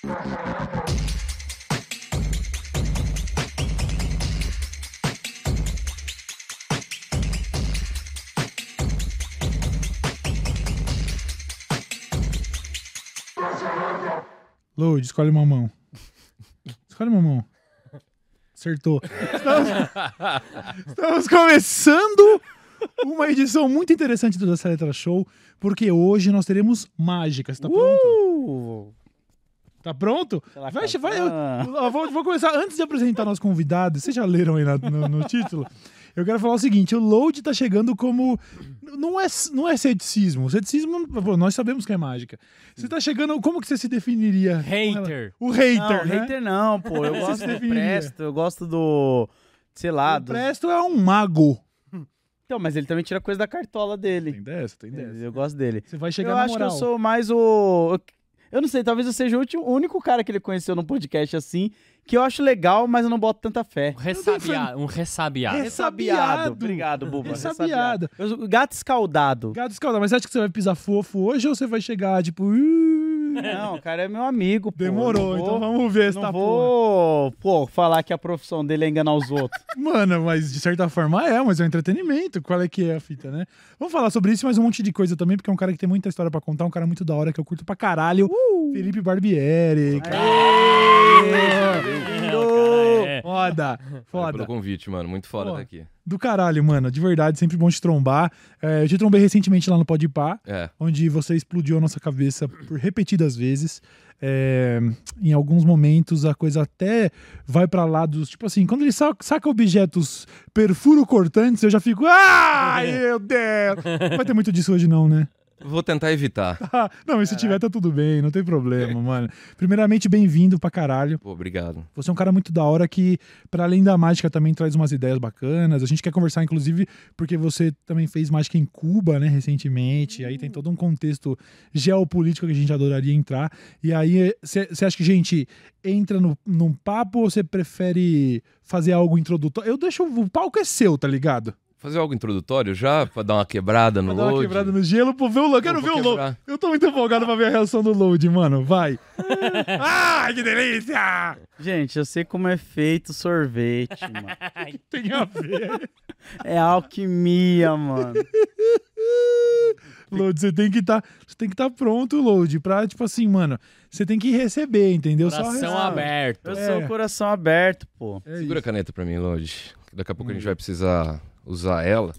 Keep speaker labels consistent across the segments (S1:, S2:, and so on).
S1: Load, escolhe uma mão. Escolhe uma mão. Acertou. Estamos começando uma edição muito interessante do Dessa Letra Show, porque hoje nós teremos mágica. Você tá pronto? Tá pronto? Vou começar. Antes de apresentar nosso convidado, vocês já leram aí no título? Eu quero falar o seguinte, o Load tá chegando como... Não é ceticismo. Ceticismo, nós sabemos que é mágica. Você tá chegando... Como que você se definiria?
S2: Hater.
S1: O hater,
S3: não,
S1: né?
S3: Hater não, pô. Eu gosto do Presto, eu gosto do... Sei lá...
S1: O Presto é um mago.
S3: Então, mas ele também tira coisa da cartola dele.
S1: Tem dessa.
S3: Eu gosto dele.
S1: Você vai chegar
S3: Eu
S1: na
S3: acho
S1: moral.
S3: que eu sou mais o... Eu não sei, talvez eu seja o único cara que ele conheceu num podcast assim, que eu acho legal, mas eu não boto tanta fé.
S2: Um ressabiado.
S3: Ressabiado. Obrigado, Buba.
S1: Ressabiado.
S3: Gato escaldado.
S1: Gato escaldado. Mas você acha que você vai pisar fofo hoje ou você vai chegar, tipo...
S3: Não, o cara é meu amigo, pô.
S1: Demorou, então vamos ver essa
S3: porra. Pô, falar que a profissão dele é enganar os outros.
S1: Mano, mas de certa forma mas é um entretenimento. Qual é que é a fita, né? Vamos falar sobre isso, mas um monte de coisa também, porque é um cara que tem muita história pra contar, um cara muito da hora, que eu curto pra caralho. Felipe Barbieri. Foda.
S4: Pelo convite, mano. Muito foda estar aqui.
S1: Do caralho, mano. De verdade, sempre bom te trombar. Eu te trombei recentemente lá no Podpah, onde você explodiu a nossa cabeça por repetidas vezes. Em alguns momentos a coisa até vai pra lados, tipo assim, quando ele saca objetos perfuro-cortantes, eu já fico, ai, meu Deus! Não vai ter muito disso hoje não, né?
S4: Vou tentar evitar.
S1: Não, mas se tiver, tá tudo bem, não tem problema, mano. Primeiramente, bem-vindo pra caralho.
S4: Pô, obrigado.
S1: Você é um cara muito da hora que, pra além da mágica, também traz umas ideias bacanas. A gente quer conversar, inclusive, porque você também fez mágica em Cuba, né, recentemente. Aí tem todo um contexto geopolítico que a gente adoraria entrar. E aí, você acha que a gente entra num papo ou você prefere fazer algo introdutório? Eu deixo... O palco é seu, tá ligado?
S4: Fazer algo introdutório já? Pra dar uma quebrada no Load? Pra dar uma
S1: quebrada no gelo, pô, ver o Load. Quero ver o Load. Eu tô muito empolgado pra ver a reação do Load, mano. Vai. Ai, que delícia!
S3: Gente, eu sei como é feito sorvete, mano.
S1: Tem a ver.
S3: É alquimia, mano.
S1: Load, você tem que estar pronto, Load, pra, tipo assim, mano, você tem que receber, entendeu?
S2: Coração aberto.
S3: Eu sou o coração aberto, pô.
S4: Segura a caneta pra mim, Load. Daqui a pouco a gente vai precisar usar ela.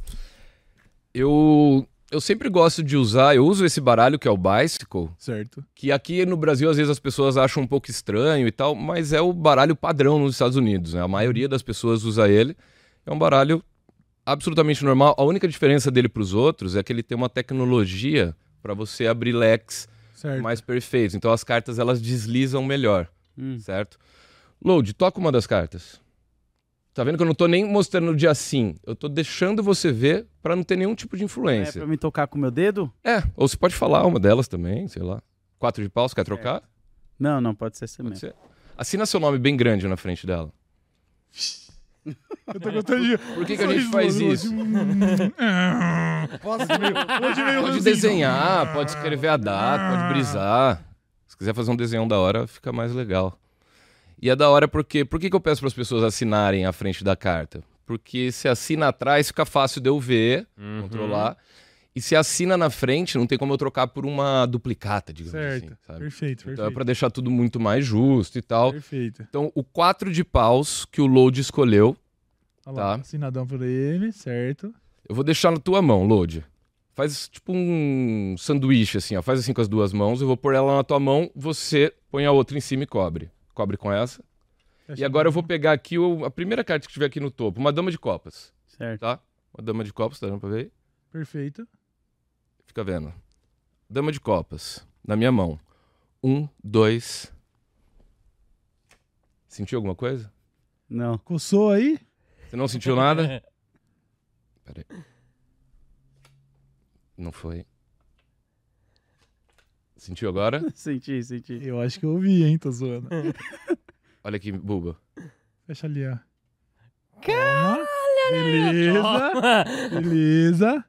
S4: Eu sempre gosto de usar, eu uso esse baralho que é o Bicycle.
S1: Certo.
S4: Que aqui no Brasil às vezes as pessoas acham um pouco estranho e tal, mas é o baralho padrão nos Estados Unidos, né? A maioria das pessoas usa ele. É um baralho absolutamente normal. A única diferença dele para os outros é que ele tem uma tecnologia para você abrir leques mais perfeitos. Então as cartas elas deslizam melhor, certo? Load, toca uma das cartas. Tá vendo que eu não tô nem mostrando no dia assim. Eu tô deixando você ver pra não ter nenhum tipo de influência.
S3: É pra me tocar com o meu dedo?
S4: Ou você pode falar uma delas também, sei lá. 4 de paus, quer trocar?
S3: Não, pode ser você mesmo.
S4: Ser. Assina seu nome bem grande na frente dela.
S1: Eu tô gostando de...
S4: Por que a gente faz isso? Pode desenhar, pode escrever a data, pode brisar. Se quiser fazer um desenho da hora, fica mais legal. E é da hora porque... Por que eu peço para as pessoas assinarem à frente da carta? Porque se assina atrás, fica fácil de eu ver, controlar. E se assina na frente, não tem como eu trocar por uma duplicata, digamos assim. Sabe?
S1: Perfeito.
S4: Então é para deixar tudo muito mais justo e tal.
S1: Perfeito.
S4: Então o 4 de paus que o Load escolheu.
S1: Olha lá, assinadão por ele, certo.
S4: Eu vou deixar na tua mão, Load. Faz tipo um sanduíche assim, ó. Faz assim com as duas mãos, eu vou pôr ela na tua mão, você põe a outra em cima e cobre. Cobre com essa. E agora eu vou pegar aqui a primeira carta que tiver aqui no topo. Uma dama de copas.
S3: Certo.
S4: Tá? Uma dama de copas, tá dando pra ver aí?
S1: Perfeito.
S4: Fica vendo. Dama de copas. Na minha mão. 1, 2. Sentiu alguma coisa?
S3: Não.
S1: Coçou aí?
S4: Você não sentiu nada? Pera aí. Não foi. Sentiu agora?
S3: Senti.
S1: Eu acho que eu ouvi, hein? Tô zoando.
S4: Olha aqui, Buba.
S1: Fecha ali, ó.
S2: Caralho!
S1: Beleza.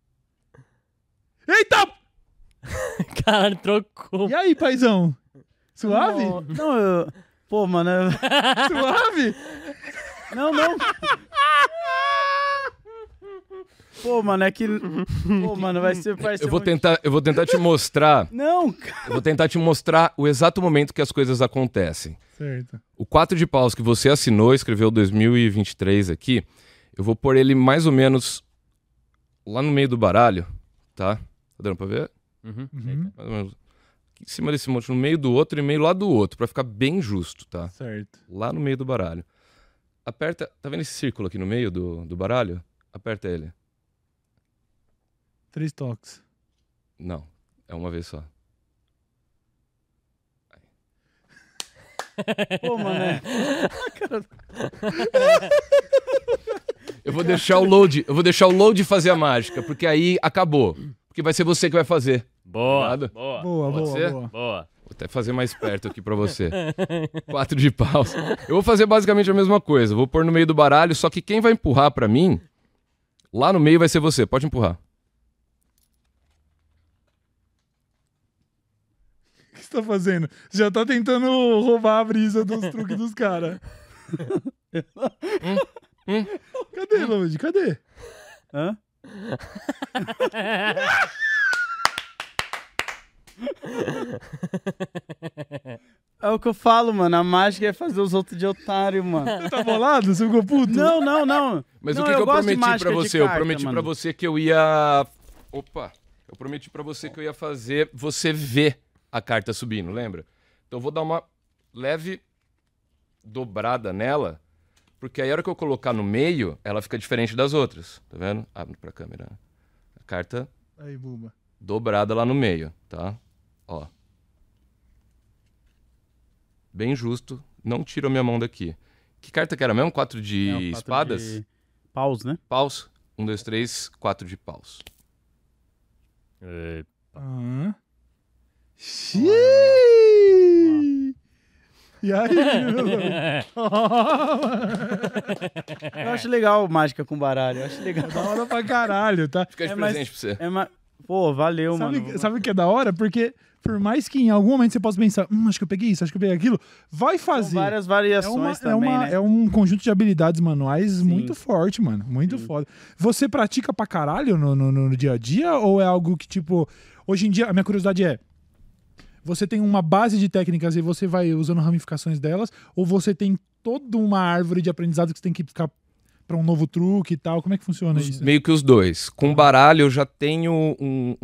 S1: Eita!
S2: Cara, trocou.
S1: E aí, paizão? Suave?
S3: Não, eu... Pô, mano...
S1: Suave?
S3: Não. Pô, mano, é que... Pô, mano, vai ser
S4: Eu vou tentar te mostrar.
S3: Não, cara.
S4: Eu vou tentar te mostrar o exato momento que as coisas acontecem.
S1: Certo.
S4: O 4 de paus que você assinou, escreveu 2023 aqui, eu vou pôr ele mais ou menos lá no meio do baralho, tá? Tá dando pra ver?
S2: Uhum.
S1: Uhum.
S4: Mais ou menos aqui em cima desse monte, no meio do outro e meio lá do outro, pra ficar bem justo, tá?
S1: Certo.
S4: Lá no meio do baralho. Aperta, tá vendo esse círculo aqui no meio do baralho? Aperta ele.
S1: 3 toques.
S4: Não, é uma vez só.
S3: Pô, mano, é...
S4: Eu vou deixar o load fazer a mágica, porque aí acabou. Porque vai ser você que vai fazer.
S2: Boa,
S4: Obrigado.
S2: boa,
S1: Boa.
S4: ser?
S1: Boa.
S2: boa.
S4: Vou até fazer mais perto aqui pra você. 4 de paus. Eu vou fazer basicamente a mesma coisa. Vou pôr no meio do baralho, só que quem vai empurrar pra mim, lá no meio vai ser você. Pode empurrar.
S1: O que você tá fazendo? Você já tá tentando roubar a brisa dos truques dos caras. Cadê, Load? Cadê?
S3: Hã? É o que eu falo, mano. A mágica é fazer os outros de otário, mano.
S1: Você tá bolado? Você ficou puto?
S3: Não.
S4: Mas
S3: Não,
S4: o que eu
S3: gosto de
S4: prometi
S3: mágica
S4: pra
S3: de
S4: você?
S3: carta,
S4: Eu prometi
S3: mano.
S4: pra você que eu ia... Opa! Eu prometi pra você que eu ia fazer você ver a carta subindo, lembra? Então eu vou dar uma leve dobrada nela, porque aí a hora que eu colocar no meio, ela fica diferente das outras. Tá vendo? Abre pra câmera. A carta
S1: Aí, Buba.
S4: dobrada lá no meio, tá? Ó. Bem justo. Não tiro a minha mão daqui. Que carta que era mesmo? 4 de
S3: É, o 4
S4: espadas?
S3: de paus, né?
S4: Paus. 1, 2, 3, 4 de paus.
S2: É,
S1: Ah. Xiii! E aí, meu Load?
S3: Eu acho legal mágica com baralho. Eu acho legal.
S1: Da hora pra caralho, tá?
S4: Fica de
S3: É, mas-
S4: presente pra você.
S3: É Pô, valeu, mano.
S1: Sabe o que é da hora? Porque por mais que em algum momento você possa pensar, acho que eu peguei isso, acho que eu peguei aquilo, vai
S3: São
S1: fazer.
S3: várias variações também, né?
S1: É um conjunto de habilidades manuais
S3: Sim.
S1: muito forte, mano. Muito foda. Você pratica pra caralho no dia a dia? Ou é algo que, tipo, hoje em dia, a minha curiosidade é, você tem uma base de técnicas e você vai usando ramificações delas, ou você tem toda uma árvore de aprendizado que você tem que ficar pra um novo truque e tal? Como é que funciona isso?
S4: Meio que os dois. Com baralho eu já tenho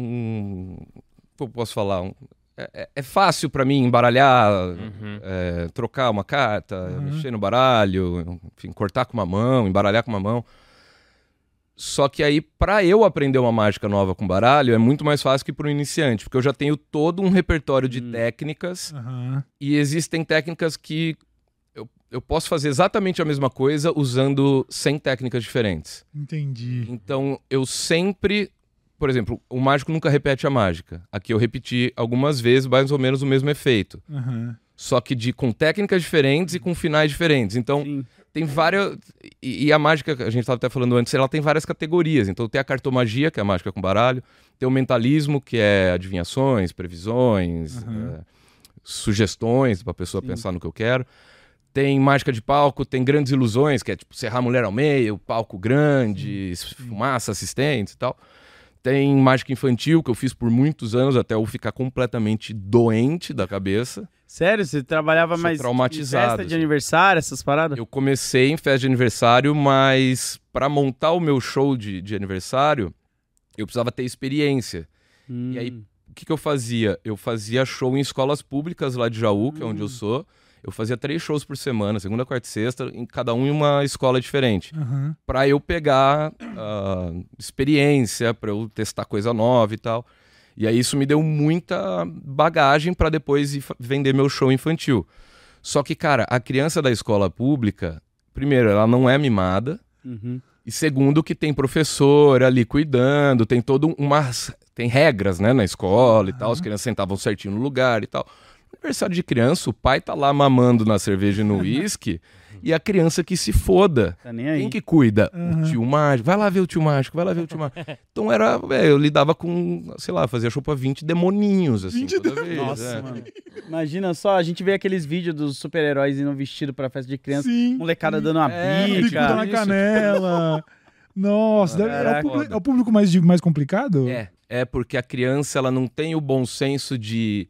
S4: eu posso falar? É fácil pra mim embaralhar, trocar uma carta, mexer no baralho, enfim, cortar com uma mão, embaralhar com uma mão. Só que aí, pra eu aprender uma mágica nova com baralho, é muito mais fácil que pro iniciante, porque eu já tenho todo um repertório de técnicas
S1: Aham.
S4: e existem técnicas que eu posso fazer exatamente a mesma coisa usando 100 técnicas diferentes.
S1: Entendi.
S4: Então, eu sempre... Por exemplo, o mágico nunca repete a mágica. Aqui eu repeti algumas vezes mais ou menos o mesmo efeito.
S1: Aham.
S4: Só que com técnicas diferentes e com finais diferentes. Então,
S3: Sim.
S4: tem várias... E a mágica, a gente estava até falando antes, ela tem várias categorias. Então, tem a cartomagia, que é a mágica com baralho. Tem o mentalismo, que é adivinhações, previsões, sugestões para a pessoa pensar no que eu quero. Tem mágica de palco, tem grandes ilusões, que é tipo serrar a mulher ao meio, palco grande, fumaça, assistentes e tal. Tem mágica infantil, que eu fiz por muitos anos, até eu ficar completamente doente da cabeça.
S3: Sério? Você trabalhava
S4: Sou
S3: mais em
S4: traumatizado,
S3: festa de
S4: assim.
S3: aniversário, essas paradas?
S4: Eu comecei em festa de aniversário, mas para montar o meu show de aniversário, eu precisava ter experiência. E aí, o que eu fazia? Eu fazia show em escolas públicas lá de Jaú, que é onde eu sou. Eu fazia 3 shows por semana, segunda, quarta e sexta, em cada um em uma escola diferente.
S1: Aham.
S4: Pra eu pegar experiência, pra eu testar coisa nova e tal. E aí isso me deu muita bagagem pra depois ir vender meu show infantil. Só que, cara, a criança da escola pública, primeiro, ela não é mimada. E segundo, que tem professor ali cuidando, tem tem regras, né, na escola e tal. As crianças sentavam certinho no lugar e tal. Aniversário de criança, o pai tá lá mamando na cerveja e no uísque E a criança que se foda.
S3: Tá nem aí.
S4: Quem que cuida?
S1: Uhum.
S4: O tio mágico. Vai lá ver o tio mágico, vai lá ver o tio mágico. Então eu lidava com, sei lá, fazia show pra 20 demoninhos, assim,
S1: 20
S4: toda vez.
S3: Nossa, mano. Imagina só, a gente vê aqueles vídeos dos super-heróis indo vestido pra festa de criança,
S1: Sim.
S3: molecada dando uma
S1: Bicuda
S3: bica.
S1: na
S4: isso.
S1: canela. Nossa,
S3: Caraca.
S1: é o público mais complicado?
S4: É porque a criança, ela não tem o bom senso de,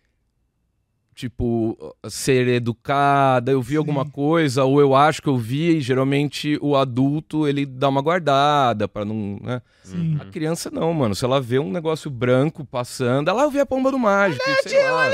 S4: tipo, ser educada, eu vi alguma coisa, ou eu acho que eu vi, e geralmente o adulto, ele dá uma guardada pra não, né?
S1: Sim.
S4: A criança não, mano, se ela vê um negócio branco passando, ela ouviu a pomba do mágico, sei lá.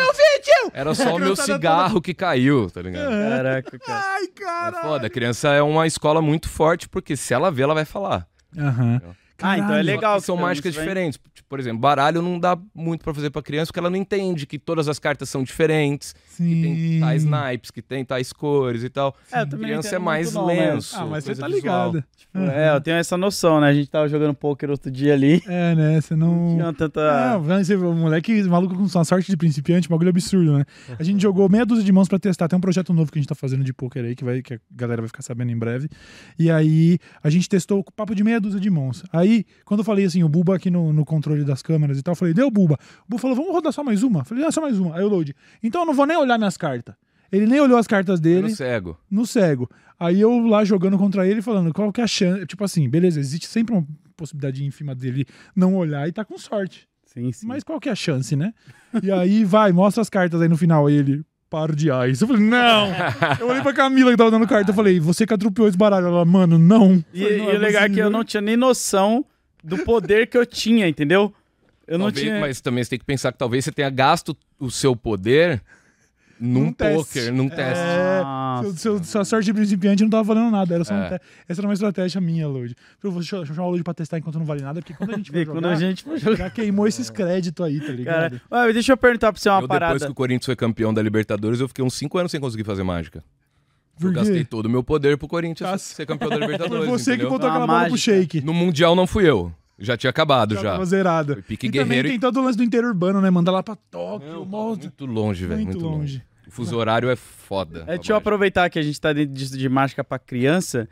S4: Era só o meu cigarro que caiu, tá ligado?
S3: Caraca, cara.
S1: Ai,
S4: É
S1: cara.
S4: foda, a criança é uma escola muito forte, porque se ela vê, ela vai falar.
S1: Aham.
S3: Ah, então é
S1: Caralho.
S3: legal.
S4: Só que são
S3: que
S4: mágicas
S3: isso vem-
S4: diferentes. Tipo, por exemplo, baralho não dá muito pra fazer pra criança, porque ela não entende que todas as cartas são diferentes, que tem
S1: Sim.
S4: tais naipes, que tem tais cores e tal.
S3: É, eu
S4: A
S3: também não
S4: criança é
S3: entendo
S4: mais
S3: muito não, né?
S4: lenço.
S1: Ah, mas você
S4: coisa
S1: tá
S4: visual.
S1: ligado.
S3: É, eu tenho essa noção, né? A gente tava jogando poker outro dia ali.
S1: É, né? Você não.
S3: Tinha tanta.
S1: O moleque maluco com uma sorte de principiante, um bagulho absurdo, né? A gente jogou meia dúzia de mãos pra testar. Tem um projeto novo que a gente tá fazendo de poker aí, que a galera vai ficar sabendo em breve. E aí, a gente testou o papo de meia dúzia de mãos. Aí, quando eu falei assim, o Buba aqui no controle das câmeras e tal, eu falei, deu, Buba. O Buba falou, vamos rodar só mais uma? Eu falei, só mais uma. Aí eu load. Então eu não vou nem olhar minhas cartas. Ele nem olhou as cartas dele
S4: No cego.
S1: no cego. Aí eu lá jogando contra ele, falando, qual que é a chance? Tipo assim, beleza, existe sempre uma possibilidade ínfima dele não olhar e tá com sorte.
S3: Sim, sim.
S1: Mas qual que é a chance, né? E aí, vai, mostra as cartas aí no final. Aí ele, par de ais. Eu falei, não! Eu olhei pra Camila que tava dando carta. Eu falei, você que atropelou esse baralho. Ela, mano, não.
S3: E,
S1: Eu falei, não
S3: e o legal é que eu
S1: possível.
S3: não tinha nem noção do poder que eu tinha, entendeu? Eu não
S4: Talvez-
S3: tinha.
S4: Mas também você tem que pensar que talvez você tenha gasto o seu poder num
S1: Num teste.
S4: poker, num teste.
S1: É,
S3: Nossa.
S1: sua sorte de principiante não tava valendo nada. Era só um
S4: É.
S1: teste. Essa era uma estratégia minha, Lodi. Eu vou chamar o Lodi pra testar enquanto não vale nada, porque quando a gente for
S3: E quando
S1: jogar,
S3: a gente for jogar.
S1: já queimou esses créditos aí, tá ligado?
S3: Cara, Ué, deixa eu perguntar pra você uma
S4: Eu,
S3: parada.
S4: depois que o Corinthians foi campeão da Libertadores, eu fiquei uns 5 anos sem conseguir fazer mágica.
S1: Por
S4: Eu
S1: quê?
S4: gastei todo o meu poder pro Corinthians
S1: Nossa.
S4: ser campeão da Libertadores.
S1: Foi você
S4: entendeu?
S1: que botou
S3: Uma
S1: aquela bola pro
S3: mágica.
S1: shake.
S4: No Mundial não fui eu. Já tinha acabado já.
S1: Tava zerada.
S4: Foi pique
S1: E também
S4: guerreiro.
S1: tem todo o lance do interurbano, né? Mandar lá pra Tóquio,
S4: Não,
S1: volta.
S4: muito longe, velho.
S1: Muito
S4: Muito,
S1: longe.
S4: longe. O fuso horário é foda.
S3: Deixa eu aproveitar que a gente tá dentro de mágica pra criança.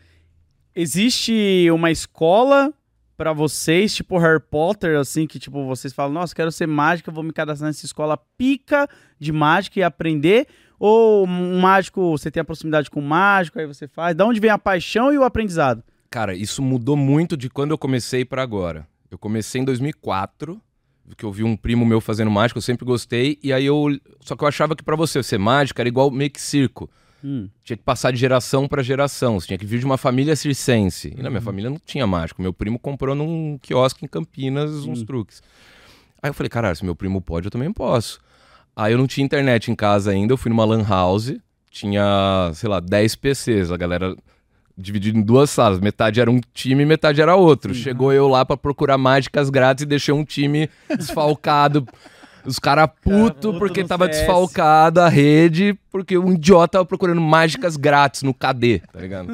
S3: Existe uma escola pra vocês, tipo Harry Potter, assim, que tipo, vocês falam, nossa, quero ser mágica, vou me cadastrar nessa escola pica de mágica e aprender? Ou um mágico, você tem a proximidade com o mágico, aí você faz? Da onde vem a paixão e o aprendizado?
S4: Cara, isso mudou muito de quando eu comecei pra agora. Eu comecei em 2004, que eu vi um primo meu fazendo mágica, eu sempre gostei, e aí só que eu achava que pra você ser mágica era igual meio que circo. Tinha que passar de geração pra geração, você tinha que vir de uma família circense. E na minha família não tinha mágico, meu primo comprou num quiosque em Campinas uns truques. Aí eu falei, caralho, se meu primo pode, eu também posso. Aí eu não tinha internet em casa ainda, eu fui numa lan house, tinha, sei lá, 10 PCs, a galera dividido em duas salas, metade era um time e metade era outro. Chegou eu lá pra procurar mágicas grátis e deixei um time desfalcado, os caras putos porque
S3: no
S4: tava
S3: CS.
S4: desfalcada a rede, porque um idiota tava procurando mágicas grátis no KD, tá ligado?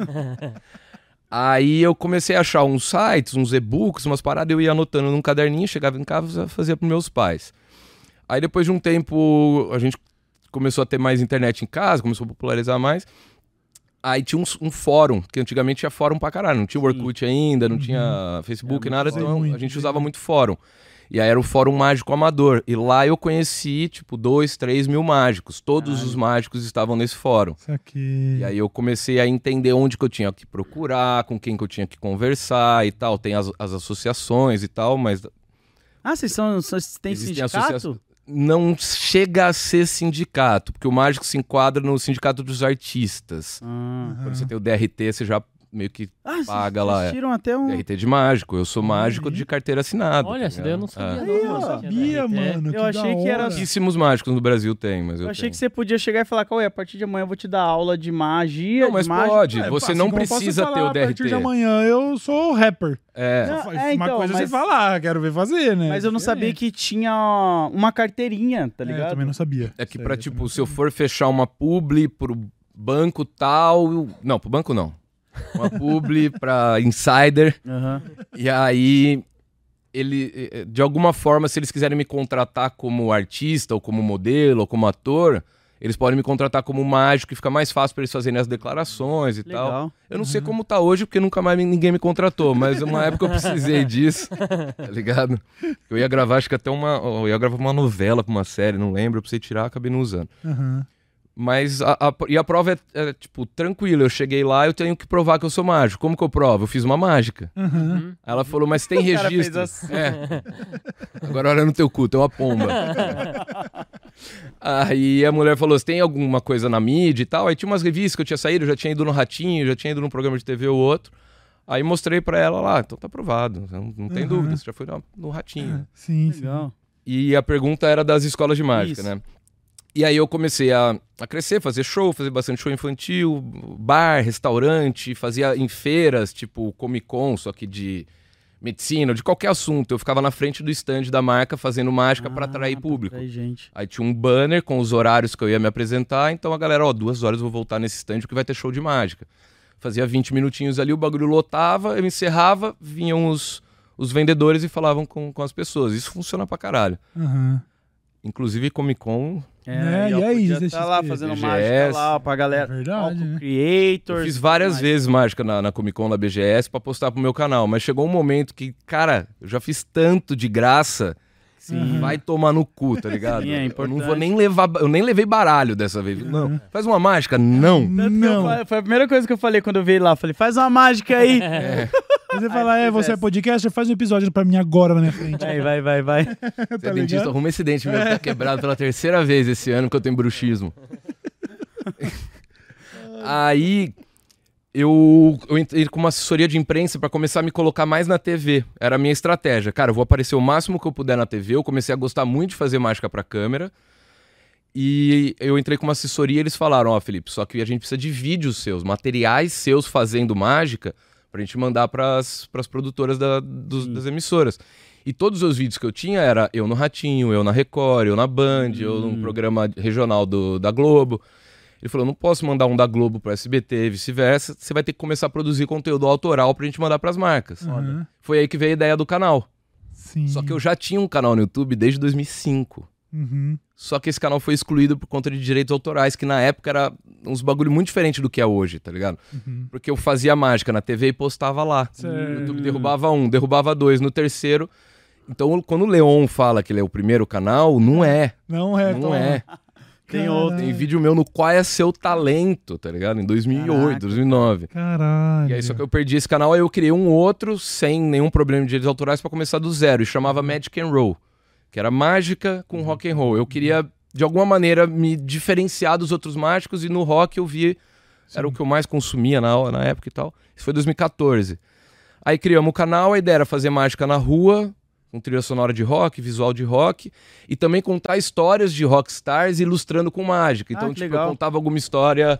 S4: Aí eu comecei a achar uns sites, uns e-books, umas paradas, eu ia anotando num caderninho, chegava em casa, fazia pros meus pais. Aí depois de um tempo, a gente começou a ter mais internet em casa, começou a popularizar mais. Aí tinha um fórum, que antigamente tinha fórum pra caralho, não tinha o Orkut ainda, não tinha Facebook, nada,
S1: usei
S4: então
S1: muito,
S4: a gente
S1: usei
S4: usava muito fórum. E aí era o Fórum Mágico Amador, e lá eu conheci, tipo, 2, 3 mil mágicos, todos os mágicos estavam nesse fórum.
S1: Isso aqui.
S4: E aí eu comecei a entender onde que eu tinha que procurar, com quem que eu tinha que conversar e tal, tem as associações e tal, mas
S3: Ah, vocês têm
S4: Existem
S3: sindicato?
S4: não chega a ser sindicato, porque o mágico se enquadra no sindicato dos artistas. Quando você tem o DRT, você já meio que paga lá.
S3: Vocês tiram até um...
S4: DRT de mágico. Eu sou mágico de carteira assinada.
S2: Olha,
S4: tá
S2: isso daí eu não
S4: ligado?
S2: sabia,
S4: É.
S2: não.
S3: Aí,
S2: mano.
S3: ó,
S1: Sabia, mano.
S3: Eu achei que era-
S4: Pouquíssimos mágicos no Brasil tem, mas eu
S3: Eu achei
S4: tenho.
S3: que você podia chegar e falar, Cauê, a partir de amanhã eu vou te dar aula de magia,
S4: Não, mas
S3: de mágica.
S4: pode.
S1: É,
S4: Você
S1: assim
S4: não
S1: como eu posso
S4: precisa
S1: falar,
S4: ter o
S1: A partir de
S4: DRT.
S1: amanhã eu sou rapper.
S4: É.
S3: Não,
S1: Uma
S3: então,
S1: coisa é
S3: mas-
S1: você falar, quero ver fazer, né?
S3: Mas eu não sabia que tinha uma carteirinha, tá
S1: É,
S3: ligado?
S1: eu também não sabia.
S4: É que
S1: Sério,
S4: pra,
S1: eu
S4: tipo,
S1: também
S4: se eu for fechar uma publi pro banco tal... Não, pro banco não. Uma publi pra insider.
S3: Aham.
S4: E aí, de alguma forma, se eles quiserem me contratar como artista, ou como modelo, ou como ator, eles podem me contratar como mágico e fica mais fácil para eles fazerem as declarações e tal.
S3: Legal.
S4: Eu não sei como tá hoje, porque nunca mais ninguém me contratou, mas uma época eu precisei disso, tá ligado? Eu ia gravar, acho que até eu ia gravar uma novela pra uma série, não lembro, eu precisei tirar, acabei não usando.
S1: Aham.
S4: Mas a prova é, tipo, tranquila. Eu cheguei lá, eu tenho que provar que eu sou mágico. Como que eu provo? Eu fiz uma mágica.
S1: Aham.
S4: Aí ela falou, mas tem
S3: O cara
S4: registro.
S3: fez assim.
S4: É. Agora olha no teu cu, tem uma pomba. Aí a mulher falou, você tem alguma coisa na mídia e tal? Aí tinha umas revistas que eu tinha saído, eu já tinha ido no Ratinho, já tinha ido num programa de TV ou outro. Aí mostrei pra ela lá, então tá aprovado, não tem dúvida, você já foi no Ratinho.
S1: Sim, sim.
S3: Legal.
S4: E a pergunta era das escolas de mágica,
S3: Isso.
S4: né? E aí eu comecei a crescer, fazer bastante show infantil, bar, restaurante, fazia em feiras, tipo Comic Con, só que de medicina, de qualquer assunto. Eu ficava na frente do stand da marca fazendo mágica pra atrair público.
S3: Atrair gente.
S4: Aí tinha um banner com os horários que eu ia me apresentar, então a galera, 2 horas eu vou voltar nesse stand porque vai ter show de mágica. Fazia 20 minutinhos ali, o bagulho lotava, eu encerrava, vinham os vendedores e falavam com as pessoas. Isso funciona pra caralho.
S1: Aham.
S4: Inclusive Comic Con.
S1: E aí,
S3: já
S1: CCXP?
S3: tá lá fazendo
S4: BGS.
S3: mágica lá pra galera.
S1: É verdade,
S3: Ó,
S1: né?
S3: Creators.
S4: Eu fiz várias
S3: mágica.
S4: vezes mágica na Comic Con, na BGS, pra postar pro meu canal. Mas chegou um momento que, cara, eu já fiz tanto de graça.
S3: Sim.
S4: Vai tomar no cu, tá ligado?
S3: Sim, é
S4: eu não
S3: importante.
S4: vou nem levar. Eu nem levei baralho dessa vez. Não. Faz uma mágica? Não.
S3: Tanto que
S1: Não.
S3: foi a primeira coisa que eu falei quando eu vi lá. Eu falei, faz uma mágica aí.
S1: Você fala, você é podcaster, faz um episódio pra mim agora na minha frente.
S3: Vai.
S4: Você é
S1: Tá
S4: dentista,
S1: ligado?
S4: arruma esse dente meu que tá quebrado pela 3ª vez esse ano que eu tenho bruxismo. Aí eu entrei com uma assessoria de imprensa pra começar a me colocar mais na TV. Era a minha estratégia. Cara, eu vou aparecer o máximo que eu puder na TV. Eu comecei a gostar muito de fazer mágica pra câmera. E eu entrei com uma assessoria e eles falaram, ó, Felipe, só que a gente precisa de vídeos seus, materiais seus fazendo mágica pra gente mandar pras produtoras das emissoras. E todos os vídeos que eu tinha era eu no Ratinho, eu na Record, eu na Band, eu num programa regional da Globo. Ele falou, não posso mandar um da Globo pro SBT e vice-versa, você vai ter que começar a produzir conteúdo autoral pra gente mandar pras marcas.
S1: Aham.
S4: Foi aí que veio a ideia do canal.
S1: Sim.
S4: Só que eu já tinha um canal no YouTube desde 2005.
S1: Uhum.
S4: Só que esse canal foi excluído por conta de direitos autorais, que na época era uns bagulho muito diferente do que é hoje, tá ligado? Porque eu fazia mágica na TV e postava lá.
S1: Certo.
S4: O YouTube derrubava 1, derrubava 2, no terceiro. Então, quando o Leon fala que ele é o primeiro canal, não é.
S1: Não é,
S4: Não
S1: Tom.
S4: é.
S3: Tem outro.
S4: Tem vídeo meu no Qual é Seu Talento, tá ligado? Em 2008,
S3: Caraca.
S4: 2009.
S1: Caralho.
S4: E aí, só que eu perdi esse canal, aí eu criei um outro, sem nenhum problema de direitos autorais, pra começar do zero. E chamava Magic and Roll, que era mágica com rock and roll. Eu queria, de alguma maneira, me diferenciar dos outros mágicos, e no rock eu vi, era o que eu mais consumia na época e tal. Isso foi 2014. Aí criamos o canal, a ideia era fazer mágica na rua, com trilha sonora de rock, visual de rock, e também contar histórias de rockstars ilustrando com mágica. Então,
S3: que
S4: tipo,
S3: legal.
S4: eu contava alguma história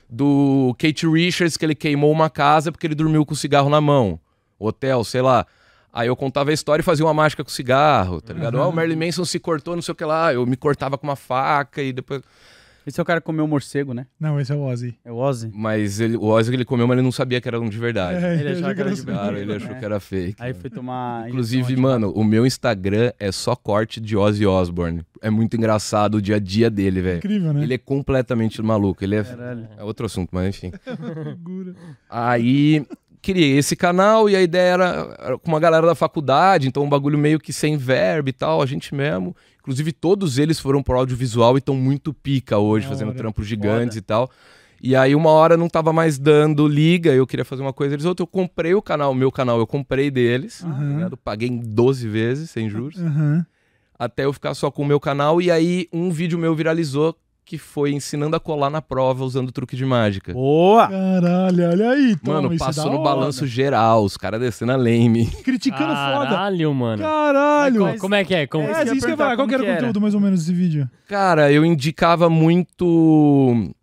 S4: do Keith Richards, que ele queimou uma casa porque ele dormiu com o cigarro na mão. Hotel, sei lá. Aí eu contava a história e fazia uma mágica com cigarro, tá ligado? O Marilyn Manson se cortou, não sei o que lá. Eu me cortava com uma faca e depois...
S3: Esse é o cara que comeu morcego, né?
S1: Não, esse é o Ozzy.
S3: É o Ozzy.
S4: Mas o Ozzy ele comeu, mas ele não sabia que era um de verdade.
S3: Ele
S1: eu
S3: achou
S1: já
S3: que era
S1: quero
S3: de
S1: saber.
S4: Claro, ele achou que era fake.
S3: Aí foi tomar...
S4: Inclusive, mano, o meu Instagram é só corte de Ozzy Osbourne. É muito engraçado o dia a dia dele, velho.
S1: Incrível, né?
S4: Ele é completamente maluco. Ele é...
S3: Caralho.
S4: é outro assunto, mas enfim.
S1: Figura.
S4: Aí criei esse canal e a ideia era com uma galera da faculdade, então um bagulho meio que sem verba e tal, a gente mesmo. Inclusive todos eles foram pro audiovisual e estão muito pica hoje,
S1: Da
S4: fazendo
S1: hora.
S4: trampos gigantes e tal. E aí uma hora não tava mais dando liga, eu queria fazer uma coisa, eles, eu comprei o canal, eu comprei deles, tá ligado? Paguei em 12 vezes, sem juros,
S1: Aham.
S4: até eu ficar só com o meu canal, e aí um vídeo meu viralizou, que foi ensinando a colar na prova usando truque de mágica.
S3: Boa!
S1: Caralho, olha aí, Tom.
S4: Mano,
S1: isso é
S4: passou
S1: da
S4: no
S1: hora.
S4: balanço geral, os caras descendo a lame.
S1: Criticando foda.
S2: Caralho, mano.
S1: Caralho.
S3: Mas-
S2: Como é que é? Como...
S3: É,
S1: É,
S3: isso
S1: isso
S3: que eu ia
S1: que eu ia falar.
S3: perguntar,
S1: Qual que era o
S3: como que era?
S1: conteúdo, mais ou menos, desse vídeo?
S4: Cara, eu indicava muito...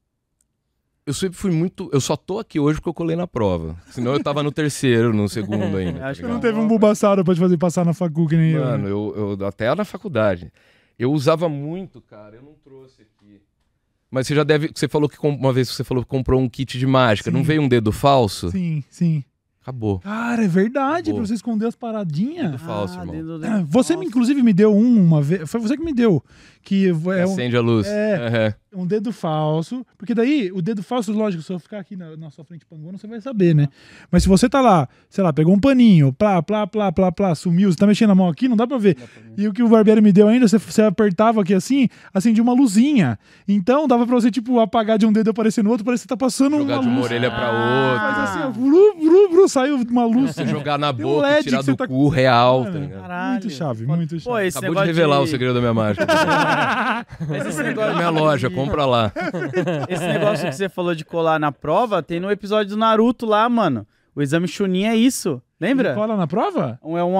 S4: Eu sempre fui muito... Eu só tô aqui hoje porque eu colei na prova. Senão eu tava no terceiro, no segundo ainda. tá
S3: Acho que
S1: Você não
S4: ligado?
S1: teve um Bulbasauro pra te fazer passar na facu que nem eu.
S4: Mano,
S1: né?
S4: eu até na faculdade. Eu usava muito, cara. Eu não trouxe aqui. Mas você já deve... Você falou que uma vez você falou que comprou um kit de mágica.
S1: Sim.
S4: Não veio um dedo falso?
S1: Sim, sim.
S4: Acabou.
S1: Cara, é verdade,
S4: Acabou.
S1: pra você esconder as paradinhas.
S4: Dedo falso, irmão.
S1: Você, inclusive, me deu uma vez. Foi você que me deu. Que
S4: Acende a luz.
S1: um dedo falso. Porque daí, o dedo falso, lógico, se eu ficar aqui na sua frente panguando, você vai saber, né? Mas se você tá lá, sei lá, pegou um paninho, plá, sumiu, você tá mexendo a mão aqui, não dá pra ver. E o que o Barbieri me deu ainda, você apertava aqui assim, acendia uma luzinha. Então, dava pra você, tipo, apagar de um dedo e aparecer no outro, parece que você tá passando
S4: Jogar
S1: uma
S4: de uma
S1: luz.
S4: orelha pra
S1: Faz
S4: outra.
S1: assim, ó, bru, saiu uma luz.
S4: Você jogar na
S1: Tem um
S4: boca
S1: LED
S4: e tirar
S1: que você
S4: do
S1: tá-
S4: cu real,
S1: Mano,
S4: tá ligado?
S3: Caralho.
S1: Muito chave, muito chave.
S3: Pô, esse
S4: Acabou de
S3: negócio
S4: revelar o segredo da minha mágica.
S3: Esse
S4: É
S3: negócio
S4: minha loja, compra lá.
S3: Esse negócio que você falou de colar na prova, tem no episódio do Naruto lá, mano. O exame Chunin é isso. Lembra?
S1: Cola na prova?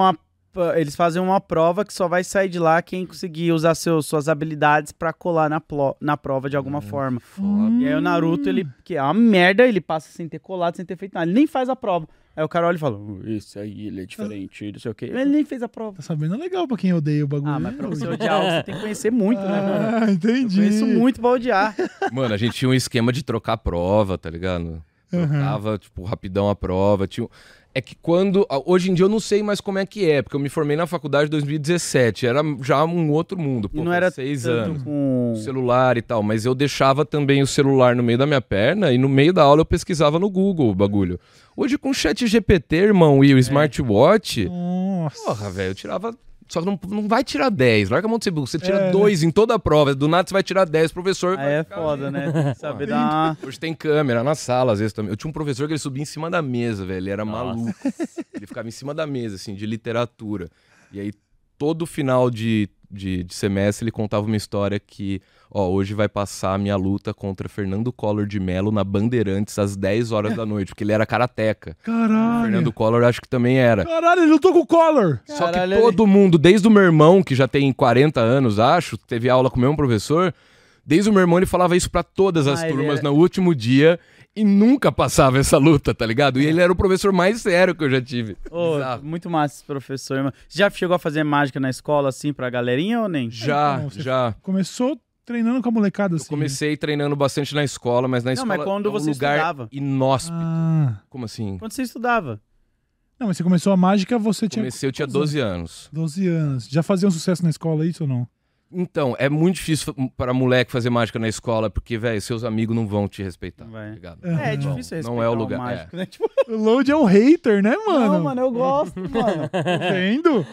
S3: Eles fazem uma prova que só vai sair de lá quem conseguir usar suas habilidades pra colar na prova de alguma forma. E aí o Naruto, ele, que é uma merda, ele passa sem ter colado, sem ter feito nada. Ele nem faz a prova. Aí o cara olha e fala, esse aí, ele é diferente, não sei o quê. Ele nem fez a prova.
S1: Tá sabendo legal pra quem odeia o bagulho.
S3: Ah, mas pra você odiar, você tem que conhecer muito, né, mano?
S1: Ah, entendi.
S3: Eu conheço muito pra odiar.
S4: Mano, a gente tinha um esquema de trocar prova, tá ligado? Trocava, tipo, rapidão a prova. É que hoje em dia eu não sei mais como é que é, porque eu me formei na faculdade em 2017. Era já um outro mundo. Pô,
S3: E não era
S4: 6
S3: tanto
S4: anos.
S3: com...
S4: Celular e tal, mas eu deixava também o celular no meio da minha perna e no meio da aula eu pesquisava no Google o bagulho. Hoje com o chat GPT, irmão, e o smartwatch,
S1: Nossa.
S4: porra, velho, eu tirava... Só que não vai tirar 10, larga a mão de ser burro. Você tira
S1: É,
S4: 2 em toda a prova, do nada você vai tirar 10, professor...
S3: Aí
S4: vai
S3: é
S4: ficar
S3: foda,
S4: ali.
S3: né? Tem que saber dar uma...
S4: Hoje tem câmera na sala, às vezes também. Eu tinha um professor que ele subia em cima da mesa, velho. Ele era maluco. Ele ficava em cima da mesa, assim, de literatura. E aí, todo final de semestre, ele contava uma história que, hoje vai passar a minha luta contra Fernando Collor de Mello na Bandeirantes às 10 horas da noite, porque ele era karateca. O
S1: Caralho.
S4: Fernando Collor acho que também era.
S1: Caralho, ele lutou com o Collor.
S4: Só que
S3: Caralho,
S4: todo mundo, desde o meu irmão, que já tem 40 anos, acho, teve aula com o mesmo professor, desde o meu irmão ele falava isso pra todas as
S3: ele
S4: turmas
S3: era-
S4: no último dia e nunca passava essa luta, tá ligado? E ele era o professor mais sério que eu já tive.
S3: Ô,
S4: Bizarro.
S3: muito massa esse professor, mano. Você já chegou a fazer mágica na escola, assim, pra galerinha ou nem?
S4: Já,
S1: Então, você-
S4: já.
S1: Começou treinando com a molecada assim.
S4: Eu comecei treinando bastante na escola, mas na
S3: Não,
S4: escola
S3: mas quando
S4: é um
S3: você
S4: lugar
S3: estudava?
S4: inóspito.
S1: Ah.
S4: Como assim?
S3: Quando você estudava?
S1: Não, mas você começou a mágica, você tinha
S4: Comecei, eu tinha
S1: quantos
S4: 12 anos.
S1: 12 anos. Já fazia um sucesso na escola isso ou não?
S4: Então, é muito difícil para moleque fazer mágica na escola, porque, velho, seus amigos não vão te respeitar,
S3: Vai.
S4: tá ligado?
S3: É, é
S1: Não,
S3: difícil respeitar
S4: não é o
S3: um
S4: lugar,
S3: mágico, né? Tipo,
S1: O Load é um hater, né, mano?
S3: não, mano, eu gosto, mano.
S1: Tá vendo?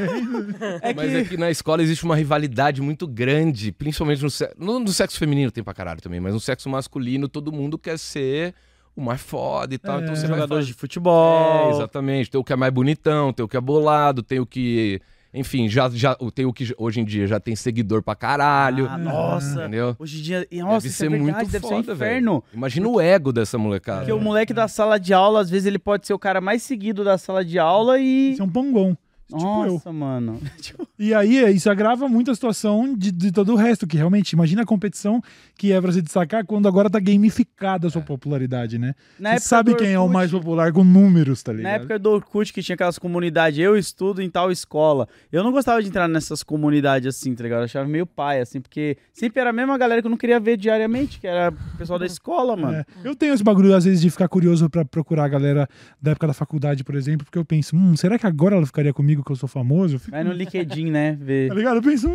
S4: Mas é que na escola existe uma rivalidade muito grande, principalmente no sexo feminino tem pra caralho também, mas no sexo masculino todo mundo quer ser o mais foda e tal. Então você vai
S3: Jogadores de
S4: fazer...
S3: futebol.
S4: exatamente. Tem o que é mais bonitão, tem o que é bolado, tem o que... Enfim, tem o que hoje em dia já tem seguidor pra caralho.
S3: Ah, nossa.
S4: Entendeu?
S3: Hoje em dia, nossa,
S4: Deve
S3: isso
S4: ser
S3: é verdade,
S4: muito
S3: deve ser um
S4: foda,
S3: inferno.
S4: velho. Imagina o ego dessa molecada.
S3: Porque o moleque da sala de aula, às vezes, ele pode ser o cara mais seguido da sala de aula e...
S1: Isso é um pongão. Tipo eu.
S3: Nossa, mano. Tipo,
S1: E aí, isso agrava muito a situação de todo o resto, que realmente, imagina a competição que é pra se destacar quando agora tá gamificada a sua popularidade, né?
S3: na
S1: Você
S3: época
S1: sabe
S3: do
S1: quem é o
S3: Orkut-
S1: mais popular com números, tá ligado?
S3: Na época do Orkut, que tinha aquelas comunidades, eu estudo em tal escola. Eu não gostava de entrar nessas comunidades assim, tá ligado? Eu achava meio pai, assim, porque sempre era a mesma galera que eu não queria ver diariamente, que era o pessoal da escola, mano.
S1: É, eu tenho esse bagulho, às vezes, de ficar curioso pra procurar a galera da época da faculdade, por exemplo, porque eu penso, será que agora ela ficaria comigo que eu sou famoso? Eu fico,
S3: Vai no LinkedIn, né? Ver.
S1: tá ligado? Eu penso,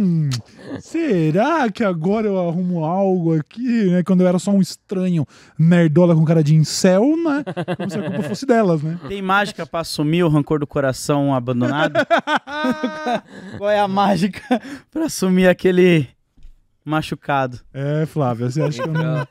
S1: será que agora eu arrumo algo aqui, né? Quando eu era só um estranho nerdola com cara de incel, né? Como se a culpa fosse delas, né?
S3: Tem mágica pra assumir o rancor do coração abandonado? Qual é a mágica pra assumir aquele machucado?
S1: É, Flávia, você acha que eu não...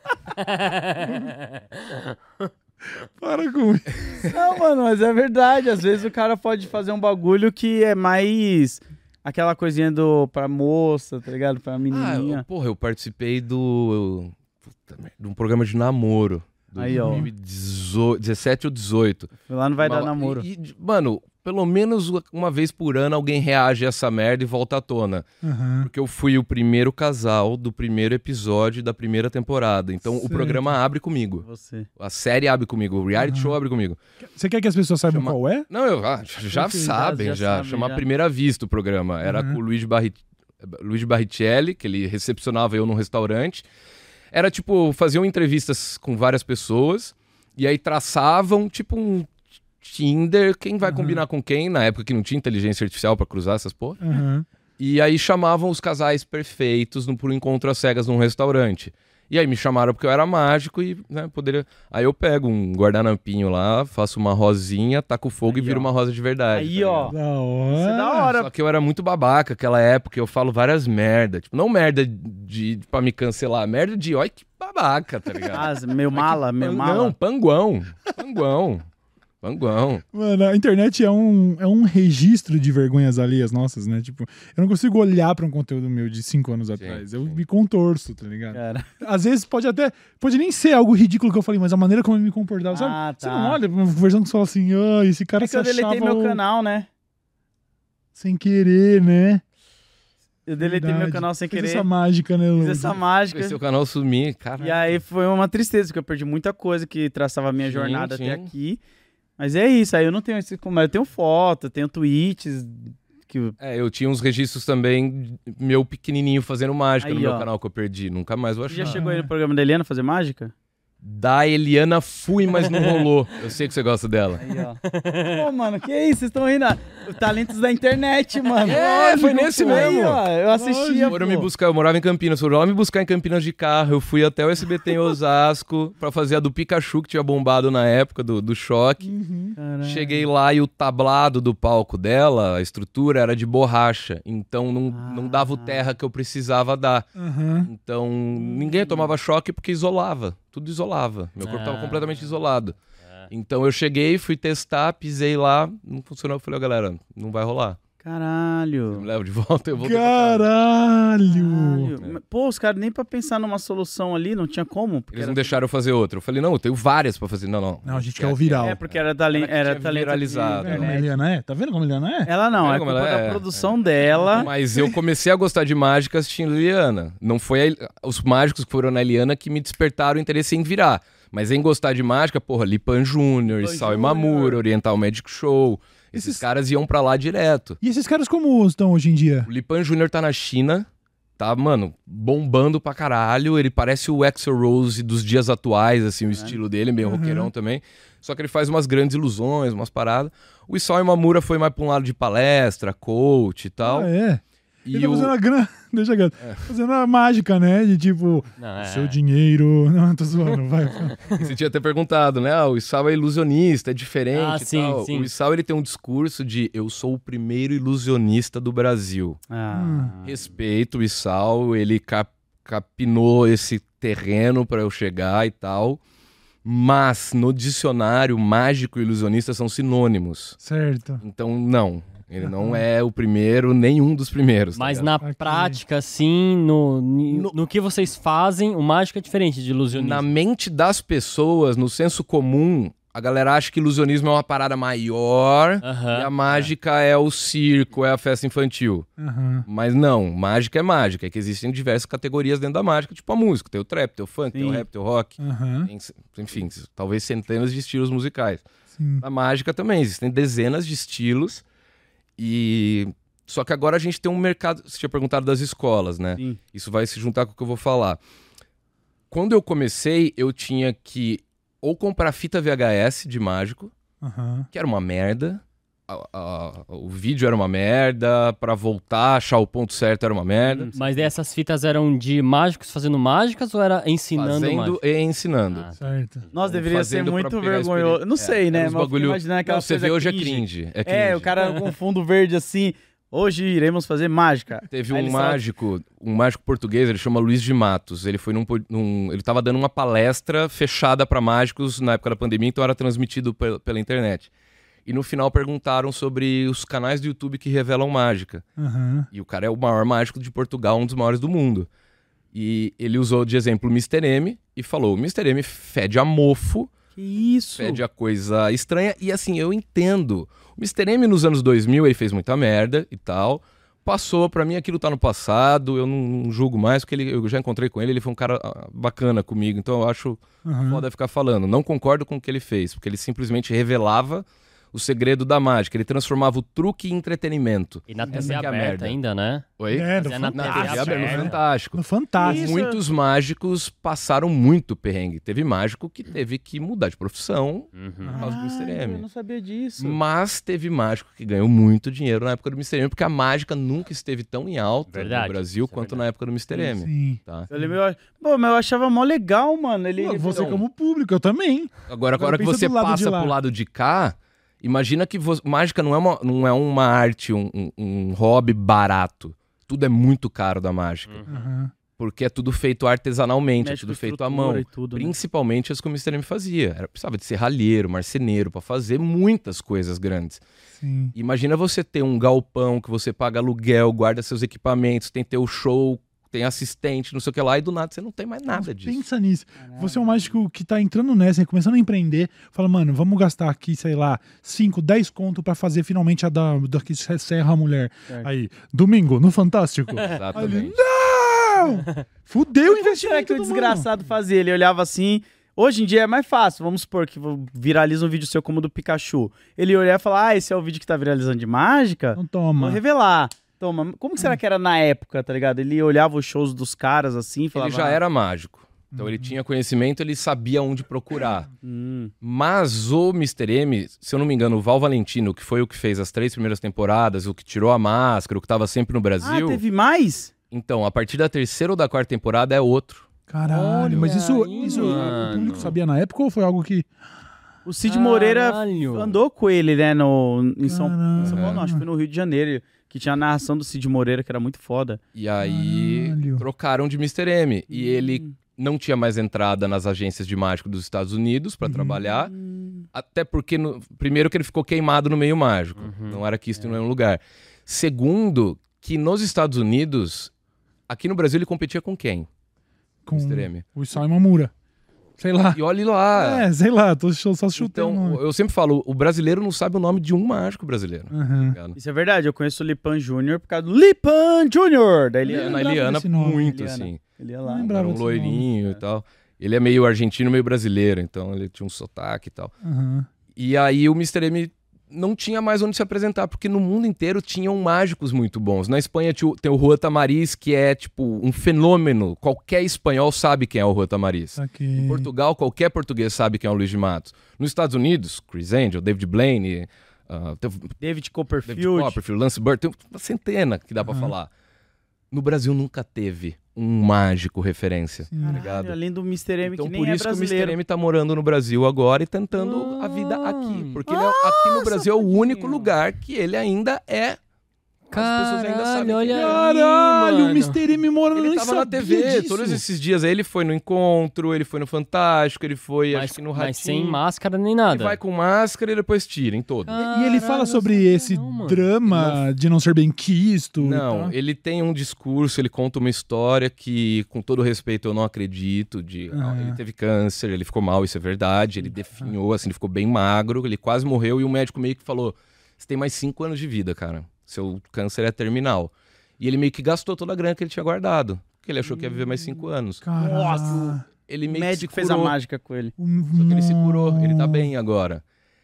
S1: Para com isso.
S3: Não, mano, mas é verdade. Às vezes o cara pode fazer um bagulho que é mais aquela coisinha pra moça, tá ligado? Pra menininha.
S4: Eu participei de um programa de namoro.
S3: Aí, ó.
S4: 2017 ou 18.
S3: Lá não vai dar namoro.
S4: Mano, pelo menos uma vez por ano alguém reage a essa merda e volta à tona.
S1: Uhum.
S4: Porque eu fui o primeiro casal do primeiro episódio da primeira temporada. Então
S1: Certo.
S4: o programa abre comigo.
S3: Você.
S4: A série abre comigo. O reality show abre comigo.
S1: Você quer que as pessoas saibam
S4: Chama-
S1: qual é?
S4: Não, já
S1: Ok,
S4: sabem,
S3: já
S4: já.
S3: sabem,
S4: Chama
S3: já.
S4: à primeira vista o programa. Era
S1: Uhum.
S4: com o Luiz Barrichelli, que ele recepcionava eu num restaurante. Era tipo, faziam entrevistas com várias pessoas e aí traçavam tipo Tinder, quem vai combinar com quem? Na época que não tinha inteligência artificial pra cruzar essas porra.
S1: Aham.
S4: E aí chamavam os casais perfeitos por um encontro às cegas num restaurante. E aí me chamaram porque eu era mágico e, né, poderia... Aí eu pego um guardanampinho lá, faço uma rosinha, taco fogo
S3: Aí,
S4: e viro
S3: ó.
S4: uma rosa de verdade.
S3: Aí,
S4: tá
S3: ó.
S4: ligado?
S1: Da
S3: Isso é da
S1: hora.
S3: hora.
S4: Só que eu era muito babaca naquela época, eu falo várias merda. Tipo, não merda pra me cancelar, merda de, olha que babaca, tá ligado?
S3: Ah, meu mala, meu
S4: Não,
S3: mala.
S4: panguão. Panguão.
S1: Mano, a internet é um registro de vergonhas alheias nossas, né? Tipo, eu não consigo olhar pra um conteúdo meu de 5 anos atrás. Eu me contorço, tá ligado?
S3: Cara.
S1: Às vezes pode nem ser algo ridículo que eu falei, mas a maneira como eu me comportava, sabe?
S3: Ah,
S1: Você
S3: tá.
S1: não olha pra uma versão que você fala assim, esse cara
S3: É que
S1: se
S3: eu deletei
S1: achava
S3: meu canal, né?
S1: sem querer, né?
S3: Eu deletei meu
S1: Verdade.
S3: canal sem
S1: Fez
S3: querer.
S1: essa mágica, né, Lu?
S3: Fiz essa mágica.
S4: Esse seu canal sumir, cara.
S3: E aí foi uma tristeza, porque eu perdi muita coisa que traçava a minha
S4: Sim,
S3: jornada
S4: sim.
S3: até aqui. Mas é isso, aí eu não tenho esse... Eu tenho foto, eu tenho tweets... Que...
S4: Eu tinha uns registros também, meu pequenininho fazendo mágica no
S3: Aí,
S4: meu
S3: ó.
S4: canal que eu perdi. Nunca mais vou
S3: Você já
S4: achar.
S3: chegou aí no programa da Eliana fazer mágica?
S4: Da Eliana fui, mas não rolou. Eu sei que você gosta dela.
S3: Aí, ó. Pô, mano, que isso? Vocês estão rindo? Talentos da internet, mano.
S4: Foi nesse
S3: pô.
S4: mesmo.
S3: Aí, ó, eu assistia,
S4: Foram
S3: pô.
S4: me buscar, eu morava em Campinas, foram lá me buscar em Campinas de carro. Eu fui até o SBT em Osasco pra fazer a do Pikachu, que tinha bombado na época do Choque.
S3: Caralho.
S4: Cheguei lá e o tablado do palco dela, a estrutura era de borracha. Então não dava o terra que eu precisava dar.
S1: Aham.
S4: Então ninguém tomava choque porque isolava. Tudo isolava. Meu corpo tava completamente isolado. Então eu cheguei, fui testar, pisei lá, não funcionou. Eu falei, ó, galera, não vai rolar.
S3: Caralho.
S4: Me leva de volta, eu vou.
S1: Caralho!
S3: Pô, os caras nem pra pensar numa solução ali, não tinha como. Porque
S4: Eles não deixaram eu fazer outra. Eu falei, não, eu tenho várias pra fazer. Não.
S1: Não, a gente quer o viral.
S3: É, porque era talento.
S4: Era que tinha
S3: Talento
S4: viralizado.
S1: Tá vendo como a
S3: internet.
S1: Eliana é? Tá vendo como a Eliana é?
S3: Ela não,
S4: Tá
S3: é
S4: vendo
S3: culpa
S4: como ela
S3: da
S4: é?
S3: produção dela.
S4: Mas eu comecei a gostar de mágicas assistindo Eliana. Não foi os mágicos que foram na Eliana que me despertaram o interesse em virar. Mas em gostar de mágica, porra, Lipan Júnior, Isao Imamura, Oriental Magic Show. Esses caras iam pra lá direto.
S1: E esses caras como estão hoje em dia?
S4: O Lipan Júnior tá na China, tá, mano, bombando pra caralho. Ele parece o Axl Rose dos dias atuais, assim, o estilo dele, meio roqueirão também. Só que ele faz umas grandes ilusões, umas paradas. O Isao Imamura foi mais pra um lado de palestra, coach e tal.
S1: Ah, é?
S4: E
S1: Ele tá
S4: o...
S1: fazendo a grana. Deixa quieto. Fazendo a mágica, né? De tipo,
S2: Não,
S1: seu dinheiro. Não, tô zoando, vai.
S4: Você tinha até perguntado, né? O Isao é ilusionista, é diferente
S2: Ah,
S4: e
S2: sim,
S4: tal.
S2: sim.
S4: O Isao, ele tem um discurso de eu sou o primeiro ilusionista do Brasil. Respeito o Isao, ele capinou esse terreno pra eu chegar e tal. Mas no dicionário, mágico e ilusionista são sinônimos.
S1: Certo.
S4: Então, não. Ele não é o primeiro, nenhum dos primeiros.
S2: Mas
S4: tá
S2: na
S4: ligado?
S2: prática, assim, no que vocês fazem, o mágico é diferente de ilusionismo.
S4: Na mente das pessoas, no senso comum, a galera acha que ilusionismo é uma parada maior
S2: Aham.
S4: e a mágica é o circo, é a festa infantil.
S1: Aham.
S4: Mas não, mágica é mágica. É que existem diversas categorias dentro da mágica, tipo a música. Tem o trap, tem o funk, tem o
S3: Sim.
S4: rap, tem o rock.
S1: Aham.
S4: Tem, enfim, talvez centenas de estilos musicais.
S1: Sim.
S4: Na mágica também, existem dezenas de estilos. E só que agora a gente tem um mercado. Você tinha perguntado das escolas, né?
S3: Sim.
S4: Isso vai se juntar com o que eu vou falar. Quando eu comecei, eu tinha que ou comprar fita VHS de mágico,
S1: Aham.
S4: que era uma merda. O vídeo era uma merda. Pra voltar, achar o ponto certo era uma merda.
S2: Mas daí essas fitas eram de mágicos fazendo mágicas ou era ensinando
S4: Fazendo
S2: mágica?
S4: e ensinando.
S2: Ah,
S1: Certo.
S3: Nossa, deveria ser
S4: Fazendo pra
S3: muito
S4: pegar
S3: vergonhoso.
S4: experiência.
S3: Não sei, né?
S4: Era uns
S3: Mas eu fico
S4: bagulho...
S3: imaginando aquela
S4: Não, você
S3: coisa
S4: vê hoje é cringe. É cringe.
S3: É, o cara com fundo verde assim. Hoje iremos fazer mágica.
S4: Teve
S3: Aí
S4: um
S3: ele fala-
S4: mágico português, ele chama Luiz de Matos. Ele foi ele tava dando uma palestra fechada para mágicos na época da pandemia, então era transmitido pela internet. E no final perguntaram sobre os canais do YouTube que revelam mágica.
S1: Aham.
S4: E o cara é o maior mágico de Portugal, um dos maiores do mundo. E ele usou de exemplo o Mr. M e falou: o Mr. M fede a mofo,
S3: Que isso?
S4: fede a coisa estranha. E assim, eu entendo. O Mr. M nos anos 2000 ele fez muita merda e tal. Passou, pra mim aquilo tá no passado, eu não julgo mais, porque eu já encontrei com ele, ele foi um cara bacana comigo, então eu acho
S1: Aham.
S4: foda ficar falando. Não concordo com o que ele fez, porque ele simplesmente revelava o segredo da mágica. Ele transformava o truque em entretenimento.
S2: E na
S4: Essa
S2: TV
S4: que é a
S2: aberta
S4: merda.
S2: ainda, né?
S4: Oi?
S1: É,
S2: Mas
S1: no
S2: é na
S1: Fantástico.
S2: TV
S4: TV
S2: aberta.
S4: no Fantástico.
S1: No Fantástico.
S4: Muitos mágicos passaram muito perrengue. Teve mágico que teve que mudar de profissão por causa do Mr.
S3: Eu
S4: M.
S3: não sabia disso.
S4: Mas teve mágico que ganhou muito dinheiro na época do Mr. M, porque a mágica nunca esteve tão em alta
S2: Verdade,
S4: no Brasil
S2: isso é
S4: quanto
S2: verdade.
S4: na época do Mr. M.
S1: Sim.
S4: Tá?
S3: Eu lembro, pô, mas eu achava mó legal, mano. Ele...
S1: Você
S4: Então,
S1: como público, eu também.
S4: Agora, a hora que
S1: pensa
S4: você
S1: do lado de
S4: passa
S1: lá.
S4: pro lado de cá, imagina que mágica não é uma arte, um hobby barato. Tudo é muito caro da mágica.
S1: Aham.
S4: Porque é tudo feito artesanalmente, é
S3: Mexe
S4: tudo
S3: com
S4: feito à
S3: estrutura
S4: mão.
S3: e tudo, né?
S4: Principalmente as que o Mr. M fazia. Precisava de serralheiro, marceneiro, pra fazer muitas coisas grandes.
S1: Sim.
S4: Imagina você ter um galpão que você paga aluguel, guarda seus equipamentos, tem teu show, tem assistente, não sei o que lá, e do nada você não tem mais nada disso.
S1: Pensa nisso. Você é um mágico que tá entrando nessa, né, começando a empreender, fala, mano, vamos gastar aqui, sei lá, 5, 10 conto pra fazer finalmente a da que serra a mulher.
S3: Certo.
S1: Aí, domingo, no Fantástico. Aí ele,
S4: Exatamente.
S1: não! Fudeu o
S3: Como será
S1: investimento
S3: que o
S1: do
S3: desgraçado fazia? Ele olhava assim... Hoje em dia é mais fácil. Vamos supor que viraliza um vídeo seu como o do Pikachu. Ele ia olhar e falar, esse é o vídeo que tá viralizando de mágica?
S1: mano. Não
S3: Vou
S1: toma.
S3: revelar. Toma, como que será que era na época, tá ligado? Ele olhava os shows dos caras assim e falava...
S4: Ele já era mágico. Então ele tinha conhecimento, ele sabia onde procurar.
S3: Hum.
S4: Mas o Mr. M, se eu não me engano, o Val Valentino, que foi o que fez as 3 primeiras temporadas, o que tirou a máscara, o que tava sempre no Brasil.
S3: Ah, teve mais?
S4: Então, a partir da 3ª ou da 4ª temporada é outro.
S1: Caralho, mas isso
S2: aí,
S1: o
S2: mano.
S1: público sabia na época ou foi algo que...
S3: O Cid Moreira
S2: Caralho.
S3: andou com ele, né, em São
S1: Caralho.
S3: Paulo, não, acho que foi no Rio de Janeiro, que tinha a narração do Cid Moreira, que era muito foda.
S4: E aí
S1: Caralho.
S4: trocaram de Mr. M. E ele não tinha mais entrada nas agências de mágico dos Estados Unidos pra trabalhar. Até porque, primeiro, que ele ficou queimado no meio mágico. Não era quisto em nenhum lugar. Segundo, que nos Estados Unidos, aqui no Brasil ele competia com quem?
S1: Com
S4: Mr. M.
S1: o Simon Mura. Sei lá.
S4: E olhe lá.
S1: É, sei lá, tô só chutando.
S4: Então, eu sempre falo, o brasileiro não sabe o nome de um mágico brasileiro.
S1: Aham.
S4: Ligado?
S3: Isso é verdade, eu conheço o Lipan Jr. por causa do Lipan Jr. Daí ele
S1: Eu
S3: ia,
S1: não
S4: A
S1: lembrava
S4: Eliana,
S1: desse nome.
S4: muito
S3: Eliana.
S4: assim.
S3: ele ia
S1: Não
S3: lá.
S1: lembrava.
S4: Era um
S1: desse
S4: loirinho e tal. Ele é meio argentino, meio brasileiro, então ele tinha um sotaque e tal.
S1: Aham.
S4: E aí o Mr. M não tinha mais onde se apresentar, porque no mundo inteiro tinham mágicos muito bons. Na Espanha tem o Juan Tamariz, que é tipo um fenômeno. Qualquer espanhol sabe quem é o Juan Tamariz.
S1: Saquei.
S4: Em Portugal, qualquer português sabe quem é o Luiz de Matos. Nos Estados Unidos, Chris Angel, David Blaine,
S3: David
S4: David
S3: Copperfield.
S4: Copperfield, Lance Burke, tem uma centena que dá pra falar. No Brasil nunca teve um mágico referência, tá ligado?
S3: Caralho, além do Mr. M,
S4: Então
S3: que nem
S4: por
S3: é
S4: isso que o
S3: brasileiro.
S4: Mr. M tá morando no Brasil agora e tentando a vida aqui. Porque ele aqui no Brasil é o único lugar que ele ainda é. As pessoas ainda sabem
S2: Caralho,
S4: quem
S2: olha
S4: é.
S2: aí,
S1: Caralho, o
S2: mano.
S1: Mr. M morando
S4: Ele
S1: nem
S4: tava na
S1: sabia
S4: TV
S1: disso.
S4: todos esses dias. Aí ele foi no Encontro, ele foi no Fantástico, ele foi acho que no Ratinho.
S2: Mas sem máscara nem
S4: Ele
S2: nada.
S4: vai com máscara e depois tira em todo.
S1: E ele fala
S2: Caralho,
S1: sobre
S2: não sabia
S1: esse
S2: não, mano.
S1: drama de não ser bem quisto. e
S4: Não,
S1: tal.
S4: ele tem um discurso, ele conta uma história que, com todo respeito, eu não acredito. Ele teve câncer, ele ficou mal, isso é verdade. Ele definhou, assim, ele ficou bem magro, ele quase morreu e o médico meio que falou: você tem mais 5 anos de vida, cara. Seu câncer é terminal. E ele meio que gastou toda a grana que ele tinha guardado. Porque ele achou que ia viver mais 5 anos.
S1: Nossa.
S4: Ele
S3: O
S4: meio
S3: médico
S4: que
S3: fez
S4: se
S3: a
S4: curou.
S3: mágica com ele.
S4: Só que ele se curou, ele tá bem agora.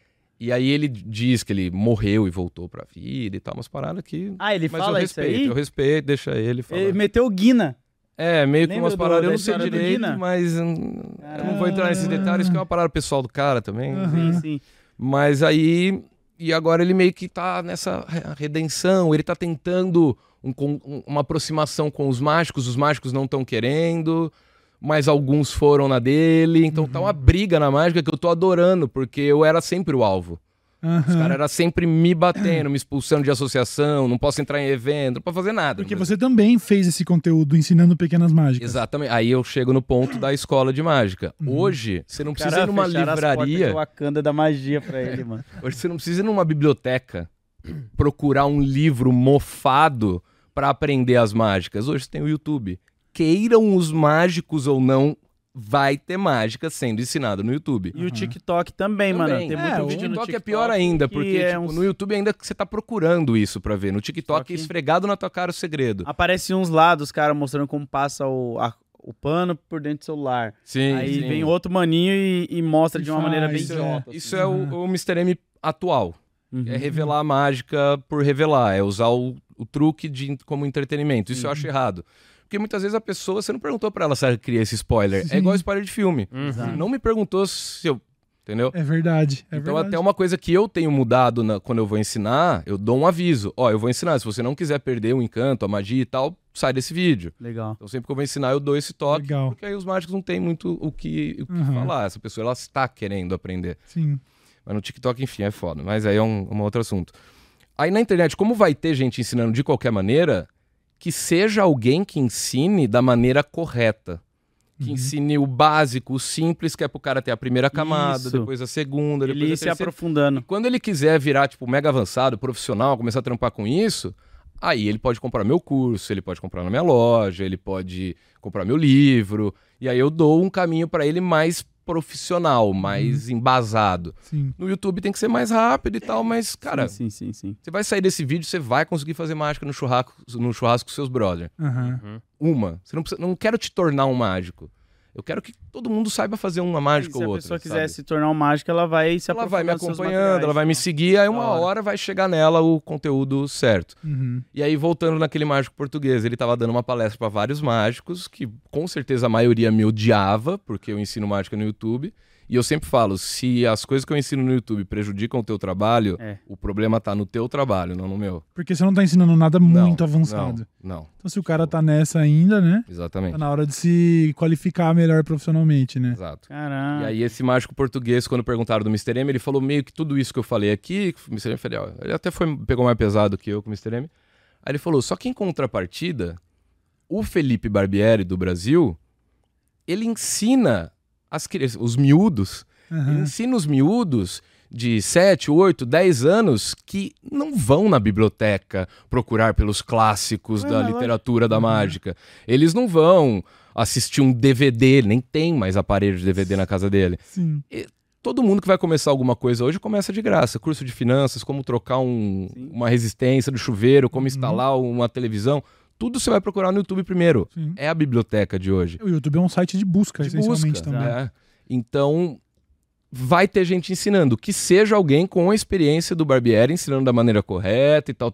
S4: E aí ele diz que ele morreu e voltou pra vida e tal, umas paradas que...
S3: Ah, ele
S4: Mas
S3: fala
S4: eu
S3: isso
S4: respeito,
S3: aí?
S4: eu respeito, deixa ele falar.
S3: Ele meteu o Guina.
S4: É, meio que
S3: Lembra
S4: umas paradas, eu
S3: da
S4: não sei
S3: história do
S4: direito,
S3: Guina?
S4: mas eu não vou entrar nesses detalhes, que é uma parada pessoal do cara também.
S3: Sim, sim.
S4: Mas aí, e agora ele meio que tá nessa redenção, ele tá tentando uma aproximação com os mágicos não estão querendo, mas alguns foram na dele, então tá uma briga na mágica que eu tô adorando, porque eu era sempre o alvo. Os caras eram sempre me batendo, me expulsando de associação, não posso entrar em evento, não posso fazer nada.
S1: Porque você também fez esse conteúdo ensinando pequenas mágicas.
S4: Exatamente. Aí eu chego no ponto da escola de mágica. Hoje, você não precisa ir numa livraria.
S3: O Wakanda da magia pra ele, mano.
S4: Hoje você não precisa ir numa biblioteca procurar um livro mofado pra aprender as mágicas. Hoje você tem o YouTube. Queiram os mágicos ou não, vai ter mágica sendo ensinada no YouTube.
S3: E o TikTok também, mano. Tem muito
S4: o
S3: vídeo no
S4: TikTok é pior ainda,
S3: que
S4: porque
S3: é
S4: tipo,
S3: uns-
S4: no YouTube ainda você tá procurando isso pra ver. No TikTok é esfregado na tua cara o segredo.
S3: Aparece uns lá dos caras mostrando como passa o pano por dentro do celular.
S4: Sim,
S3: Aí
S4: sim.
S3: vem outro maninho e mostra de uma
S1: faz,
S3: maneira bem
S1: isso
S3: idiota.
S4: Isso é o Mr. M atual. É revelar a mágica por revelar, é usar o truque como entretenimento. Isso eu acho errado. Porque muitas vezes a pessoa, você não perguntou pra ela se ela queria esse spoiler.
S1: Sim.
S4: É igual spoiler de filme. Não me perguntou se eu... Entendeu?
S1: É verdade.
S4: Então até uma coisa que eu tenho mudado quando eu vou ensinar, eu dou um aviso. Ó, eu vou ensinar, se você não quiser perder o encanto, a magia e tal, sai desse vídeo.
S3: Legal.
S4: Então sempre que eu vou ensinar, eu dou esse toque.
S1: Legal.
S4: Porque aí os mágicos não tem muito o que falar. Essa pessoa, ela está querendo aprender.
S1: Sim.
S4: Mas no TikTok, enfim, é foda. Mas aí é um outro assunto. Aí na internet, como vai ter gente ensinando de qualquer maneira, que seja alguém que ensine da maneira correta. Que ensine o básico, o simples, que é pro cara ter a primeira camada, depois a segunda, depois a terceira.
S3: Ele se aprofundando.
S4: E quando ele quiser virar, tipo, mega avançado, profissional, começar a trampar com isso, aí ele pode comprar meu curso, ele pode comprar na minha loja, ele pode comprar meu livro, e aí eu dou um caminho pra ele mais profissional, mais embasado.
S1: Sim.
S4: No YouTube tem que ser mais rápido e tal, mas, cara,
S3: Sim.
S4: você vai sair desse vídeo, você vai conseguir fazer mágica no churrasco com seus brothers. Você não quero te tornar um mágico. Eu quero que todo mundo saiba fazer uma mágica ou outra.
S3: Se a pessoa quiser se tornar um mágico, ela vai se
S4: Ela vai me
S3: aprofundando nos seus
S4: acompanhando,
S3: materiais,
S4: ela vai me seguir, aí uma hora vai chegar nela o conteúdo certo.
S1: Uhum.
S4: E aí, voltando naquele mágico português, ele tava dando uma palestra para vários mágicos, que com certeza a maioria me odiava, porque eu ensino mágica no YouTube. E eu sempre falo, se as coisas que eu ensino no YouTube prejudicam o teu trabalho, o problema tá no teu trabalho, não no meu.
S1: Porque você não tá ensinando nada muito avançado.
S4: Não.
S1: Então se o cara tá nessa ainda, né?
S4: Exatamente.
S1: Tá na hora de se qualificar melhor profissionalmente, né?
S4: Exato.
S3: Caramba.
S4: E aí esse mágico português, quando perguntaram do Mr. M, ele falou meio que tudo isso que eu falei aqui, o Mr. M falou, ó, ele até pegou mais pesado que eu com o Mr. M. Aí ele falou, só que em contrapartida, o Felipe Barbieri do Brasil, ele ensina os miúdos, ele ensina os miúdos de 7, 8, 10 anos que não vão na biblioteca procurar pelos clássicos da literatura da mágica. Eles não vão assistir um DVD, nem tem mais aparelho de DVD na casa dele.
S1: Sim.
S4: Todo mundo que vai começar alguma coisa hoje começa de graça. Curso de finanças, como trocar uma resistência do chuveiro, como instalar uma televisão. Tudo você vai procurar no YouTube primeiro.
S1: Sim.
S4: É a biblioteca de hoje.
S1: O YouTube é um site de busca, essencialmente também.
S4: É. Então, vai ter gente ensinando. Que seja alguém com a experiência do Barbieri, ensinando da maneira correta e tal.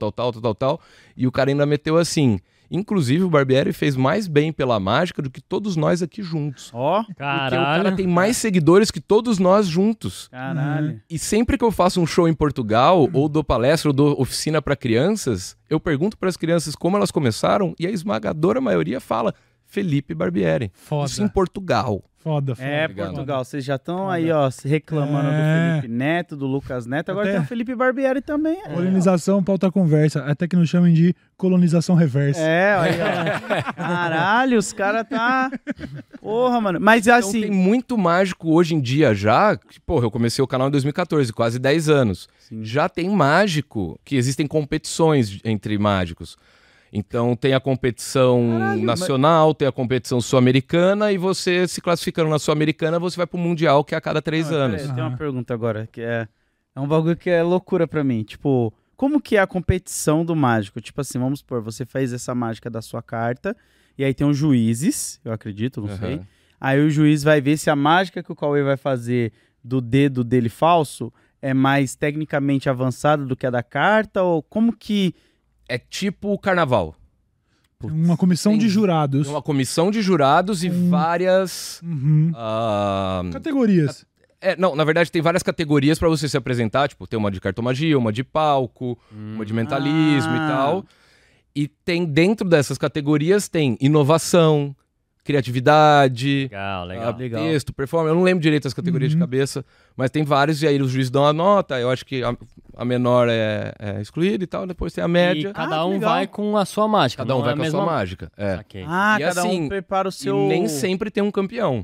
S4: E o cara ainda meteu assim... Inclusive, o Barbieri fez mais bem pela mágica do que todos nós aqui juntos.
S3: Ó,
S2: caralho.
S4: Porque o cara tem mais seguidores que todos nós juntos.
S3: Caralho.
S4: E sempre que eu faço um show em Portugal, ou dou palestra, ou dou oficina para crianças, eu pergunto para as crianças como elas começaram, e a esmagadora maioria fala Felipe Barbieri.
S1: Foda.
S4: Isso em Portugal.
S1: Foda.
S3: É,
S4: Obrigado.
S3: Portugal, vocês já estão aí, ó, se reclamando do Felipe Neto, do Lucas Neto, agora
S1: Até-
S3: tem o Felipe Barbieri também.
S1: Colonização, pauta conversa. Até que nos chamem de colonização reversa.
S3: Aí, ó. Caralho, os caras tá... Porra, mano. Mas
S4: Então
S3: assim...
S4: tem muito mágico hoje em dia já. Que, porra, eu comecei o canal em 2014, quase 10 anos.
S3: Sim.
S4: Já tem mágico que existem competições entre mágicos. Então tem a competição nacional, tem a competição sul-americana, e você se classificando na sul-americana, você vai pro Mundial, que é a cada 3 anos.
S3: Tem uma pergunta agora, que é um bagulho que é loucura pra mim. Tipo, como que é a competição do mágico? Tipo assim, vamos supor, você fez essa mágica da sua carta, e aí tem os juízes, eu acredito, não sei. Aí o juiz vai ver se a mágica que o Cauê vai fazer do dedo dele falso é mais tecnicamente avançada do que a da carta, ou como que...
S4: É tipo o carnaval.
S1: Uma comissão de jurados.
S4: Tem uma comissão de jurados e várias...
S1: Uhum. Categorias.
S4: Não, na verdade tem várias categorias pra você se apresentar. Tipo, tem uma de cartomagia, uma de palco, uma de mentalismo e tal. E tem dentro dessas categorias tem inovação, criatividade,
S2: Legal.
S4: texto, performance. Eu não lembro direito as categorias de cabeça, mas tem vários, e aí os juízes dão a nota. Eu acho que a menor é excluída e tal, depois tem a média.
S2: E cada um
S3: legal.
S2: vai com a sua mágica.
S4: Cada um
S2: não
S4: vai
S2: é
S4: com a sua mágica. É.
S2: Saquei.
S4: E
S3: cada
S4: assim,
S3: um prepara o seu...
S4: E nem sempre tem um campeão.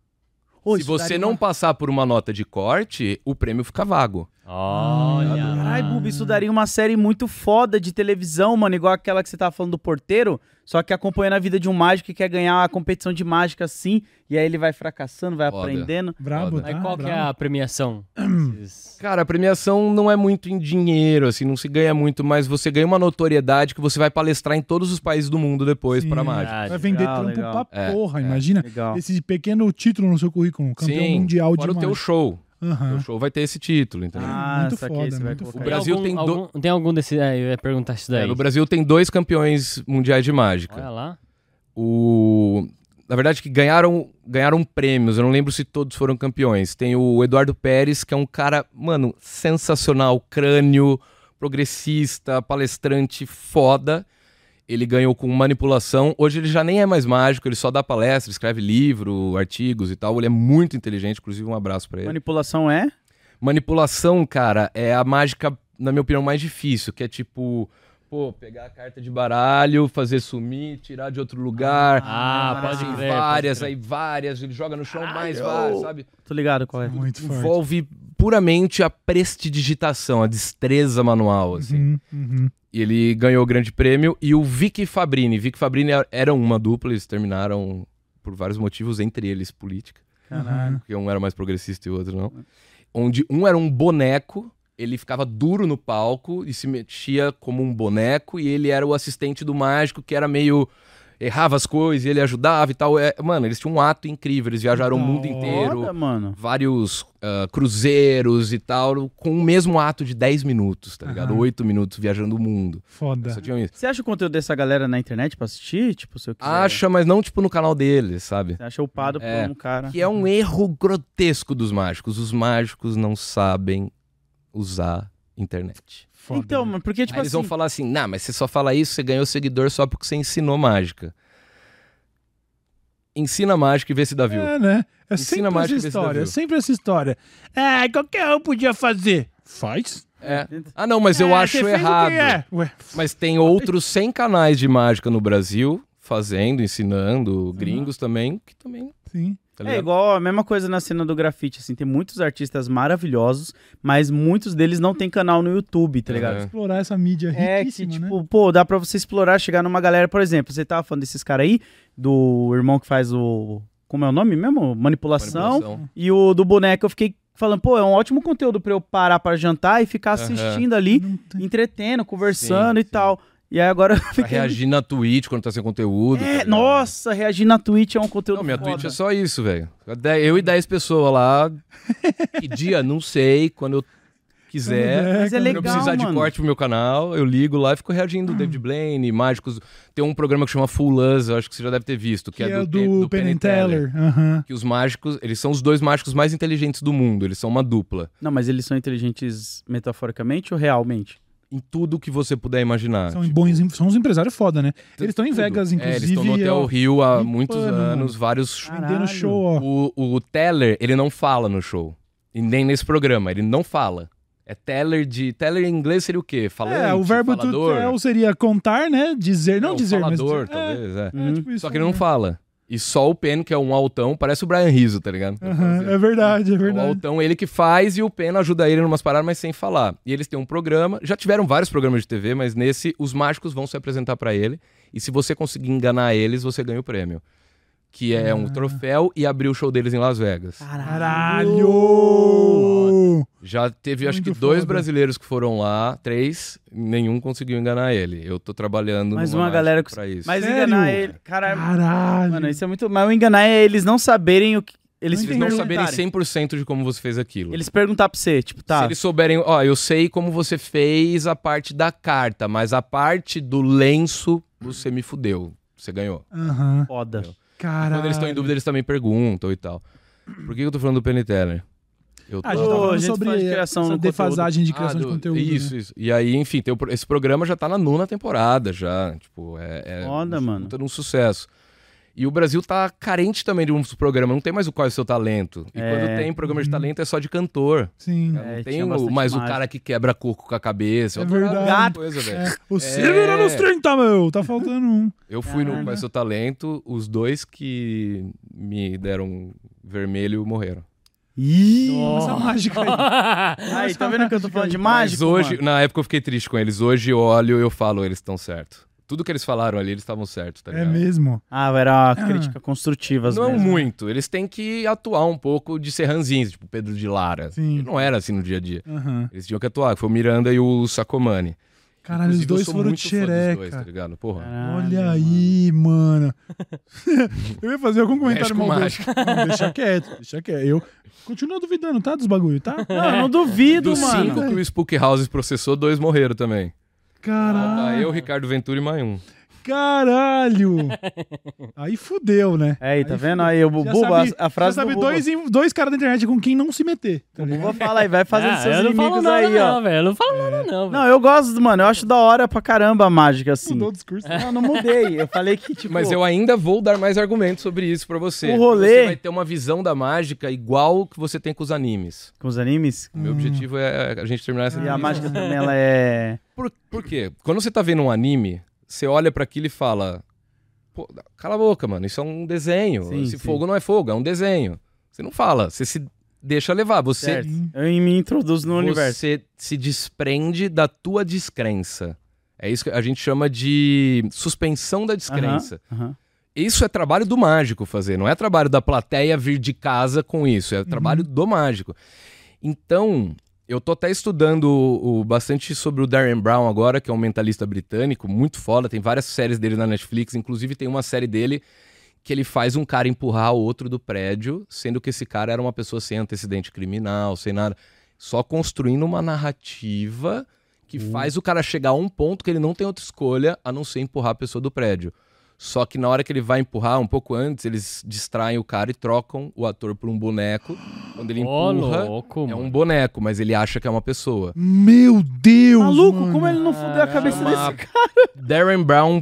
S4: Se você não passar por uma nota de corte, o prêmio fica vago.
S2: Olha.
S3: Ai, Bubi, isso daria uma série muito foda de televisão, mano, igual aquela que você tava falando do porteiro, só que acompanhando a vida de um mágico que quer ganhar a competição de mágica assim, e aí ele vai fracassando, vai
S4: Foda.
S3: aprendendo.
S1: Brabo,
S2: Aí
S1: tá?
S2: qual que é
S1: Brabo.
S2: a premiação?
S4: Cara, a premiação não é muito em dinheiro, assim, não se ganha muito, mas você ganha uma notoriedade que você vai palestrar em todos os países do mundo depois
S1: Sim.
S4: pra mágica.
S1: Vai vender
S3: Legal,
S1: trampo
S3: legal.
S1: pra porra, imagina.
S3: Legal.
S1: Esse pequeno título no seu currículo, campeão mundial de
S4: fora o teu
S1: mágica.
S4: show.
S1: Aham.
S4: O show vai ter esse título, entendeu?
S1: Muito
S3: saquei,
S1: foda,
S3: você vai
S1: muito
S3: colocar
S1: foda.
S4: O Brasil
S2: tem algum desses... eu ia perguntar isso daí.
S4: No Brasil tem 2 campeões mundiais de mágica.
S2: Olha lá.
S4: Na verdade, que ganharam prêmios. Eu não lembro se todos foram campeões. Tem o Eduardo Pérez, que é um cara, mano, sensacional. Crânio, progressista, palestrante foda. Ele ganhou com manipulação. Hoje ele já nem é mais mágico, ele só dá palestra, escreve livro, artigos e tal. Ele é muito inteligente, inclusive um abraço pra ele.
S3: Manipulação é?
S4: Manipulação, cara, é a mágica, na minha opinião, mais difícil. Que é tipo... Pô, pegar a carta de baralho, fazer sumir, tirar de outro lugar.
S2: Pode
S4: Assim,
S2: crer.
S4: várias, aí várias, ele joga no chão mais várias, sabe?
S3: Tô ligado qual é.
S1: Muito forte.
S4: Envolve puramente a prestidigitação, a destreza manual, assim. E ele ganhou o grande prêmio. E o Vicky Fabrini. Vicky Fabrini era uma dupla, eles terminaram por vários motivos, entre eles política.
S3: Caralho.
S4: Porque um era mais progressista e o outro não. Onde um era um boneco, ele ficava duro no palco e se mexia como um boneco, e ele era o assistente do mágico, que era meio... errava as coisas e ele ajudava e tal. Mano, eles tinham um ato incrível, eles viajaram o mundo inteiro,
S3: Foda, mano.
S4: vários cruzeiros e tal, com o mesmo ato de 10 minutos, tá ligado? 8 minutos viajando o mundo.
S1: Foda.
S4: Só tinham isso.
S3: Você acha o conteúdo dessa galera na internet pra assistir? Tipo, se eu quiser...
S4: Acha, mas não tipo no canal deles, sabe?
S3: Você acha upado por um cara?
S4: Que é um erro grotesco dos mágicos. Os mágicos não sabem usar internet.
S1: Foda.
S3: Então, mano, porque, tipo
S4: Aí eles
S3: assim...
S4: vão falar assim, nah, mas você só fala isso, você ganhou seguidor só porque você ensinou mágica. Ensina mágica e vê se dá view.
S1: É, né? É
S4: Ensina
S1: sempre essa
S4: mágica e vê se dá
S1: história, é
S4: view.
S1: sempre essa história. Qualquer um podia fazer. Faz.
S4: Ah, não, mas eu acho
S1: você fez o que
S4: errado.
S1: Ué,
S4: Mas tem outros 100 canais de mágica no Brasil, fazendo, ensinando, gringos também, que também...
S1: sim.
S4: Tá
S3: É
S4: ligado?
S3: igual a mesma coisa na cena do grafite, assim, tem muitos artistas maravilhosos, mas muitos deles não tem canal no YouTube, tá ligado?
S1: Explorar essa mídia
S3: É que,
S1: riquíssima,
S3: tipo,
S1: né?
S3: pô, dá pra você explorar, chegar numa galera, por exemplo, você tava falando desses caras aí, do irmão que faz o... Como é o nome mesmo? Manipulação. E o do boneco, eu fiquei falando, pô, é um ótimo conteúdo pra eu parar pra jantar e ficar assistindo ali,
S1: Não tem-
S3: entretendo, conversando
S4: Sim,
S3: e tal. E aí agora eu
S4: Pra
S3: fiquei...
S4: reagir na Twitch quando tá sem conteúdo. tá ligado?
S3: nossa, reagir na Twitch é um conteúdo
S4: Não, minha
S3: foda.
S4: Twitch é só isso, velho. Eu e 10 pessoas lá. Que dia? Não sei. Quando eu quiser.
S3: Mas é
S4: Quando
S3: legal,
S4: eu precisar
S3: mano.
S4: de corte pro meu canal, eu ligo lá e fico reagindo. David Blaine, mágicos. Tem um programa que chama Full Us, eu acho que você já deve ter visto. Que é
S1: do Penn and Teller. Aham.
S4: Que os mágicos, eles são os 2 mágicos mais inteligentes do mundo. Eles são uma dupla.
S3: Não, mas eles são inteligentes metaforicamente ou realmente?
S4: Em tudo que você puder imaginar.
S1: São são uns empresários foda, né? Eles estão em
S4: Tudo.
S1: Vegas, inclusive.
S4: Eles estão no Hotel
S1: ó,
S4: Rio há
S1: limpando,
S4: muitos anos,
S1: mano.
S4: vários...
S1: vendendo
S3: Caralho.
S1: show, ó.
S4: O Teller, ele não fala no show. E nem nesse programa, ele não fala. É Teller de... Teller em inglês seria o quê? Falante,
S1: O verbo to
S4: falador?
S1: tell seria contar, né? Dizer, não dizer,
S4: falador,
S1: mas...
S4: talvez, é.
S1: tipo isso,
S4: Só que ele não
S1: né?
S4: fala. E só o Penn, que é um altão, parece o Brian Rizzo, tá ligado?
S1: Aham, é verdade, é
S4: O
S1: verdade.
S4: altão, ele que faz, e o Penn ajuda ele em umas paradas, mas sem falar. E eles têm um programa, já tiveram vários programas de TV, mas nesse, os mágicos vão se apresentar pra ele, e se você conseguir enganar eles, você ganha o prêmio. Que é um troféu e abrir o show deles em Las Vegas.
S1: Caralho!
S4: Já teve, acho que
S1: Muito
S4: 2
S1: foda.
S4: brasileiros que foram lá, 3, nenhum conseguiu enganar ele. Eu tô trabalhando
S3: Mas
S4: numa
S3: uma galera
S4: mágica pra isso.
S3: Mas
S1: Sério?
S3: enganar ele. Caralho.
S1: Caralho!
S3: Mano, isso é muito. Mas o enganar é eles não saberem o que. Eles
S4: Eles não saberem
S3: perguntarem.
S4: 100% de como você fez aquilo.
S3: Eles perguntar pra você, tipo, tá.
S4: Se eles souberem, ó, eu sei como você fez a parte da carta, mas a parte do lenço, você me fudeu. Você ganhou.
S1: Aham.
S3: Foda.
S1: Caralho.
S4: Quando eles estão em dúvida, eles também perguntam e tal. Por que eu tô falando do Penn Teller? Eu tô...
S1: A gente tá falando
S3: a gente
S1: sobre
S3: fala de criação
S1: essa
S3: no
S1: defasagem de criação de
S4: do-
S1: conteúdo.
S4: Isso,
S1: né?
S4: isso. E aí, enfim, esse programa já tá na 9ª temporada, já. Tipo,
S3: Foda, mano.
S4: Puta de um sucesso. E o Brasil tá carente também de um programa, não tem mais o Qual é o Seu Talento. E quando tem programa de talento é só de cantor.
S1: Sim.
S3: É,
S4: Não tem
S3: tinha bastante
S4: mais o
S3: mágica.
S4: cara que quebra coco com a cabeça.
S1: É
S4: Eu adorava
S1: verdade.
S4: essa coisa, velho.
S1: O Silvio era nos 30, meu. Tá faltando um.
S4: Eu fui no
S3: Caralho.
S4: Qual é o Seu Talento, os 2 que me deram vermelho morreram.
S3: Ih!
S1: Essa mágica aí.
S3: Aí, tá vendo que eu tô falando de
S4: Mas
S3: mágico?
S4: hoje,
S3: mano?
S4: na época eu fiquei triste com eles. Hoje eu olho e eu falo, eles estão certos. Tudo que eles falaram ali, eles estavam certos, tá
S1: É
S4: ligado?
S1: mesmo.
S3: Ah, era uma crítica construtiva. às
S4: Não
S3: vezes.
S4: muito. Eles têm que atuar um pouco de ser ranzinhos, tipo Pedro de Lara.
S1: Sim.
S4: Ele não era assim no dia a dia.
S1: Aham.
S4: Eles tinham que atuar, que foi o Miranda e o Sacomani.
S1: Caralho, os
S4: Inclusive, eu
S1: dois
S4: sou
S1: foram
S4: muito
S1: de
S4: fã dos
S1: xereca.
S4: dois, tá ligado? Porra.
S1: Olha aí, mano. Eu ia fazer algum comentário
S4: Mexe com
S1: maldoso. Não, deixa quieto. Eu continuo duvidando, tá? Dos bagulho, tá?
S3: Não, eu não duvido,
S4: Dos
S3: mano.
S4: 5 que o Spook House processou, 2 morreram também.
S1: Caralho.
S4: Eu, Ricardo Ventura e mais um.
S1: Caralho! Aí fudeu, né?
S3: Aí, tá vendo? Aí, o
S1: Já
S3: Buba,
S1: sabe-
S3: a frase
S1: já sabe
S3: do Buba.
S1: dois caras da internet com quem não se meter. Tá
S3: O
S1: ligado?
S3: Buba fala aí, vai fazendo seus
S2: eu não falo
S3: inimigos
S2: nada
S3: aí, ó.
S2: não, velho. Eu não falo nada não,
S3: Não, eu gosto, mano. Eu acho da hora pra caramba a mágica, assim.
S1: Mudou o discurso.
S3: Não mudei. Eu falei que, tipo...
S4: Mas eu ainda vou dar mais argumentos sobre isso pra você.
S3: O rolê-
S4: Você vai ter uma visão da mágica igual que você tem com os animes.
S3: Com os animes?
S4: O meu objetivo é a gente terminar essa
S3: E a
S4: entrevista.
S3: mágica também, ela é...
S4: Por quê? Quando você tá vendo um anime, você olha pra aquilo e fala... Pô, cala a boca, mano. Isso é um desenho.
S3: Sim,
S4: Esse
S3: sim.
S4: fogo não é fogo, é um desenho. Você não fala. Você se deixa levar. Você,
S3: Certo. Eu me introduzo no universo.
S4: você se desprende da tua descrença. É isso que a gente chama de suspensão da descrença.
S3: Aham.
S4: Isso é trabalho do mágico fazer, não é trabalho da plateia vir de casa com isso, é trabalho do mágico. Então, eu tô até estudando bastante sobre o Darren Brown agora, que é um mentalista britânico, muito foda, tem várias séries dele na Netflix, inclusive tem uma série dele que ele faz um cara empurrar o outro do prédio, sendo que esse cara era uma pessoa sem antecedente criminal, sem nada, só construindo uma narrativa que faz o cara chegar a um ponto que ele não tem outra escolha a não ser empurrar a pessoa do prédio. Só que na hora que ele vai empurrar, um pouco antes, eles distraem o cara e trocam o ator por um boneco. Quando ele empurra,
S2: louco,
S4: é
S2: mano.
S4: um boneco, mas ele acha que é uma pessoa.
S1: Meu Deus,
S3: Maluco,
S1: mano.
S3: como ele não fudeu a cabeça
S4: Chama
S3: desse cara?
S4: Darren Brown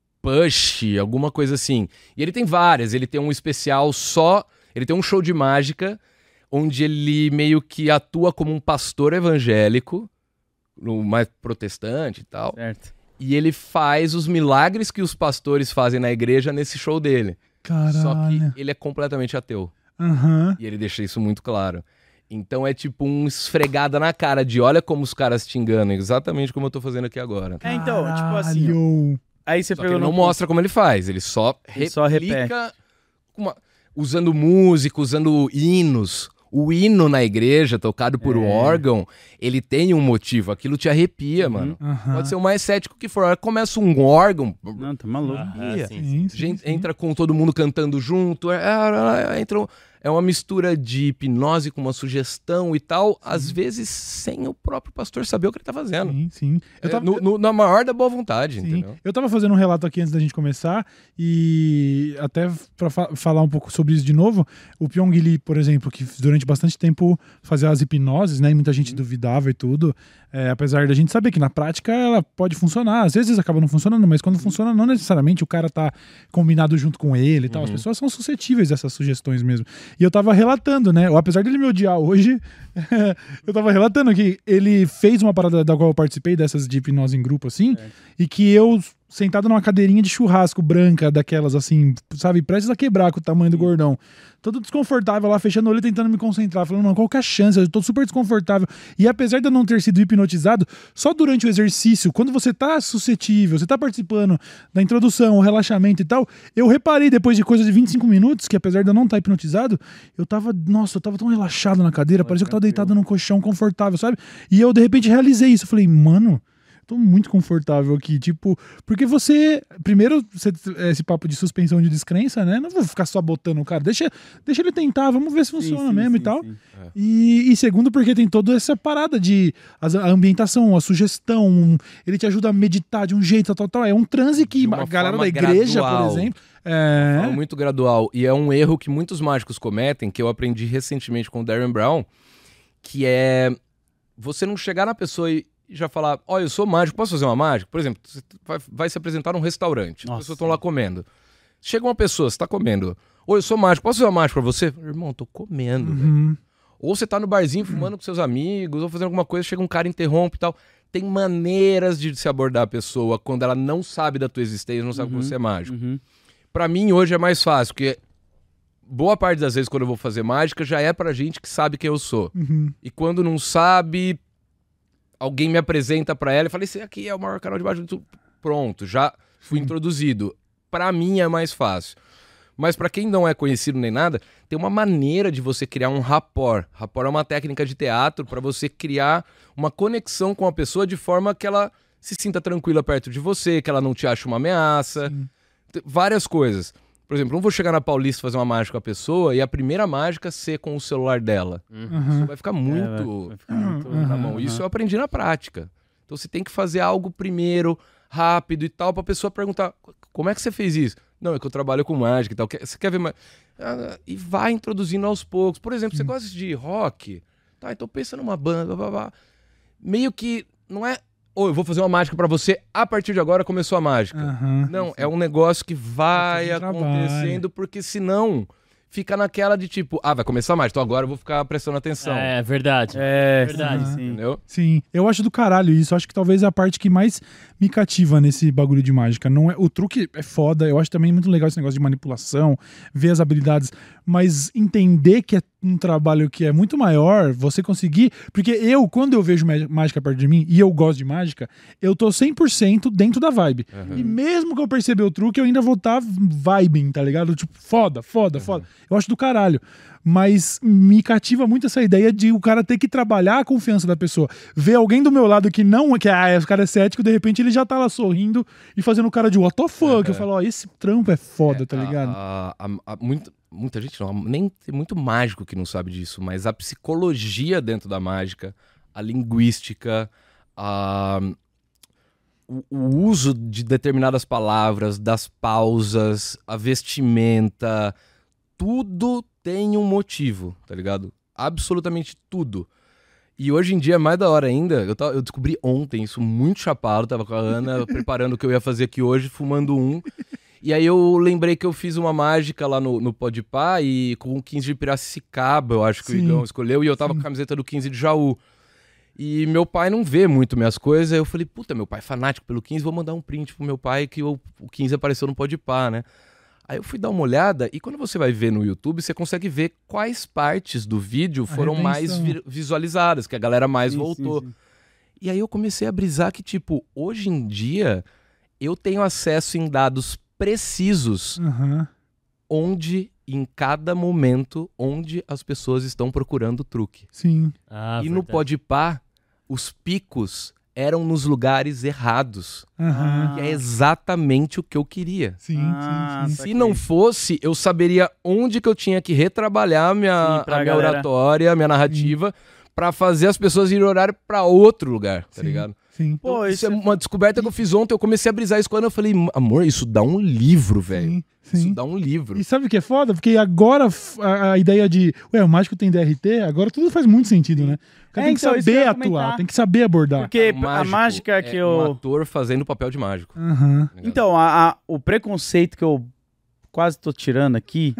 S4: Push, alguma coisa assim. E ele tem várias, ele tem um especial só, ele tem um show de mágica, onde ele meio que atua como um pastor evangélico, mais protestante e tal.
S3: Certo.
S4: E ele faz os milagres que os pastores fazem na igreja nesse show dele. Só que
S1: Caralho.
S4: ele é completamente ateu.
S1: Aham.
S4: E ele deixa isso muito claro. Então é tipo um esfregada na cara de olha como os caras te enganam, exatamente como eu tô fazendo aqui agora.
S3: É, então, tipo assim, ó,
S1: Caralho.
S3: aí você
S4: Só que ele
S3: pegou
S4: não mostra como ele faz, ele só
S3: Ele só
S4: replica usando música, usando hinos. O hino na igreja, tocado por um órgão, ele tem um motivo. Aquilo te arrepia, mano.
S1: Aham.
S4: Pode ser o mais cético que for. Começa um órgão,
S3: Não, tá maluco.
S2: Ah, sim.
S1: Sim, sim,
S4: gente,
S1: sim.
S4: entra com todo mundo cantando junto. É uma mistura de hipnose com uma sugestão e tal. Às vezes sem o próprio pastor saber o que ele tá fazendo.
S1: Sim, sim. Eu tava,
S4: Na maior da boa vontade,
S1: sim.
S4: entendeu?
S1: Eu tava fazendo um relato aqui antes da gente começar e até pra falar um pouco sobre isso de novo, o Pyong Lee, por exemplo, que durante bastante tempo fazia as hipnoses, né, e muita gente duvidava e tudo, apesar da gente saber que na prática ela pode funcionar, às vezes acaba não funcionando, mas quando funciona não necessariamente o cara tá combinado junto com ele e tal, as pessoas são suscetíveis a essas sugestões mesmo. E eu tava relatando, né, apesar dele me odiar hoje, eu tava relatando que ele fez uma parada da qual eu participei, dessas de hipnose em grupo assim, e que eu sentado numa cadeirinha de churrasco branca, daquelas assim, sabe, prestes a quebrar com o tamanho do gordão. Todo desconfortável lá, fechando o olho, tentando me concentrar. Falando, não, qual que é a chance? Eu tô super desconfortável. E apesar de eu não ter sido hipnotizado, só durante o exercício, quando você tá suscetível, você tá participando da introdução, o relaxamento e tal, eu reparei depois de coisa de 25 minutos, que apesar de eu não estar hipnotizado, eu tava tão relaxado na cadeira, parecia que eu tava deitado num colchão confortável, sabe? E eu, de repente, realizei isso. Eu falei, mano, tô muito confortável aqui, tipo, porque primeiro, esse papo de suspensão de descrença, né, não vou ficar só botando o cara, deixa ele tentar, vamos ver se funciona mesmo e tal, e segundo, porque tem toda essa parada de a ambientação, a sugestão, ele te ajuda a meditar de um jeito, tal, é um transe que a galera da igreja,
S4: gradual.
S1: por exemplo,
S4: Forma muito gradual, e é um erro que muitos mágicos cometem, que eu aprendi recentemente com o Darren Brown, que é você não chegar na pessoa e já falar, olha, eu sou mágico, posso fazer uma mágica? Por exemplo, você vai se apresentar num restaurante, as pessoas estão lá comendo. Chega uma pessoa, você tá comendo, oi, eu sou mágico, posso fazer uma mágica pra você? Irmão, tô comendo, velho. Ou você tá no barzinho fumando com seus amigos, ou fazendo alguma coisa, chega um cara, interrompe e tal. Tem maneiras de se abordar a pessoa quando ela não sabe da tua existência, não sabe que você é mágico. Pra mim, hoje é mais fácil, porque boa parte das vezes quando eu vou fazer mágica, já é pra gente que sabe quem eu sou. E quando não sabe, alguém me apresenta pra ela e fala, esse aqui é o maior canal de mágica. Pronto, já fui introduzido. Pra mim é mais fácil. Mas pra quem não é conhecido nem nada, tem uma maneira de você criar um rapport. Rapport é uma técnica de teatro pra você criar uma conexão com a pessoa de forma que ela se sinta tranquila perto de você, que ela não te ache uma ameaça.
S1: Sim.
S4: Várias coisas. Por exemplo, não vou chegar na Paulista fazer uma mágica com a pessoa e a primeira mágica ser com o celular dela. Isso vai ficar muito,
S3: vai ficar muito
S4: na mão. Isso eu aprendi na prática. Então você tem que fazer algo primeiro, rápido e tal, pra pessoa perguntar, como é que você fez isso? Não, é que eu trabalho com mágica e tal. Você quer ver mais? E vai introduzindo aos poucos. Por exemplo, você gosta de rock? Tá, então pensa numa banda, blá, blá, blá. Meio que não é... eu vou fazer uma mágica pra você, a partir de agora começou a mágica. Não, é um negócio que vai acontecendo, porque senão fica naquela de tipo, vai começar a mágica, então agora eu vou ficar prestando atenção.
S2: É verdade.
S3: Verdade, sim.
S4: Entendeu?
S1: Sim, eu acho do caralho isso. Acho que talvez é a parte que mais me cativa nesse bagulho de mágica. Não é, o truque é foda, eu acho também muito legal esse negócio de manipulação, ver as habilidades, mas entender que é um trabalho que é muito maior, você conseguir... Porque quando eu vejo mágica perto de mim, e eu gosto de mágica, eu tô 100% dentro da vibe. E mesmo que eu perceber o truque, eu ainda vou estar vibing, tá ligado? Tipo, foda. Eu acho do caralho. Mas me cativa muito essa ideia de o cara ter que trabalhar a confiança da pessoa. Ver alguém do meu lado que não... o cara é cético, de repente ele já tá lá sorrindo e fazendo cara de what the fuck. Eu falo, esse trampo é foda, tá ligado?
S4: Muita gente não, nem tem muito mágico que não sabe disso, mas a psicologia dentro da mágica, a linguística, o uso de determinadas palavras, das pausas, a vestimenta, tudo tem um motivo, tá ligado? Absolutamente tudo. E hoje em dia é mais da hora ainda. Eu descobri ontem isso muito chapado. Tava com a Ana preparando o que eu ia fazer aqui hoje, fumando um. E aí eu lembrei que eu fiz uma mágica lá no Podpah e com o 15 de Piracicaba, eu acho que o Igão escolheu. E eu tava com a camiseta do 15 de Jaú. E meu pai não vê muito minhas coisas. Aí eu falei, puta, meu pai é fanático pelo 15, vou mandar um print pro meu pai que o 15 apareceu no Podpah, né? Aí eu fui dar uma olhada e quando você vai ver no YouTube, você consegue ver quais partes do vídeo foram mais visualizadas, que a galera mais voltou. Sim. E aí eu comecei a brisar que, tipo, hoje em dia eu tenho acesso em dados precisos onde, em cada momento, onde as pessoas estão procurando o truque.
S1: Sim.
S4: E no Podpah, os picos eram nos lugares errados. Que é exatamente o que eu queria.
S1: Sim.
S4: Se não fosse, eu saberia onde que eu tinha que retrabalhar a minha oratória, a minha narrativa, pra fazer as pessoas irem orar pra outro lugar, tá ligado?
S1: Sim.
S4: Pô, isso é uma descoberta que eu fiz ontem. Eu comecei a brisar isso quando eu falei, amor, isso dá um livro, velho. Isso dá um livro.
S1: E sabe o que é foda? Porque agora a ideia de, o mágico tem DRT, agora tudo faz muito sentido, né? O cara tem que saber atuar, tem que saber abordar.
S3: Porque a mágica que
S4: um ator fazendo o papel de mágico.
S3: Então, o preconceito que eu quase tô tirando aqui,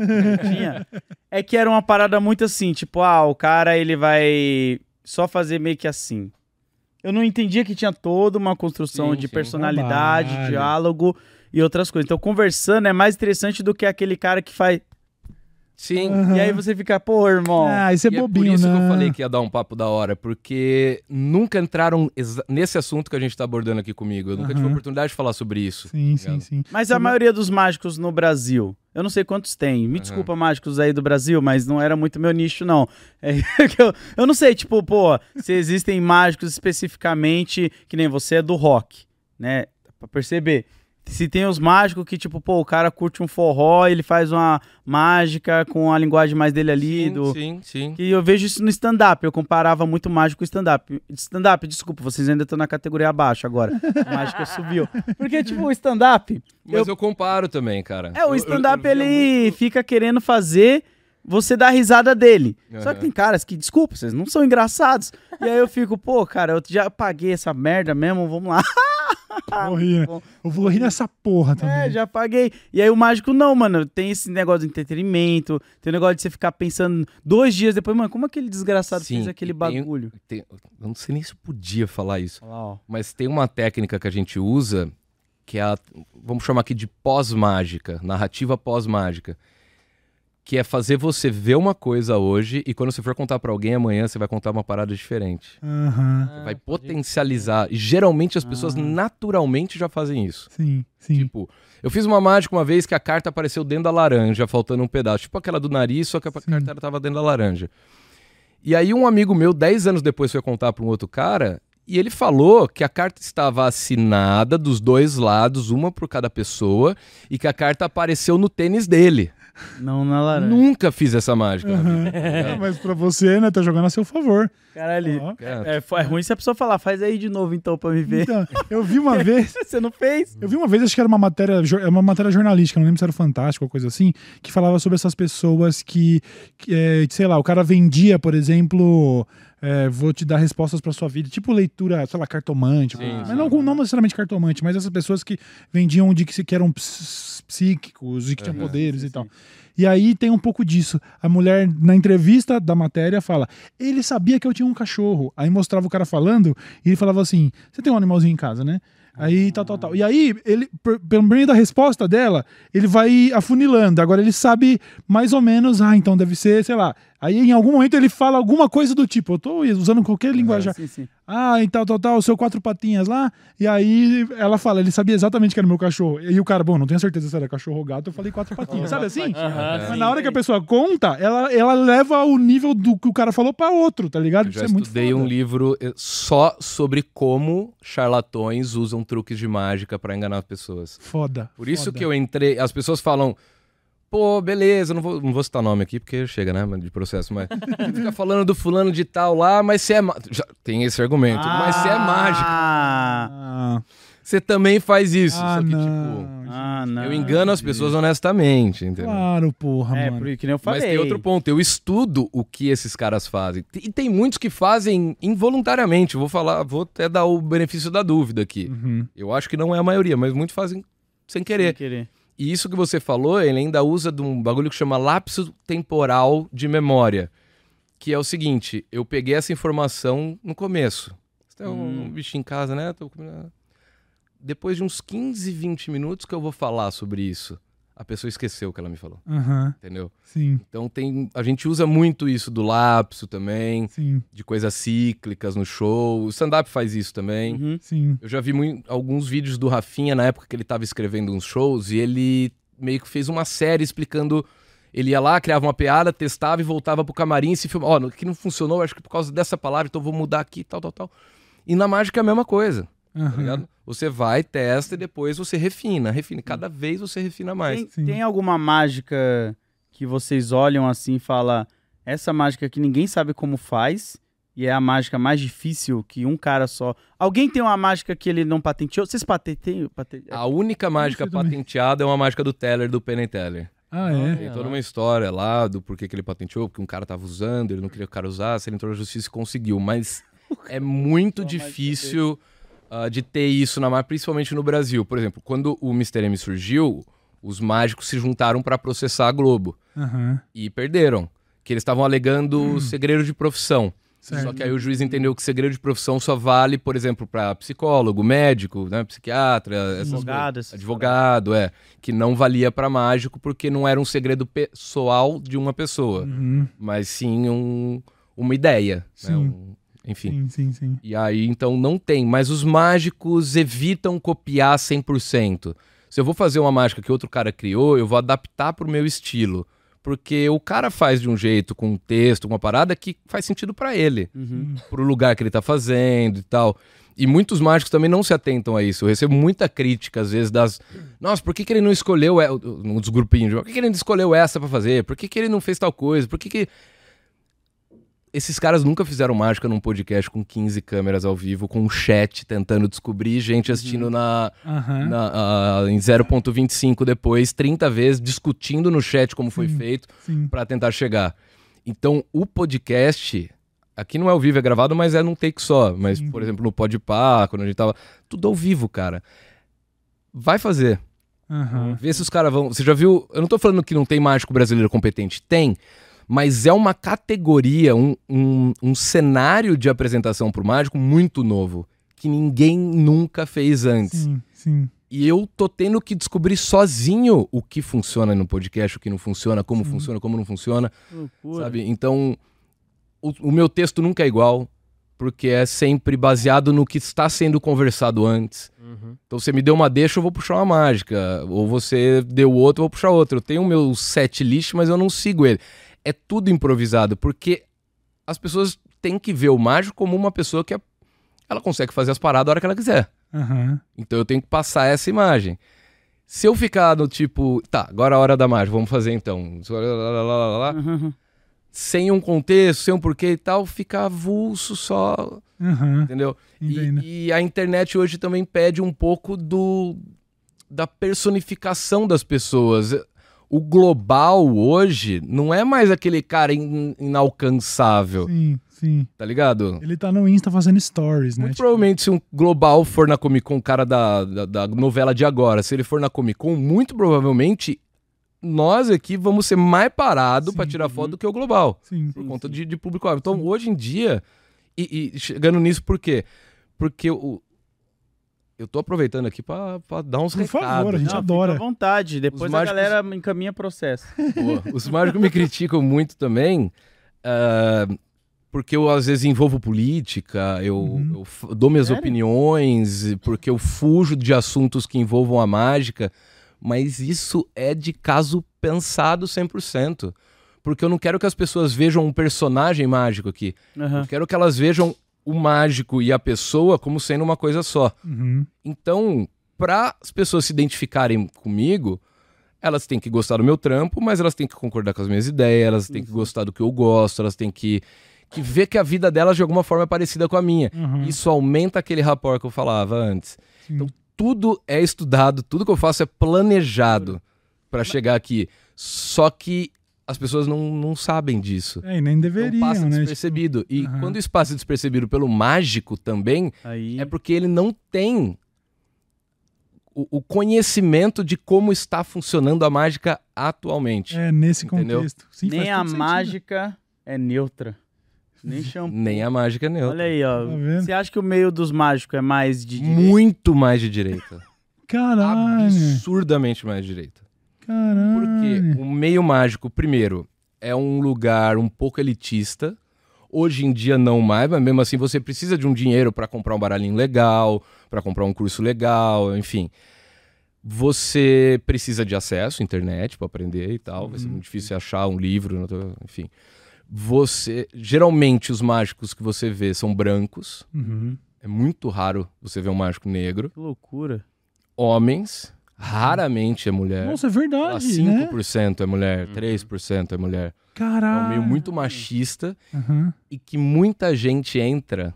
S3: é que era uma parada muito assim, tipo, o cara ele vai só fazer meio que assim. Eu não entendia que tinha toda uma construção de personalidade, diálogo e outras coisas. Então, conversando é mais interessante do que aquele cara que faz...
S4: Sim.
S3: E aí você fica, pô, irmão...
S1: isso é bobinho,
S4: por isso
S1: né?
S4: que eu falei que ia dar um papo da hora, porque nunca entraram nesse assunto que a gente tá abordando aqui comigo. Eu nunca tive a oportunidade de falar sobre isso.
S1: Sim.
S3: Mas a maioria dos mágicos no Brasil, eu não sei quantos tem. Me desculpa, mágicos aí do Brasil, mas não era muito meu nicho, não. Eu não sei, tipo, pô, se existem mágicos especificamente, que nem você é do rock, né? Pra perceber. Se tem os mágicos que, tipo, pô, o cara curte um forró, ele faz uma mágica com a linguagem mais dele ali.
S4: Sim.
S3: Que eu vejo isso no stand-up. Eu comparava muito mágico com stand-up. Stand-up, desculpa, vocês ainda estão na categoria abaixo agora. A mágica subiu. Porque, tipo, o stand-up...
S4: Mas eu comparo também, cara.
S3: O stand-up, ele fica querendo fazer você dar risada dele. Só que tem caras que, desculpa, vocês não são engraçados. E aí eu fico, pô, cara, eu já paguei essa merda mesmo, vamos lá.
S1: Vou rir, né? Eu vou rir nessa porra também.
S3: Já paguei. E aí o mágico não, mano. Tem esse negócio de entretenimento, tem o negócio de você ficar pensando 2 dias depois, mano, como aquele desgraçado fez aquele bagulho?
S4: Eu não sei nem se eu podia falar isso. Mas tem uma técnica que a gente usa, que é vamos chamar aqui de pós-mágica, narrativa pós-mágica. Que é fazer você ver uma coisa hoje e quando você for contar pra alguém amanhã, você vai contar uma parada diferente. Você vai potencializar. E geralmente as pessoas naturalmente já fazem isso.
S1: Sim.
S4: Tipo, eu fiz uma mágica uma vez que a carta apareceu dentro da laranja, faltando um pedaço. Tipo aquela do nariz, só que a carta tava dentro da laranja. E aí um amigo meu, 10 anos depois, foi contar pra um outro cara E ele falou que a carta estava assinada dos dois lados, uma por cada pessoa, e que a carta apareceu no tênis dele.
S3: Não na laranja.
S4: Nunca fiz essa mágica.
S1: Mas pra você, né, tá jogando a seu favor.
S3: Caralho, é ruim se a pessoa falar, faz aí de novo então pra me ver.
S1: Então, eu vi uma vez...
S3: Você não fez?
S1: Eu vi uma vez, acho que era uma matéria jornalística, não lembro se era Fantástico ou coisa assim, que falava sobre essas pessoas que sei lá, o cara vendia, por exemplo... vou te dar respostas pra sua vida, tipo leitura, sei lá, cartomante, mas não necessariamente cartomante, mas essas pessoas que vendiam de que eram psíquicos e que tinham poderes e tal. E aí tem um pouco disso. A mulher, na entrevista da matéria, fala: ele sabia que eu tinha um cachorro. Aí mostrava o cara falando e ele falava assim: você tem um animalzinho em casa, né? Aí tal. E aí, ele, pelo meio da resposta dela, ele vai afunilando. Agora ele sabe mais ou menos, então deve ser, sei lá. Aí em algum momento ele fala alguma coisa do tipo, eu tô usando qualquer linguagem.
S3: Sim.
S1: E tal, o seu 4 patinhas lá. E aí ela fala, ele sabia exatamente que era meu cachorro. E o cara, não tenho certeza se era cachorro ou gato, eu falei 4 patinhas. Sabe assim? Mas na hora que a pessoa conta, ela leva o nível do que o cara falou pra outro, tá ligado?
S4: Eu já estudei um livro só sobre como charlatões usam truques de mágica pra enganar pessoas.
S1: Foda.
S4: Por isso que eu entrei... As pessoas falam... Pô, beleza, não vou citar nome aqui, porque chega, né, de processo, mas... Fica falando do fulano de tal lá, mas você é... Já tem esse argumento. Mas você é mágico. Você também faz isso. Só que,
S3: não,
S4: eu engano as pessoas honestamente, entendeu?
S1: Claro, porra, mano.
S3: Porque nem eu falei.
S4: Mas tem outro ponto, eu estudo o que esses caras fazem. E tem muitos que fazem involuntariamente. Vou até dar o benefício da dúvida aqui. Eu acho que não é a maioria, mas muitos fazem sem querer. E isso que você falou, ele ainda usa de um bagulho que chama lapso temporal de memória. Que é o seguinte, eu peguei essa informação no começo. Você tem um bicho em casa, né? Depois de uns 15, 20 minutos que eu vou falar sobre isso, a pessoa esqueceu o que ela me falou. Entendeu?
S1: Sim.
S4: Então a gente usa muito isso do lapso também,
S1: Sim.
S4: de coisas cíclicas no show. O stand-up faz isso também.
S1: Sim.
S4: Eu já vi alguns vídeos do Rafinha na época que ele tava escrevendo uns shows e ele meio que fez uma série explicando... Ele ia lá, criava uma piada, testava e voltava pro camarim e se filmava. Que não funcionou, acho que por causa dessa palavra, então vou mudar aqui, tal. E na mágica é a mesma coisa. Tá ligado? Você vai, testa e depois você refina. Cada vez você refina mais.
S3: Tem alguma mágica que vocês olham assim e falam, essa mágica que ninguém sabe como faz e é a mágica mais difícil que um cara só... Alguém tem uma mágica que ele não patenteou? Vocês patenteiam?
S4: A única mágica patenteada é uma mágica do Teller, do Penn Teller. Tem toda uma história lá do porquê que ele patenteou, porque um cara tava usando, ele não queria que o cara usasse, ele entrou na justiça e conseguiu. Mas é muito difícil... de ter isso na mágica, principalmente no Brasil. Por exemplo, quando o Mr. M surgiu, os mágicos se juntaram para processar a Globo. E perderam. Que eles estavam alegando segredo de profissão. Certo. Só que aí o juiz entendeu que segredo de profissão só vale, por exemplo, para psicólogo, médico, né, psiquiatra, advogado, que não valia para mágico porque não era um segredo pessoal de uma pessoa, mas sim uma ideia, né, enfim.
S1: Sim.
S4: E aí, então, não tem. Mas os mágicos evitam copiar 100%. Se eu vou fazer uma mágica que outro cara criou, eu vou adaptar pro meu estilo. Porque o cara faz de um jeito, com um texto, com uma parada que faz sentido pra ele. Pro lugar que ele tá fazendo e tal. E muitos mágicos também não se atentam a isso. Eu recebo muita crítica, às vezes, Nossa, por que ele não escolheu... Um dos grupinhos. Por que ele não escolheu essa pra fazer? Por que ele não fez tal coisa? Por que... Esses caras nunca fizeram mágica num podcast com 15 câmeras ao vivo, com um chat tentando descobrir, gente assistindo em 0.25 depois, 30 vezes, discutindo no chat como foi feito pra tentar chegar. Então, o podcast, aqui não é ao vivo, é gravado, mas é num take só. Mas, por exemplo, no Podpah, quando a gente tava... Tudo ao vivo, cara. Vai fazer. Vê se os caras vão... Você já viu... Eu não tô falando que não tem mágico brasileiro competente. Tem. Mas é uma categoria, um cenário de apresentação pro mágico muito novo, que ninguém nunca fez antes.
S1: Sim.
S4: E eu tô tendo que descobrir sozinho o que funciona no podcast, o que não funciona, como funciona, como não funciona. Sabe? Então, o meu texto nunca é igual, porque é sempre baseado no que está sendo conversado antes. Então, você me deu uma deixa, eu vou puxar uma mágica. Ou você deu outra, eu vou puxar outra. Eu tenho o meu set list, mas eu não sigo ele. É tudo improvisado, porque as pessoas têm que ver o mágico como uma pessoa que ela consegue fazer as paradas a hora que ela quiser.
S1: Aham.
S4: Então eu tenho que passar essa imagem. Se eu ficar no tipo, tá, agora é a hora da mágica, vamos fazer então. Sem um contexto, sem um porquê e tal, fica avulso só,
S1: Aham.
S4: entendeu?
S1: Entendo.
S4: E a internet hoje também pede um pouco da personificação das pessoas. O global hoje não é mais aquele cara inalcançável,
S1: Sim.
S4: tá ligado?
S1: Ele tá no Insta fazendo stories, né?
S4: Muito provavelmente se um global for na Comic Con, o cara da novela de agora, se ele for na Comic Con, muito provavelmente nós aqui vamos ser mais parados pra tirar foto do que o global.
S1: Sim.
S4: Por conta de público-alvo. Então, hoje em dia, e chegando nisso, por quê? Porque eu tô aproveitando aqui pra dar uns
S1: Por
S4: recados.
S1: favor, a gente adora.
S3: Fica à vontade. Depois
S4: Os
S3: a
S4: mágicos-
S3: galera encaminha processo.
S4: Boa. Os mágicos me criticam muito também, porque eu às vezes envolvo política, eu dou minhas
S3: Sério?
S4: opiniões, porque eu fujo de assuntos que envolvam a mágica, mas isso é de caso pensado 100%. Porque eu não quero que as pessoas vejam um personagem mágico aqui. Eu quero que elas vejam o mágico e a pessoa como sendo uma coisa só.
S1: Uhum.
S4: Então, para as pessoas se identificarem comigo, elas têm que gostar do meu trampo, mas elas têm que concordar com as minhas ideias, elas têm que gostar do que eu gosto, elas têm que ver que a vida delas de alguma forma é parecida com a minha.
S1: Uhum.
S4: Isso aumenta aquele rapport que eu falava antes.
S1: Sim.
S4: Então, tudo é estudado, tudo que eu faço é planejado para chegar aqui. Só que as pessoas não sabem disso.
S1: E nem deveriam,
S4: Então passa
S1: né?
S4: despercebido. E
S1: Aham.
S4: quando isso passa despercebido pelo mágico também,
S3: Aí...
S4: é porque ele não tem o conhecimento de como está funcionando a mágica atualmente.
S1: Nesse
S4: Entendeu?
S1: contexto. Sim,
S3: Nem
S1: faz
S3: a
S1: todo sentido.
S3: mágica é neutra. Nem shampoo.
S4: Nem a mágica é neutra.
S3: Olha aí, ó.
S1: Tá vendo?
S3: Você acha que o meio dos mágicos é mais de direita?
S4: Muito mais de direita.
S1: Caralho.
S4: Absurdamente mais de direita.
S1: Caralho.
S4: Porque o meio mágico, primeiro, é um lugar um pouco elitista. Hoje em dia não mais, mas mesmo assim você precisa de um dinheiro para comprar um baralhinho legal, para comprar um curso legal, enfim. Você precisa de acesso à internet para aprender e tal. Vai ser muito difícil você achar um livro, enfim. Geralmente os mágicos que você vê são brancos.
S1: Uhum.
S4: É muito raro você ver um mágico negro.
S3: Que loucura.
S4: Homens, raramente é mulher.
S1: Nossa, é
S4: Sei lá,
S1: verdade, né?
S4: 5% é mulher, 3% é mulher. É
S1: Caralho.
S4: um meio muito machista
S1: Uhum.
S4: e que muita gente entra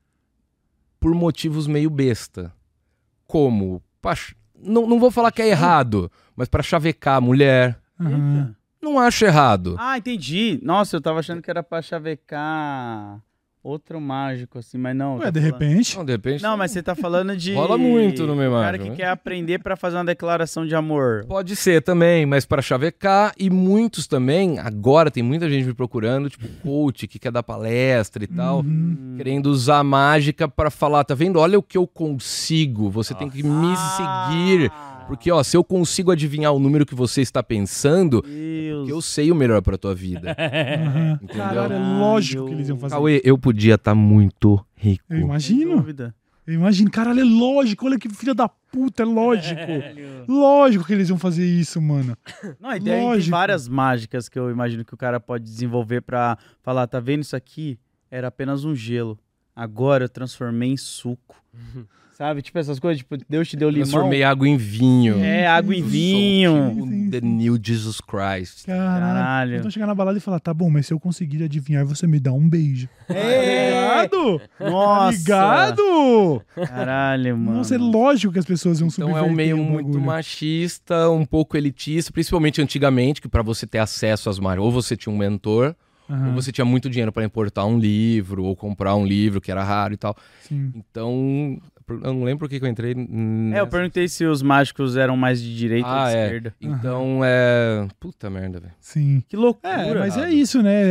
S4: por motivos meio besta. Como? Não vou falar que é errado, mas pra chavecar a mulher.
S1: Uhum.
S4: Não acho errado.
S3: Ah, entendi. Nossa, eu tava achando que era pra chavecar outro mágico, assim, mas não.
S1: Ué,
S3: tá
S1: de
S3: falando-
S1: repente.
S4: Não, de repente.
S3: Não, mas você tá falando de...
S4: Rola muito no meio
S3: o cara
S4: mágico,
S3: que
S4: né?
S3: quer aprender pra fazer uma declaração de amor.
S4: Pode ser também, mas pra chavecar. E muitos também, agora tem muita gente me procurando, tipo coach, que quer dar palestra e tal,
S1: Uhum.
S4: querendo usar a mágica pra falar, tá vendo? Olha o que eu consigo, você tem que me seguir. Porque, ó, se eu consigo adivinhar o número que você está pensando,
S3: Deus.
S4: eu sei o melhor pra tua vida.
S1: Uhum.
S4: Entendeu?
S1: Caralho, é lógico que eles iam fazer.
S4: Cauê, eu podia estar muito rico.
S1: Eu
S3: Sem
S1: imagino.
S3: dúvida.
S1: Eu imagino. Caralho, é lógico. Olha que filha da puta, é lógico. Lógico que eles iam fazer isso, mano.
S3: Não, e tem
S1: Lógico.
S3: várias mágicas que eu imagino que o cara pode desenvolver pra falar, tá vendo isso aqui? Era apenas um gelo. Agora eu transformei em suco. Sabe? Tipo essas coisas, tipo, Deus te deu limão.
S4: Transformei água em vinho.
S3: É, água em vinho.
S1: Sim,
S4: The new Jesus Christ.
S1: Caralho. Então chegar na balada e falar, tá bom, mas se eu conseguir adivinhar, você me dá um beijo.
S3: É.
S1: Ligado?
S3: Nossa.
S1: Ligado?
S3: Caralho, mano.
S1: Nossa, é lógico que as pessoas iam
S4: Então é
S1: subverter
S4: um meio
S1: o
S4: muito
S1: bagulho.
S4: machista, um pouco elitista, principalmente antigamente, que pra você ter acesso às mágicas, ou você tinha um mentor,
S1: Aham,
S4: ou você tinha muito dinheiro pra importar um livro, ou comprar um livro que era raro e tal.
S1: sim.
S4: Então, eu não lembro por que eu entrei
S3: Eu perguntei se os mágicos eram mais de direita ou de esquerda.
S4: Então Puta merda, velho.
S1: Sim.
S3: Que loucura.
S1: É, mas é
S4: errado.
S1: isso, né?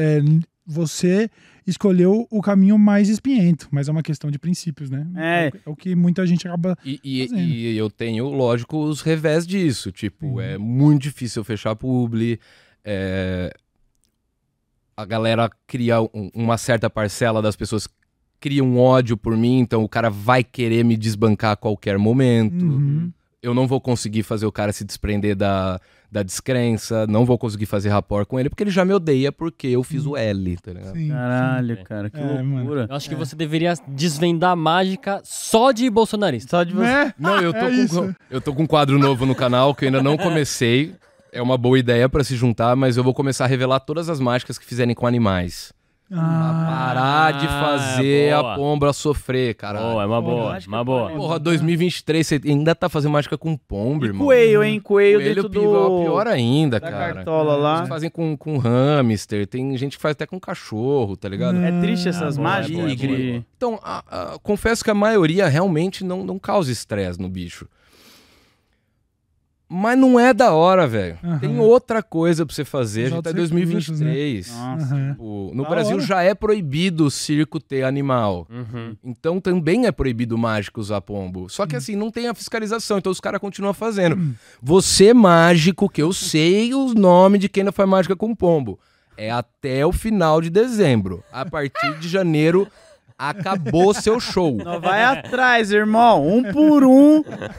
S1: Você escolheu o caminho mais espinhento, mas é uma questão de princípios, né?
S3: É.
S1: É o que muita gente acaba. fazendo.
S4: E eu tenho, lógico, os revés disso. Tipo, é muito difícil eu fechar publi. A galera cria uma certa parcela das pessoas cria um ódio por mim, então o cara vai querer me desbancar a qualquer momento.
S1: Uhum.
S4: eu não vou conseguir fazer o cara se desprender da descrença, não vou conseguir fazer rapport com ele, porque ele já me odeia porque eu fiz o L, tá ligado?
S1: Sim,
S3: Caralho,
S2: sim.
S3: cara, que
S1: Mano.
S3: loucura.
S2: Eu acho que você deveria desvendar a mágica só de bolsonarista.
S3: Só de você.
S1: Né?
S4: Não,
S1: isso.
S4: eu tô com um quadro novo no canal que eu ainda não comecei. É uma boa ideia pra se juntar, mas eu vou começar a revelar todas as mágicas que fizerem com animais. Pra parar de fazer
S2: boa.
S4: a pomba sofrer, caralho.
S2: Boa, é uma boa,
S3: mágica
S2: uma boa.
S3: com
S4: Porra, 2023, você ainda tá fazendo mágica com pombo, irmão.
S3: Coelho, hein? Coelho dentro
S4: Pior ainda,
S3: da
S4: cara.
S3: cartola lá.
S4: Eles fazem com hamster, tem gente que faz até com cachorro, tá ligado?
S3: É triste essas
S2: boa,
S3: mágicas
S2: boa,
S3: de...
S2: boa.
S4: Então, confesso que a maioria realmente não causa estresse no bicho. Mas não é da hora, velho.
S1: Aham.
S4: Tem outra coisa pra você fazer.
S1: Os
S4: A gente tá em
S1: outros recursos,
S4: 2023.
S3: Nossa.
S1: Aham.
S4: Tipo, no
S1: Da
S4: Brasil
S1: hora.
S4: já é proibido o circo ter animal.
S2: Uhum.
S4: Então também é proibido o mágico usar pombo. Só que assim, não tem a fiscalização, então os caras continuam fazendo. Você, mágico, que eu sei os nomes de quem ainda faz mágica com pombo. É até o final de dezembro. A partir de janeiro, acabou seu show.
S3: Não, vai atrás, irmão. Um por um.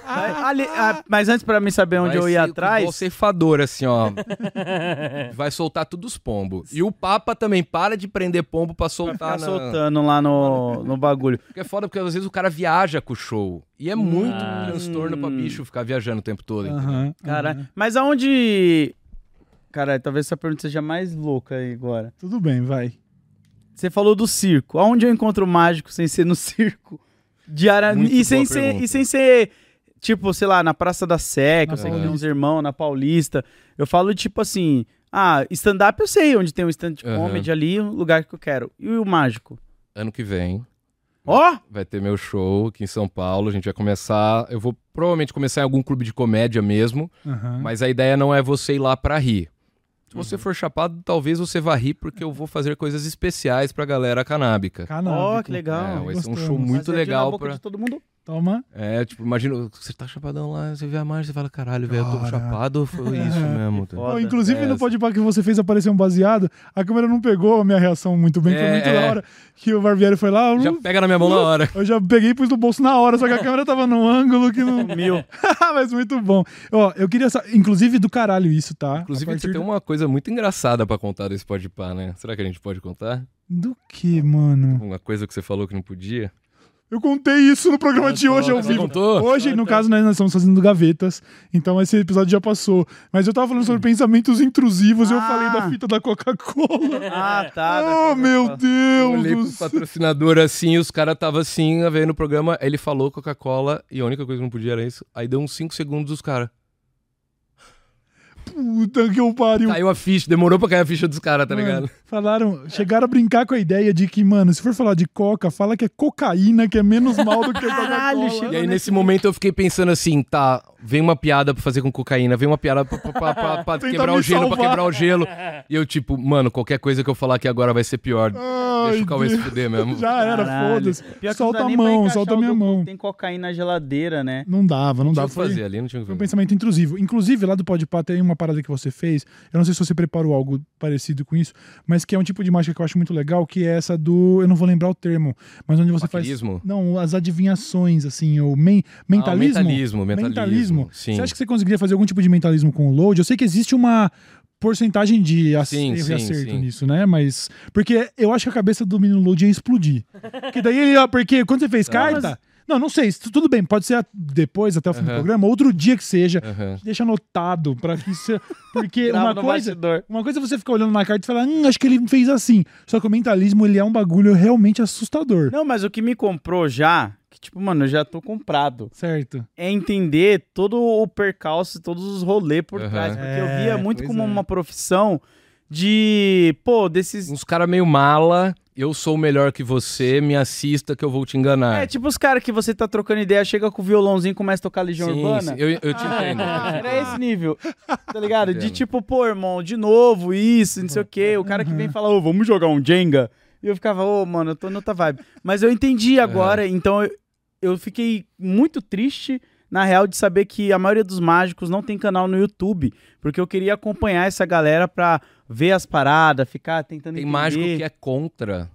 S3: Mas antes pra mim saber onde eu ia
S4: Igual
S3: atrás...
S4: ceifador, assim, ó. Vai soltar tudo os pombos. E o Papa também para de prender pombo pra
S3: Vai
S4: soltar
S3: ficar soltando lá no bagulho.
S4: Porque é foda, porque às vezes o cara viaja com o show. E é muito transtorno pra bicho ficar viajando o tempo todo. entendeu?
S1: Aham.
S3: Cara, mas aonde... Cara, talvez essa pergunta seja mais louca aí agora.
S1: Tudo bem, vai.
S3: Você falou do circo. Aonde eu encontro mágico sem ser no circo? Diariamente.
S4: Muito
S3: E sem
S4: boa
S3: ser,
S4: pergunta.
S3: e sem ser, tipo, sei lá, na Praça da Sé, que eu
S1: Na
S3: sei que tem
S1: Paulista.
S3: uns irmãos, na Paulista. Eu falo, tipo assim, stand-up eu sei, onde tem um stand de
S4: Aham.
S3: comedy ali, o lugar que eu quero. E o mágico?
S4: Ano que vem
S3: Ó!
S4: vai ter meu show aqui em São Paulo. A gente vai começar. Eu vou provavelmente começar em algum clube de comédia mesmo.
S1: Aham.
S4: Mas a ideia não é você ir lá pra rir. Se
S3: Uhum.
S4: você for chapado, talvez você vá rir, porque eu vou fazer coisas especiais pra galera canábica.
S1: Canábico.
S3: Ó, que legal.
S4: É, vai ser um
S1: Gostamos.
S4: show muito
S3: Fazer na
S4: legal
S3: boca
S4: pra.
S3: de todo mundo.
S1: Toma.
S4: É, tipo, imagina, você tá chapadão lá, você vê a margem, você fala, caralho, velho, eu tô
S1: Cara.
S4: chapado, foi isso mesmo. Tá?
S3: Foda.
S1: Ó, inclusive,
S4: É,
S1: no Podpah que você fez aparecer um baseado, a câmera não pegou a minha reação muito bem. Foi
S4: É,
S1: muito da hora que o Barbieri foi lá.
S4: Já pega na minha mão na hora.
S1: Eu já peguei e pus no bolso na hora, só que a câmera tava num ângulo que não...
S3: Mil.
S1: Mas muito bom. Ó, eu queria... Inclusive, do caralho isso, tá?
S4: Inclusive,
S1: A partir
S4: você tem uma coisa muito engraçada pra contar desse Podpah, né? Será que a gente pode contar?
S1: Do que, mano?
S4: Uma coisa que você falou que não podia?
S1: Eu contei isso no programa de hoje ao
S4: Você
S1: vivo.
S4: contou?
S1: Hoje, no caso, nós estamos fazendo gavetas, então esse episódio já passou. Mas eu tava falando sobre pensamentos intrusivos e eu falei da fita da Coca-Cola.
S3: Ah, tá.
S1: Oh, meu
S4: Eu
S1: Deus
S4: olhei
S1: do
S4: pro
S1: céu.
S4: patrocinador assim, os caras tava assim, vendo o programa, ele falou Coca-Cola e a única coisa que não podia era isso. Aí deu uns 5 segundos os caras.
S1: Puta que eu pariu.
S4: Caiu a ficha, demorou pra cair a ficha dos caras, tá
S1: Mano,
S4: ligado?
S1: chegaram a brincar com a ideia de que, mano, se for falar de coca, fala que é cocaína, que é menos mal do que
S3: Caralho,
S1: Coca-Cola.
S3: chegou
S4: E aí nesse momento eu fiquei pensando assim, tá, vem uma piada pra fazer com cocaína, vem uma piada pra
S1: Tentar
S4: quebrar
S1: me
S4: o gelo, pra
S1: salvar.
S4: quebrar o gelo. E eu tipo, mano, qualquer coisa que eu falar aqui agora vai ser pior.
S1: Ai,
S4: Deixa o Cauê se
S1: Deus.
S4: fuder mesmo.
S1: Já era,
S3: Caralho.
S1: foda-se.
S3: Pior que
S1: Solta
S3: não dá
S1: a
S3: nem pra
S1: mão,
S3: encaixar
S1: solta a
S3: o
S1: minha
S3: do-
S1: mão.
S3: Tem cocaína na geladeira, né?
S1: Não dava, não
S4: Tinha
S1: dava.
S4: o que fazer ali, não tinha o que
S1: Foi um
S4: fazer.
S1: pensamento intrusivo. Inclusive, lá do Podpah tem uma parada que você fez. Eu não sei se você preparou algo parecido com isso, mas que é um tipo de mágica que eu acho muito legal, que é essa do... Eu não vou lembrar o termo, mas onde você
S4: Maquilismo?
S1: faz... Não, as adivinhações, assim, o mentalismo.
S4: Mentalismo. Sim.
S1: Você acha que você conseguiria fazer algum tipo de mentalismo com o load? Eu sei que existe uma porcentagem de erro
S4: Sim,
S1: e
S4: sim,
S1: acerto
S4: sim.
S1: nisso, né? Mas... Porque eu acho que a cabeça do menino load ia explodir. Porque daí ele... ó, Porque quando você fez carta... Não sei, tudo bem, pode ser depois, até o fim do
S4: Aham.
S1: programa, outro dia que seja.
S4: Aham.
S1: Deixa anotado pra que isso. Porque
S3: Grava
S1: uma
S3: no
S1: coisa
S3: bastidor.
S1: é você ficar olhando na carta e falar, acho que ele fez assim. Só que o mentalismo, ele é um bagulho realmente assustador.
S3: Não, mas o que me comprou já, que tipo, mano, eu já tô comprado,
S1: Certo.
S3: é entender todo o percalço, todos os rolês por
S4: Aham.
S3: trás. Porque eu via muito
S1: pois
S3: como
S1: é.
S3: uma profissão de, pô, desses...
S4: Uns caras meio mala, eu sou melhor que você, me assista que eu vou te enganar.
S3: É, tipo os caras que você tá trocando ideia, chega com o violãozinho e começa a tocar Legião
S4: Sim,
S3: Urbana.
S4: sim, eu te entendo.
S3: Era esse nível, tá ligado? De
S4: Entendo.
S3: tipo, pô, irmão, de novo, isso, não sei o quê. O cara que vem falar, ô, vamos jogar um Jenga. E eu ficava, ô, mano, eu tô noutra vibe. Mas eu entendi agora, então eu fiquei muito triste, na real, de saber que a maioria dos mágicos não tem canal no YouTube. Porque eu queria acompanhar essa galera pra ver as paradas, ficar tentando
S4: Tem
S3: entender.
S4: mágico que é contra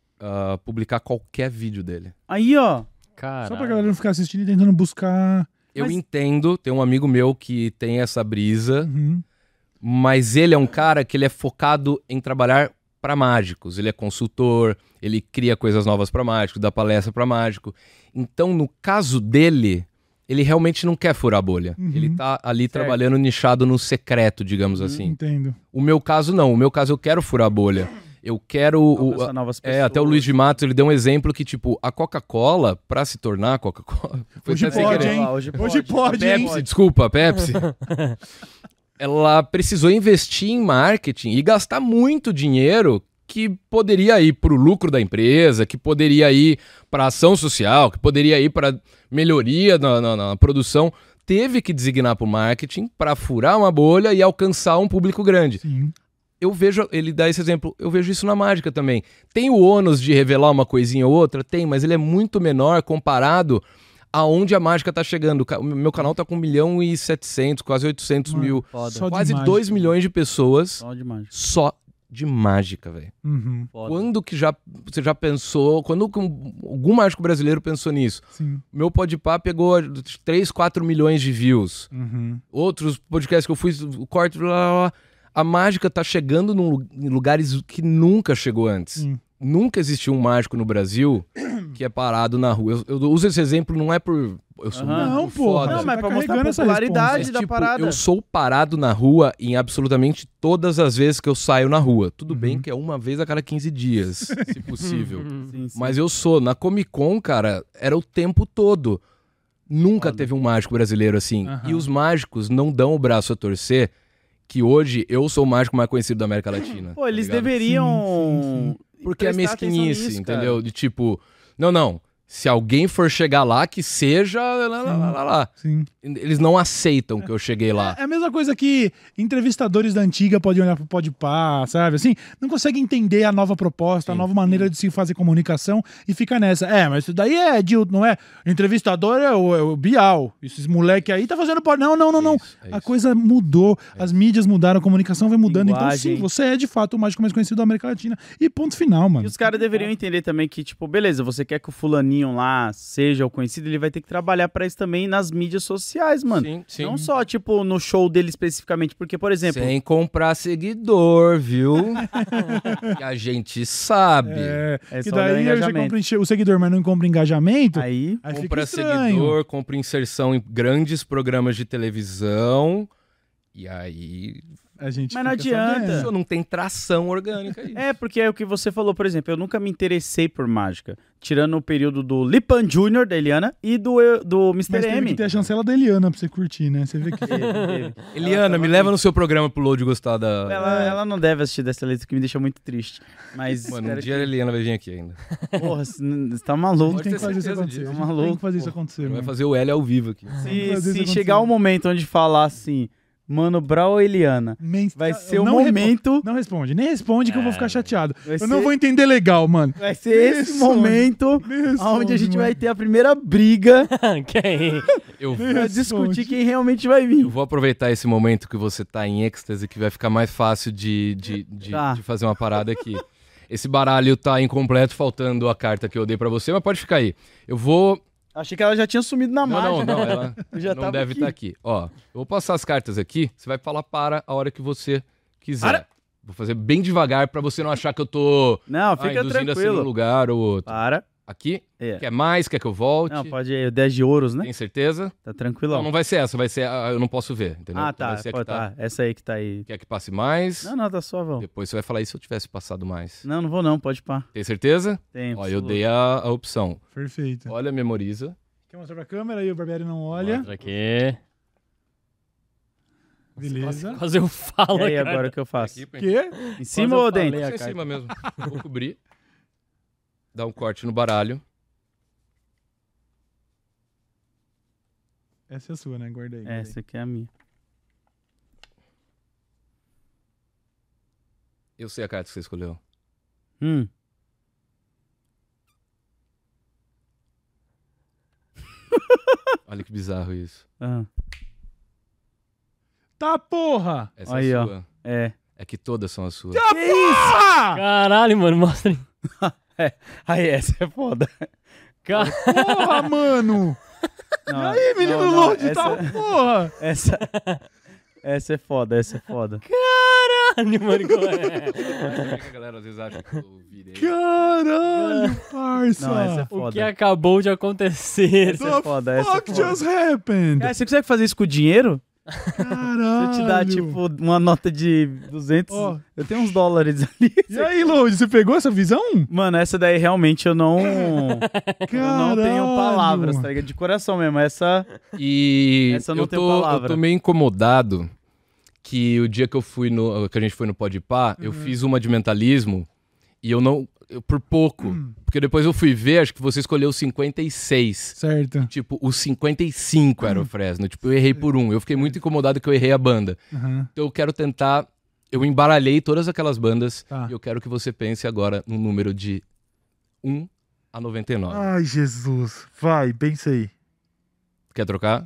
S4: publicar qualquer vídeo dele.
S3: Aí, ó.
S2: Cara.
S1: Só pra galera não ficar assistindo e tentando buscar.
S4: Eu entendo, tem um amigo meu que tem essa brisa,
S1: Uhum.
S4: mas ele é um cara que ele é focado em trabalhar para mágicos. Ele é consultor, ele cria coisas novas para mágico, dá palestra para mágico. Então, no caso dele, ele realmente não quer furar a bolha.
S1: Uhum.
S4: Ele tá ali trabalhando nichado no secreto, digamos assim.
S1: Entendo.
S4: O meu caso não, o meu caso eu quero furar a bolha. Eu quero...
S3: Alcançar novas pessoas.
S4: até o Luiz de Matos, ele deu um exemplo que, tipo, a Coca-Cola, pra se tornar Coca-Cola... foi
S1: Hoje
S4: até sem
S1: pode,
S4: querer.
S1: hein?
S3: Hoje
S1: Hoje pode, hein?
S4: Pepsi, desculpa, Pepsi. Ela precisou investir em marketing e gastar muito dinheiro que poderia ir para o lucro da empresa, que poderia ir para ação social, que poderia ir para melhoria na produção. Teve que designar para o marketing para furar uma bolha e alcançar um público grande.
S1: Sim.
S4: Eu vejo, ele dá esse exemplo, eu vejo isso na mágica também. Tem o ônus de revelar uma coisinha ou outra? Tem, mas ele é muito menor comparado aonde a mágica tá chegando. O meu canal tá com 1.700.000, quase 800.000.
S2: Foda.
S1: Só de
S4: Quase
S1: mágica.
S4: 2 milhões de pessoas
S3: Só de mágica.
S4: só de mágica, velho.
S1: Uhum.
S2: Foda.
S4: Quando que você já pensou, quando que algum mágico brasileiro pensou nisso?
S1: Sim.
S4: Meu Podpah pegou 3, 4 milhões de views.
S1: Uhum.
S4: Outros podcasts que eu fui, o corte, blá, blá, blá. A mágica tá chegando em lugares que nunca chegou antes.
S1: Sim.
S4: Nunca existiu um mágico no Brasil que é parado na rua. Eu uso esse exemplo, não é por... Eu sou
S3: Aham.
S1: Não,
S4: muito
S1: porra.
S4: foda.
S3: Não,
S1: Você
S3: mas
S1: tá
S3: pra mostrar a
S1: carregando essa
S3: popularidade
S1: responsa.
S3: da
S4: Tipo,
S3: parada.
S4: eu sou parado na rua em absolutamente todas as vezes que eu saio na rua. Tudo bem que é uma vez a cada 15 dias, se possível.
S3: Sim, sim.
S4: Mas eu sou. Na Comic Con, cara, era o tempo todo. Nunca
S3: Foda.
S4: teve um mágico brasileiro assim.
S1: Aham.
S4: E os mágicos não dão o braço a torcer, que hoje eu sou o mágico mais conhecido da América Latina.
S3: Pô, eles
S4: tá ligado?
S3: deveriam...
S4: Porque é
S3: prestar atenção
S4: mesquinice,
S3: nisso, cara.
S4: entendeu? De tipo, não. Se alguém for chegar lá, que seja lá.
S1: Sim.
S4: Eles não aceitam que eu cheguei lá.
S1: É a mesma coisa que entrevistadores da antiga podem olhar pro Podpah, sabe? Assim, não conseguem entender a nova proposta, a nova maneira de se fazer comunicação e fica nessa. Mas isso daí é Dilton, não é? Entrevistador é o Bial. Esses moleque aí tá fazendo... Não.
S4: Isso, é
S1: A
S4: isso.
S1: coisa mudou, as mídias mudaram, a comunicação vai mudando.
S3: Linguagem.
S1: Então, sim, você é de fato o mágico mais conhecido da América Latina. E ponto final, mano.
S3: E os caras deveriam entender também que, tipo, beleza, você quer que o fulaninho lá seja o conhecido, ele vai ter que trabalhar pra isso também nas mídias sociais, mano.
S4: Sim.
S3: Não só, tipo, no show dele especificamente, porque, por exemplo...
S4: Sem comprar seguidor, viu? Que a gente sabe.
S3: É
S1: que
S3: só olhar o
S1: daí você
S3: engajamento.
S1: compra o seguidor, mas não compra engajamento.
S3: Aí,
S1: Aí fica
S4: Compra
S1: estranho.
S4: seguidor, compra inserção em grandes programas de televisão. E aí.
S1: A gente
S3: Mas não
S1: fica
S3: adianta.
S1: sabendo.
S4: Isso não tem tração orgânica aí.
S3: porque é o que você falou, por exemplo, eu nunca me interessei por mágica, tirando o período do Lipan Jr., da Eliana, e do Mr.
S1: Mas teve
S3: M.
S1: que ter a chancela da Eliana pra você curtir, né? Você vê que...
S3: Teve.
S4: Eliana, me leva no seu programa pro Load gostar da.
S3: Ela não deve assistir dessa letra, que me deixa muito triste. Mas,
S4: Mano, um
S3: espero
S4: dia a Eliana vai vir aqui ainda.
S3: que... Porra, você tá
S1: A
S3: maluco.
S1: gente tem que
S4: ter
S1: fazer isso
S4: certeza
S1: acontecer.
S4: disso.
S1: A gente
S3: Tá maluco,
S1: tem que fazer isso
S3: pô.
S1: acontecer,
S4: Vai
S1: mano.
S4: fazer o L ao vivo aqui.
S1: Tem que fazer
S3: Se
S1: isso
S3: chegar
S1: acontecer.
S3: o momento onde falar assim, Mano Brown ou Eliana, vai ser o
S1: Não
S3: momento...
S1: Não responde, nem responde que eu vou ficar chateado.
S3: Vai
S1: Eu não
S3: ser-
S1: vou entender legal, mano.
S3: Vai ser esse
S1: Responde.
S3: momento
S1: Nem responde,
S3: onde a gente
S1: mano.
S3: vai ter a primeira briga
S2: Quem?
S4: Eu
S1: Nem
S3: pra
S1: responde.
S3: discutir quem realmente vai vir.
S4: Eu vou aproveitar esse momento que você tá em êxtase, que vai ficar mais fácil de
S3: Tá.
S4: fazer uma parada aqui. Esse baralho tá incompleto, faltando a carta que eu dei pra você, mas pode ficar aí. Eu vou...
S3: Achei que ela já tinha sumido na mágica.
S4: Não, ela
S3: Eu já
S4: não
S3: tava
S4: deve
S3: aqui.
S4: estar aqui. Ó, eu vou passar as cartas aqui, você vai falar para a hora que você quiser.
S3: Para.
S4: Vou fazer bem devagar pra você não achar que eu tô
S3: Não, fica
S4: induzindo assim num
S3: tranquilo.
S4: lugar ou outro.
S3: Para.
S4: Aqui?
S3: É.
S4: Quer mais? Quer que eu volte?
S3: Não, pode ir. 10 de ouros, né?
S4: Tem certeza?
S3: Tá tranquilão.
S4: Não vai ser essa, vai ser eu não posso ver, entendeu?
S3: Ah,
S4: Então
S3: tá.
S4: vai ser a
S3: Pô,
S4: que
S3: tá. Essa aí que tá aí.
S4: Quer que passe mais?
S3: Não, tá suavão.
S4: Depois você vai falar, e se eu tivesse passado mais?
S3: Não vou não, pode pá.
S4: Tem certeza?
S3: Tem.
S4: Ó, eu dei a opção.
S1: Perfeito.
S4: Olha, memoriza.
S1: Quer mostrar pra câmera aí? O Barbieri não olha.
S2: Mostra aqui.
S1: Beleza.
S2: Quase eu falo,
S3: E aí,
S2: cara.
S3: agora o que eu faço?
S4: Aqui,
S1: Quê?
S3: Em cima
S2: eu
S3: ou
S2: falei
S3: dentro?
S2: a
S4: Em
S2: carta.
S4: cima mesmo. Vou cobrir. Dá um corte no baralho.
S1: Essa é a sua, né? Guarda aí. guarda aí.
S3: Essa aqui é a minha.
S4: Eu sei a carta que você escolheu. Olha que bizarro isso.
S3: Ah,
S1: Tá, porra!
S4: Essa
S3: Aí,
S4: é a
S3: ó.
S4: sua.
S3: é.
S4: É que todas são as suas.
S1: Ah!
S2: Caralho, mano, mostra aí.
S3: Aí, essa é foda.
S2: Cara,
S1: Porra, mano!
S3: Não,
S1: Aí, menino load e tal, porra.
S3: Essa é foda,
S2: Caralho, mano.
S4: A galera às vezes acha que eu virei.
S1: Caralho, parça.
S3: Não, essa é
S2: O
S3: foda.
S2: que acabou de acontecer?
S3: Essa é foda, essa é
S1: Fuck
S3: foda.
S1: just happened?
S3: Cara, você consegue fazer isso com dinheiro?
S1: Caralho.
S3: Se eu te dar, tipo, uma nota de 200,
S1: Ó.
S3: eu tenho uns dólares ali.
S1: E aí, Load, você pegou essa visão?
S3: Mano, essa daí realmente eu não tenho palavras, tá ligado? De coração mesmo, essa
S4: E
S3: eu não
S4: eu
S3: tenho
S4: tô
S3: palavra.
S4: meio incomodado que o dia que a gente foi no Podpah, eu fiz uma de mentalismo e por pouco. Porque depois eu fui ver, acho que você escolheu 56.
S1: Certo.
S4: Tipo, os 55 era o Fresno. Tipo, eu errei por um. Eu fiquei muito incomodado que eu errei a banda.
S1: Uhum.
S4: Então eu quero tentar... Eu embaralhei todas aquelas bandas
S1: Tá.
S4: e eu quero que você pense agora no número de 1 a 99.
S1: Ai, Jesus. Vai, pensa aí.
S4: Quer trocar?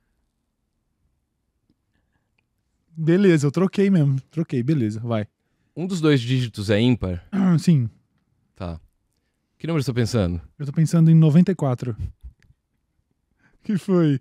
S1: Beleza, eu troquei mesmo. Troquei, beleza, vai.
S4: Um dos dois dígitos é ímpar?
S1: Sim,
S4: Tá. Que número você tá pensando?
S1: eu tô pensando em 94. Que foi?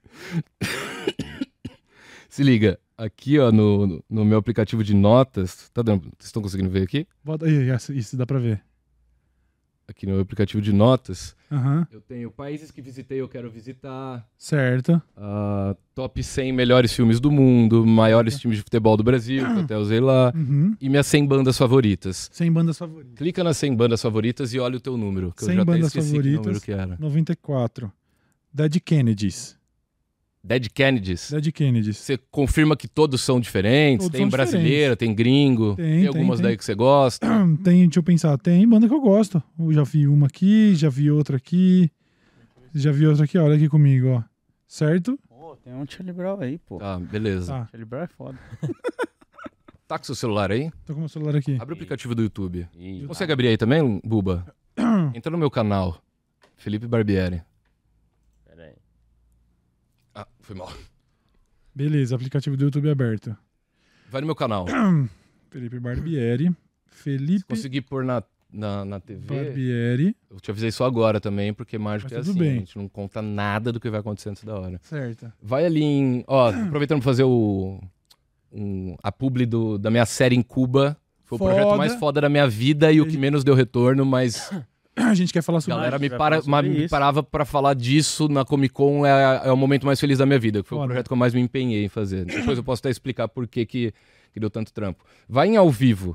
S4: Se liga, aqui ó, no meu aplicativo de notas, tá dando, vocês estão conseguindo ver aqui?
S1: Bota aí, isso dá pra ver.
S4: Aqui no meu aplicativo de notas,
S1: Aham,
S4: eu tenho países que visitei, eu quero visitar,
S1: certo.
S4: top 100 melhores filmes do mundo, maiores times de futebol do Brasil, que eu até usei lá,
S1: Uhum.
S4: e minhas 100 bandas favoritas.
S1: 100 bandas favoritas.
S4: Clica nas 100 bandas favoritas e olha o teu número, que eu
S1: 100
S4: já até
S1: bandas
S4: esqueci que
S1: favoritas.
S4: número que era.
S1: 94. Dead Kennedys.
S4: Dead Kennedys.
S1: Dead Kennedys.
S4: Você confirma que todos são diferentes?
S1: Todos
S4: Tem
S1: são
S4: brasileira, tem gringo,
S1: Tem,
S4: algumas
S1: tem.
S4: daí que você gosta.
S1: Deixa eu pensar, tem banda que eu gosto. Eu já vi uma aqui, já vi outra aqui. Já vi outra aqui, olha aqui comigo, ó. Certo?
S3: Pô, tem um Charlie Brown aí, pô.
S4: Tá, beleza.
S1: Tá,
S3: Charlie Brown é foda.
S4: Tá com seu celular aí?
S1: tô com o meu celular aqui.
S4: Abre o aplicativo do YouTube.
S2: Ih,
S4: Consegue abrir aí também, Buba? Entra no meu canal, Felipe Barbieri.
S2: pera aí.
S4: Ah, foi mal.
S1: Beleza, aplicativo do YouTube aberto.
S4: Vai no meu canal.
S1: Felipe Barbieri. Felipe
S4: Consegui pôr na TV.
S1: Barbieri.
S4: Eu te avisei só agora também, porque mágica é
S1: Mas tudo
S4: assim.
S1: bem.
S4: A gente não conta nada do que vai acontecer antes da hora.
S1: Certo.
S4: Vai ali em... Ó, aproveitando pra fazer a publi da minha série em Cuba. Foi
S1: Foda.
S4: o projeto mais foda da minha vida e o que menos deu retorno, mas
S1: A gente quer falar
S4: a
S1: sobre
S4: galera
S3: vai falar sobre
S4: me
S3: isso.
S4: parava pra falar disso na Comic Con, é o momento mais feliz da minha vida, que foi o
S1: Foda.
S4: projeto que eu mais me empenhei em fazer. Depois eu posso até explicar por que deu tanto trampo. Vai em ao vivo.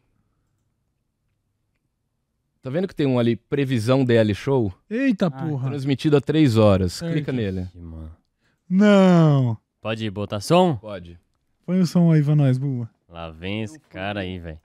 S4: Tá vendo que tem um ali, previsão DL Show?
S1: Eita porra.
S4: Transmitido há 3 horas.
S1: Certo.
S4: Clica nele.
S2: Ih, mano.
S1: Não.
S2: Pode botar som?
S4: Pode.
S1: Põe o som aí pra nós, Bua.
S2: Lá vem esse cara aí, velho.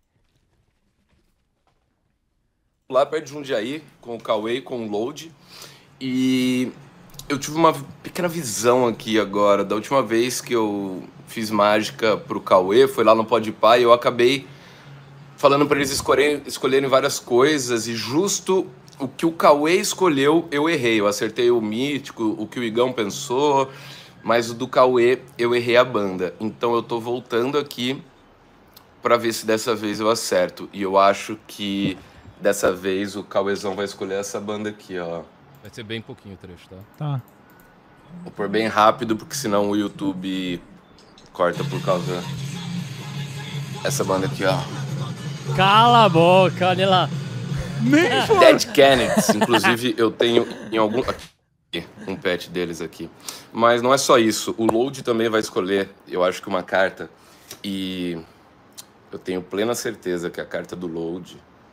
S4: Lá perto de Jundiaí, com o Cauê, com o Load. E eu tive uma pequena visão aqui agora. Da última vez que eu fiz mágica pro Cauê, foi lá no Podpah, e eu acabei falando pra eles escolherem várias coisas. E justo o que o Cauê escolheu, eu errei. Eu acertei o mítico, o que o Igão pensou, mas o do Cauê, eu errei a banda. Então eu tô voltando aqui pra ver se dessa vez eu acerto. E eu acho que dessa vez o Cauêzão vai escolher essa banda aqui, ó. Vai ser bem pouquinho o trecho, tá?
S1: Tá.
S4: Vou pôr bem rápido, porque senão o YouTube corta por causa essa banda aqui, ó.
S2: Cala a boca, olha lá.
S1: Nem foi.
S4: Dead Kennedys. Inclusive, eu tenho em algum... Aqui, um pet deles aqui. Mas não é só isso. O Load também vai escolher, eu acho que uma carta. E eu tenho plena certeza que a carta do Load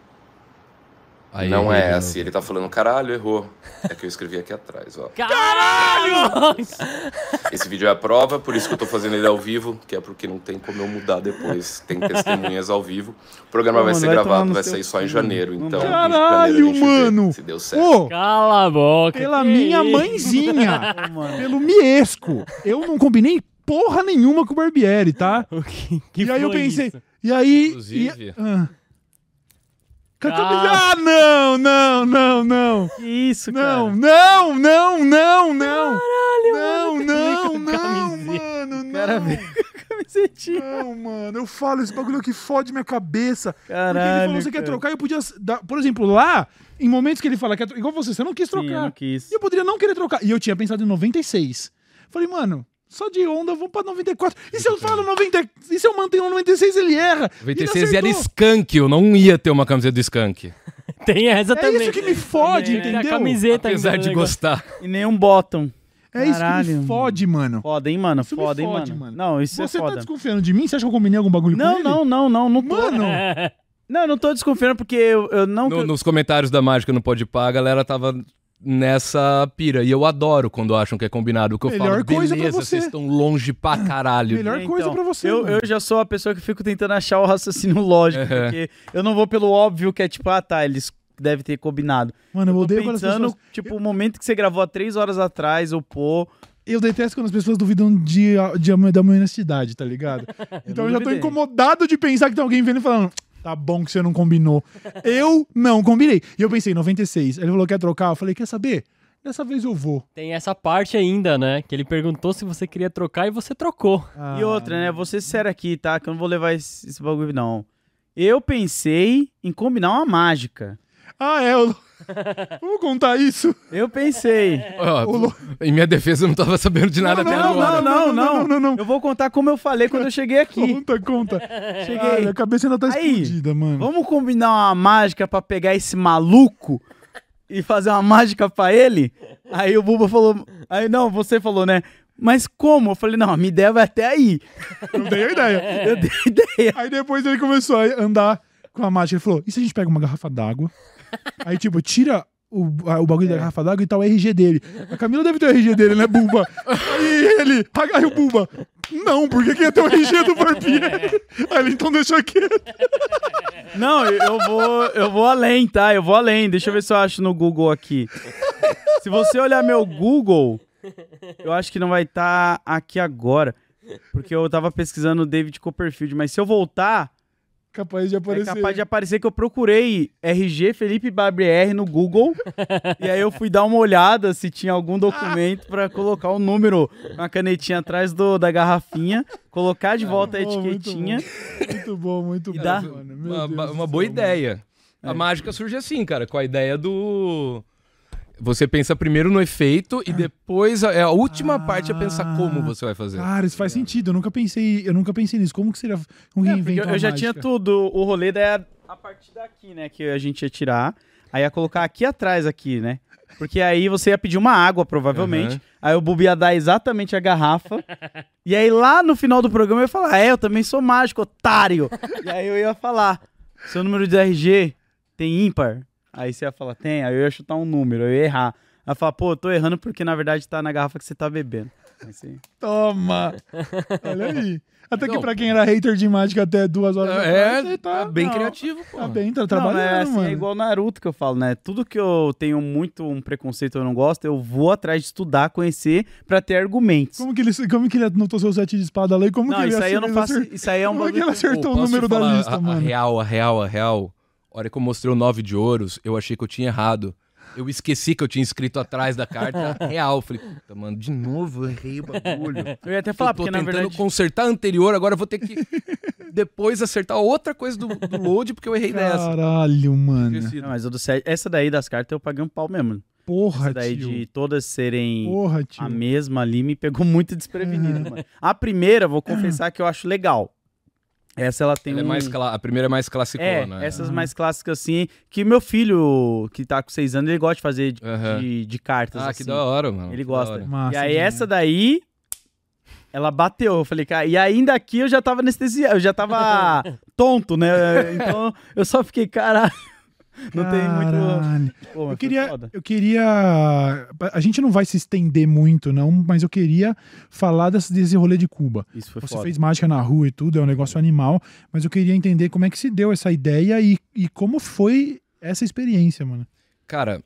S4: não é essa. E ele tá falando, caralho, errou. É que eu escrevi aqui atrás, ó.
S2: Caralho!
S4: Esse vídeo é a prova, por isso que eu tô fazendo ele ao vivo, que é porque não tem como eu mudar depois. Tem testemunhas ao vivo. O programa vai ser gravado, vai sair só em janeiro. Então,
S1: Caralho,
S4: em janeiro a gente
S1: mano.
S4: vê se deu certo.
S1: Ô,
S2: Cala a boca.
S1: pela
S2: que
S1: minha
S2: isso?
S1: mãezinha.
S3: Ô, mano.
S1: Pelo Miesco. Eu não combinei porra nenhuma com o Barbieri, tá?
S2: O que
S1: E aí eu
S2: foi
S1: pensei.
S2: isso?
S1: E aí.
S4: Inclusive-
S1: Ah, não, não, não, não.
S3: Que isso,
S1: Não,
S3: cara?
S1: não, não, não, não. Não,
S2: mano,
S1: não,
S2: com
S1: não,
S2: camiseta.
S1: mano,
S3: O cara
S1: não.
S3: veio com a camisetinha.
S1: Não, mano, eu falo esse bagulho que fode minha cabeça. Porque ele
S3: Caralho,
S1: falou, você quer
S3: cara.
S1: trocar? Eu podia dar... Por exemplo, lá, em momentos que ele fala que é igual você não quis trocar.
S3: Sim, eu não quis.
S1: E eu poderia não querer trocar. E eu tinha pensado em 96. Falei, mano, só de onda, vamos pra 94. E se eu falo 90? E se eu mantenho 96, ele erra?
S4: 96 era Skank, eu não ia ter uma camiseta do Skank.
S2: Tem essa
S1: É
S2: também.
S1: isso que me fode,
S2: Tem
S1: entendeu?
S2: a camiseta
S4: Apesar
S2: ainda,
S4: de
S2: né,
S4: gostar.
S3: E nenhum bottom.
S1: É isso que
S3: Caralho.
S1: me fode, mano.
S3: Foda, hein, mano?
S1: Isso me
S3: Foda, hein,
S1: fode,
S3: mano? Não, isso
S1: Você
S3: é
S1: tá
S3: foda.
S1: desconfiando de mim? Você acha que eu combinei algum bagulho com
S3: Não,
S1: ele?
S3: não tô.
S1: Mano,
S3: Não, eu não tô desconfiando porque eu não...
S4: Nos comentários da Mágica no Podpah, a galera tava nessa pira. E eu adoro quando acham que é combinado. Que eu
S1: Melhor
S4: falo,
S1: coisa pra
S4: beleza,
S1: você.
S4: vocês estão longe pra caralho.
S1: melhor
S3: Então,
S1: coisa pra você,
S3: eu
S1: mano.
S3: já sou a pessoa que fico tentando achar o raciocínio lógico,
S4: Uhum.
S3: porque eu não vou pelo óbvio que é tipo, eles devem ter combinado.
S1: Mano, eu
S3: Tô
S1: odeio quando as
S3: pensando,
S1: pessoas...
S3: tipo, o momento que você gravou há 3 horas atrás, ou pô...
S1: Eu detesto quando as pessoas duvidam da minha honestidade, tá ligado? Então eu já tô
S3: duvidei.
S1: incomodado de pensar que tem alguém vendo e falando, tá bom que você não combinou. Eu não combinei. E eu pensei, 96. Ele falou, quer trocar? Eu falei, quer saber? Dessa vez eu vou.
S2: Tem essa parte ainda, né? Que ele perguntou se você queria trocar e você trocou.
S3: E outra, né? Vou ser sério aqui, tá? Que eu não vou levar esse bagulho, não. Eu pensei em combinar uma mágica.
S1: Vamos contar isso?
S3: Eu pensei.
S4: Ó, em minha defesa, eu não tava sabendo de nada até agora.
S1: Não.
S3: Eu vou contar como eu falei quando eu cheguei aqui.
S1: Conta.
S3: Cheguei.
S1: Ai, a cabeça ainda tá
S3: Aí,
S1: explodida, mano.
S3: Vamos combinar uma mágica pra pegar esse maluco e fazer uma mágica pra ele? Aí o Buba falou... Aí não, você falou, né? Mas como? Eu falei, não, a minha ideia vai até aí.
S1: Eu dei a ideia.
S3: Eu dei a ideia.
S1: Aí depois ele começou a andar com a mágica. Ele falou, e se a gente pega uma garrafa d'água? Aí, tipo, tira o bagulho da garrafa d'água e tá o RG dele. A Camila deve ter o RG dele, né, Buba? Aí o Buba, não, por que ia ter o RG do Barbieri? Aí ele, então deixa quieto.
S3: Não, eu vou além, tá? Eu vou além. Deixa eu ver se eu acho no Google aqui. Se você olhar meu Google, eu acho que não vai estar aqui agora. Porque eu tava pesquisando o David Copperfield. Mas se eu voltar,
S1: Capaz de aparecer.
S3: é capaz de aparecer que eu procurei RG Felipe Barbieri no Google. E aí eu fui dar uma olhada se tinha algum documento pra colocar o número, uma canetinha atrás da garrafinha, colocar de volta a etiquetinha.
S1: Muito bom,
S3: E dá
S1: mano. Meu Deus
S4: Uma
S1: do
S4: boa
S1: céu,
S4: ideia. A mágica surge assim, cara, com a ideia do... Você pensa primeiro no efeito e depois a última parte é pensar como você vai fazer.
S1: Cara, isso faz sentido. Eu nunca pensei nisso. Como que seria? Como que inventa
S3: Eu
S1: uma
S3: já
S1: mágica?
S3: tinha tudo. O rolê daí é a partir daqui, né? Que a gente ia tirar. Aí ia colocar aqui atrás, aqui, né? Porque aí você ia pedir uma água, provavelmente.
S4: Uhum.
S3: Aí o Bubu ia dar exatamente a garrafa. E aí lá no final do programa eu ia falar, eu também sou mágico, otário. E aí eu ia falar, seu número de RG tem ímpar? Aí você ia falar, tem. Aí eu ia chutar um número, eu ia errar. Aí eu ia falar, pô, eu tô errando porque na verdade tá na garrafa que você tá bebendo. Aí você...
S1: Toma! Olha aí. Até que
S4: Não.
S1: pra quem era hater de mágica até 2 horas atrás, você
S4: tá bem
S3: não.
S4: criativo, pô.
S1: tá bem, tá
S3: Não,
S1: trabalhando,
S3: é assim,
S1: mano.
S3: é igual Naruto que eu falo, né? Tudo que eu tenho muito um preconceito eu não gosto, eu vou atrás de estudar, conhecer, pra ter argumentos.
S1: Como que ele anotou seu 7 de espada lá e como que
S3: Não,
S1: ele
S3: isso aí eu não faço.
S1: acertou?
S3: Isso aí é um
S1: Como é que ele
S3: bagulho.
S1: acertou o
S4: Posso
S1: número
S4: te
S1: da
S4: falar
S1: lista, mano?
S4: A real. A hora que eu mostrei o 9 de ouros, eu achei que eu tinha errado. Eu esqueci que eu tinha escrito atrás da carta real. Falei, puta, mano, de novo eu errei o bagulho.
S3: Eu ia até falar,
S4: Eu tô
S3: porque na
S4: tentando
S3: verdade.
S4: consertar a anterior, agora eu vou ter que depois acertar outra coisa do load, porque eu errei dessa.
S1: Caralho, mano.
S4: Esqueci.
S3: Não, mas o do 7, essa daí das cartas eu paguei um pau mesmo.
S1: Porra,
S3: Essa daí
S1: tio.
S3: de todas serem
S1: Porra, tio.
S3: a mesma ali me pegou muito desprevenido, mano. A primeira, vou confessar que eu acho legal. Essa ela tem
S4: Ela é mais a primeira é mais classicona.
S3: essas mais clássicas assim, que meu filho, que tá com 6 anos, ele gosta de fazer
S4: Aham.
S3: de cartas
S4: Ah,
S3: assim.
S4: que da hora, mano.
S3: Ele
S4: que
S3: gosta.
S4: da hora.
S1: Massa
S3: E aí
S1: demais.
S3: essa daí, ela bateu. Eu falei, cara, e ainda aqui eu já tava anestesiado, eu já tava tonto, né? Então eu só fiquei, caralho, não tem muito...
S1: Caralho.
S3: Pô, mas
S1: Eu
S3: foi
S1: queria,
S3: foda.
S1: eu queria. A gente não vai se estender muito, não, mas eu queria falar desse rolê de Cuba.
S3: Isso foi
S1: Você
S3: foda.
S1: fez mágica na rua e tudo, é um negócio animal, mas eu queria entender como é que se deu essa ideia e como foi essa experiência, mano.
S4: Cara,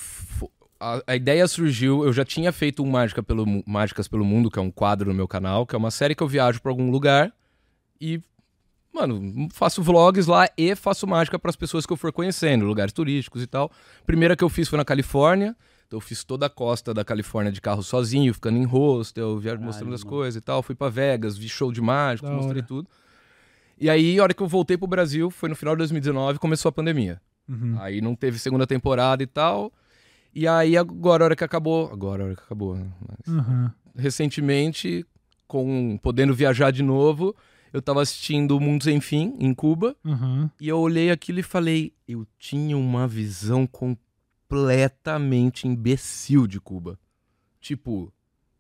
S4: a ideia surgiu, eu já tinha feito um Mágicas pelo Mundo, que é um quadro no meu canal, que é uma série que eu viajo pra algum lugar e, mano, faço vlogs lá e faço mágica pras pessoas que eu for conhecendo, lugares turísticos e tal. Primeira que eu fiz foi na Califórnia, então eu fiz toda a costa da Califórnia de carro sozinho, ficando em hostel, mostrando as coisas e tal. Fui pra Vegas, vi show de mágicos,
S1: Da
S4: mostrei
S1: hora.
S4: tudo. E aí, a hora que eu voltei pro Brasil, foi no final de 2019, começou a pandemia.
S1: Uhum.
S4: Aí não teve segunda temporada e tal. E aí agora, a hora que acabou... né? Mas
S1: Uhum.
S4: recentemente, podendo viajar de novo, eu tava assistindo Mundo Sem Fim, em Cuba.
S1: Uhum.
S4: E eu olhei aquilo e falei... Eu tinha uma visão completamente imbecil de Cuba. Tipo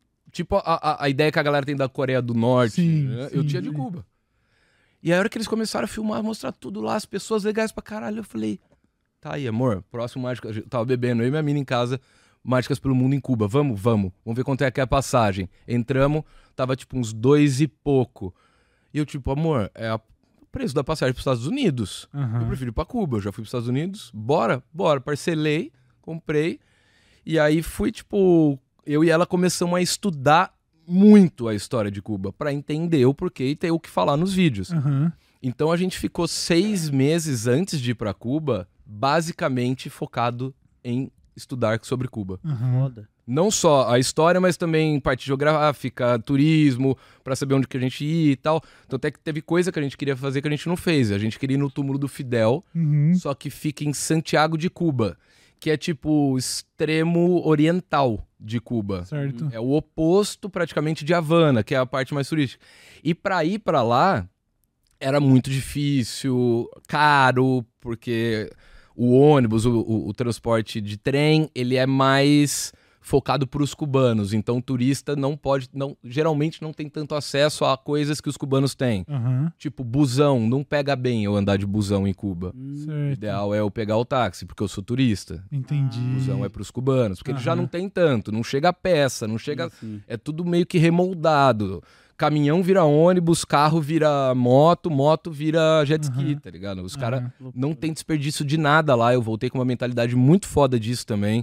S4: a ideia que a galera tem da Coreia do Norte,
S1: Sim,
S4: né?
S1: sim,
S4: Eu tinha de
S1: sim.
S4: Cuba. E aí, a hora que eles começaram a filmar, mostrar tudo lá, as pessoas legais pra caralho, eu falei, tá aí, amor, próximo Mágica... Eu tava bebendo, eu e minha mina em casa, Mágicas pelo Mundo em Cuba, vamos ver quanto é que é a passagem. Entramos, tava tipo uns 2 e pouco. E eu tipo, amor, é o preço da passagem pros Estados Unidos.
S1: Uhum.
S4: Eu prefiro ir pra Cuba, eu já fui pros Estados Unidos, bora, parcelei, comprei. E aí fui, tipo, eu e ela começamos a estudar muito a história de Cuba, pra entender o porquê e ter o que falar nos vídeos.
S1: Uhum.
S4: Então a gente ficou 6 meses antes de ir pra Cuba, basicamente focado em estudar sobre Cuba.
S1: Uhum.
S3: Foda.
S4: Não só a história, mas também parte geográfica, turismo, pra saber onde que a gente ia e tal. Então até que teve coisa que a gente queria fazer que a gente não fez. A gente queria ir no túmulo do Fidel,
S1: Uhum.
S4: só que fica em Santiago de Cuba, que é tipo o extremo oriental de Cuba.
S1: Certo.
S4: É o oposto praticamente de Havana, que é a parte mais turística. E pra ir pra lá era muito difícil, caro, porque o ônibus, o transporte de trem, ele é mais focado para os cubanos. Então o turista geralmente não tem tanto acesso a coisas que os cubanos têm.
S1: Uhum.
S4: Tipo, busão, não pega bem eu andar de busão em Cuba. O
S1: Certo.
S4: ideal é eu pegar o táxi, porque eu sou turista.
S1: Entendi.
S4: Busão é pros cubanos, porque eles já
S1: Aham.
S4: não tem tanto, não chega peça, não chega...
S3: Sim.
S4: É tudo meio que remoldado. Caminhão vira ônibus, carro vira moto vira jet ski,
S1: Aham.
S4: tá ligado? Os
S1: Aham.
S4: caras não tem desperdício de nada lá. Eu voltei com uma mentalidade muito foda disso também.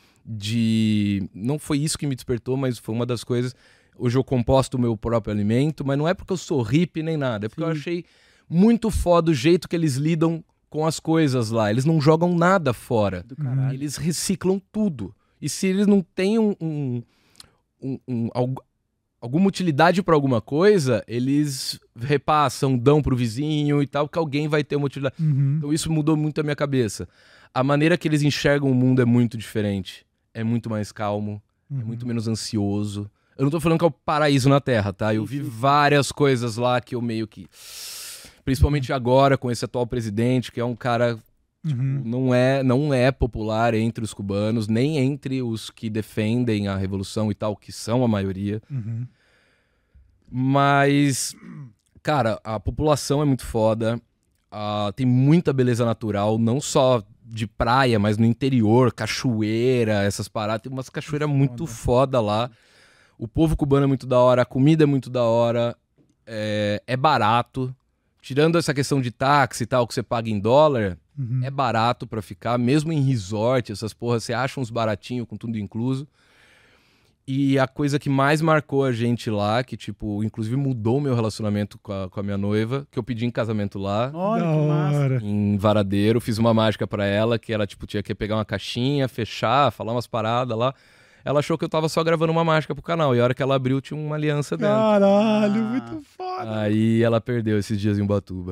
S4: Não foi isso que me despertou, mas foi uma das coisas. Hoje eu composto o meu próprio alimento, mas não é porque eu sou hippie nem nada. É porque eu achei muito foda o jeito que eles lidam com as coisas lá. Eles não jogam nada fora.
S3: Do caralho.
S4: Eles reciclam tudo. E se eles não têm alguma utilidade para alguma coisa, eles repassam, dão pro vizinho e tal, que alguém vai ter uma utilidade.
S1: Uhum.
S4: Então isso mudou muito a minha cabeça. A maneira que eles enxergam o mundo é muito diferente. É muito mais calmo, é muito menos ansioso. Eu não tô falando que é o paraíso na Terra, tá? Eu vi várias coisas lá que eu meio que... Principalmente agora, com esse atual presidente, que é um cara...
S1: Uhum.
S4: Não é popular entre os cubanos, nem entre os que defendem a revolução e tal, que são a maioria.
S1: Uhum.
S4: Mas, cara, a população é muito foda. Tem muita beleza natural, não só de praia, mas no interior, cachoeira, essas paradas. Tem umas cachoeiras muito foda lá. O povo cubano é muito da hora, a comida é muito da hora, é barato. Tirando essa questão de táxi e tal, que você paga em dólar, é barato pra ficar, mesmo em resort, essas porras, você acha uns baratinhos com tudo incluso. E a coisa que mais marcou a gente lá, que tipo, inclusive mudou o meu relacionamento com a minha noiva, que eu pedi em casamento lá,
S3: Olha
S1: Da
S3: que massa.
S1: hora.
S4: em Varadeiro, fiz uma mágica pra ela, que ela tipo, tinha que pegar uma caixinha, fechar, falar umas paradas lá. Ela achou que eu tava só gravando uma mágica pro canal, e a hora que ela abriu tinha uma aliança dentro.
S1: Caralho, muito foda.
S4: Aí ela perdeu esses dias em Ubatuba.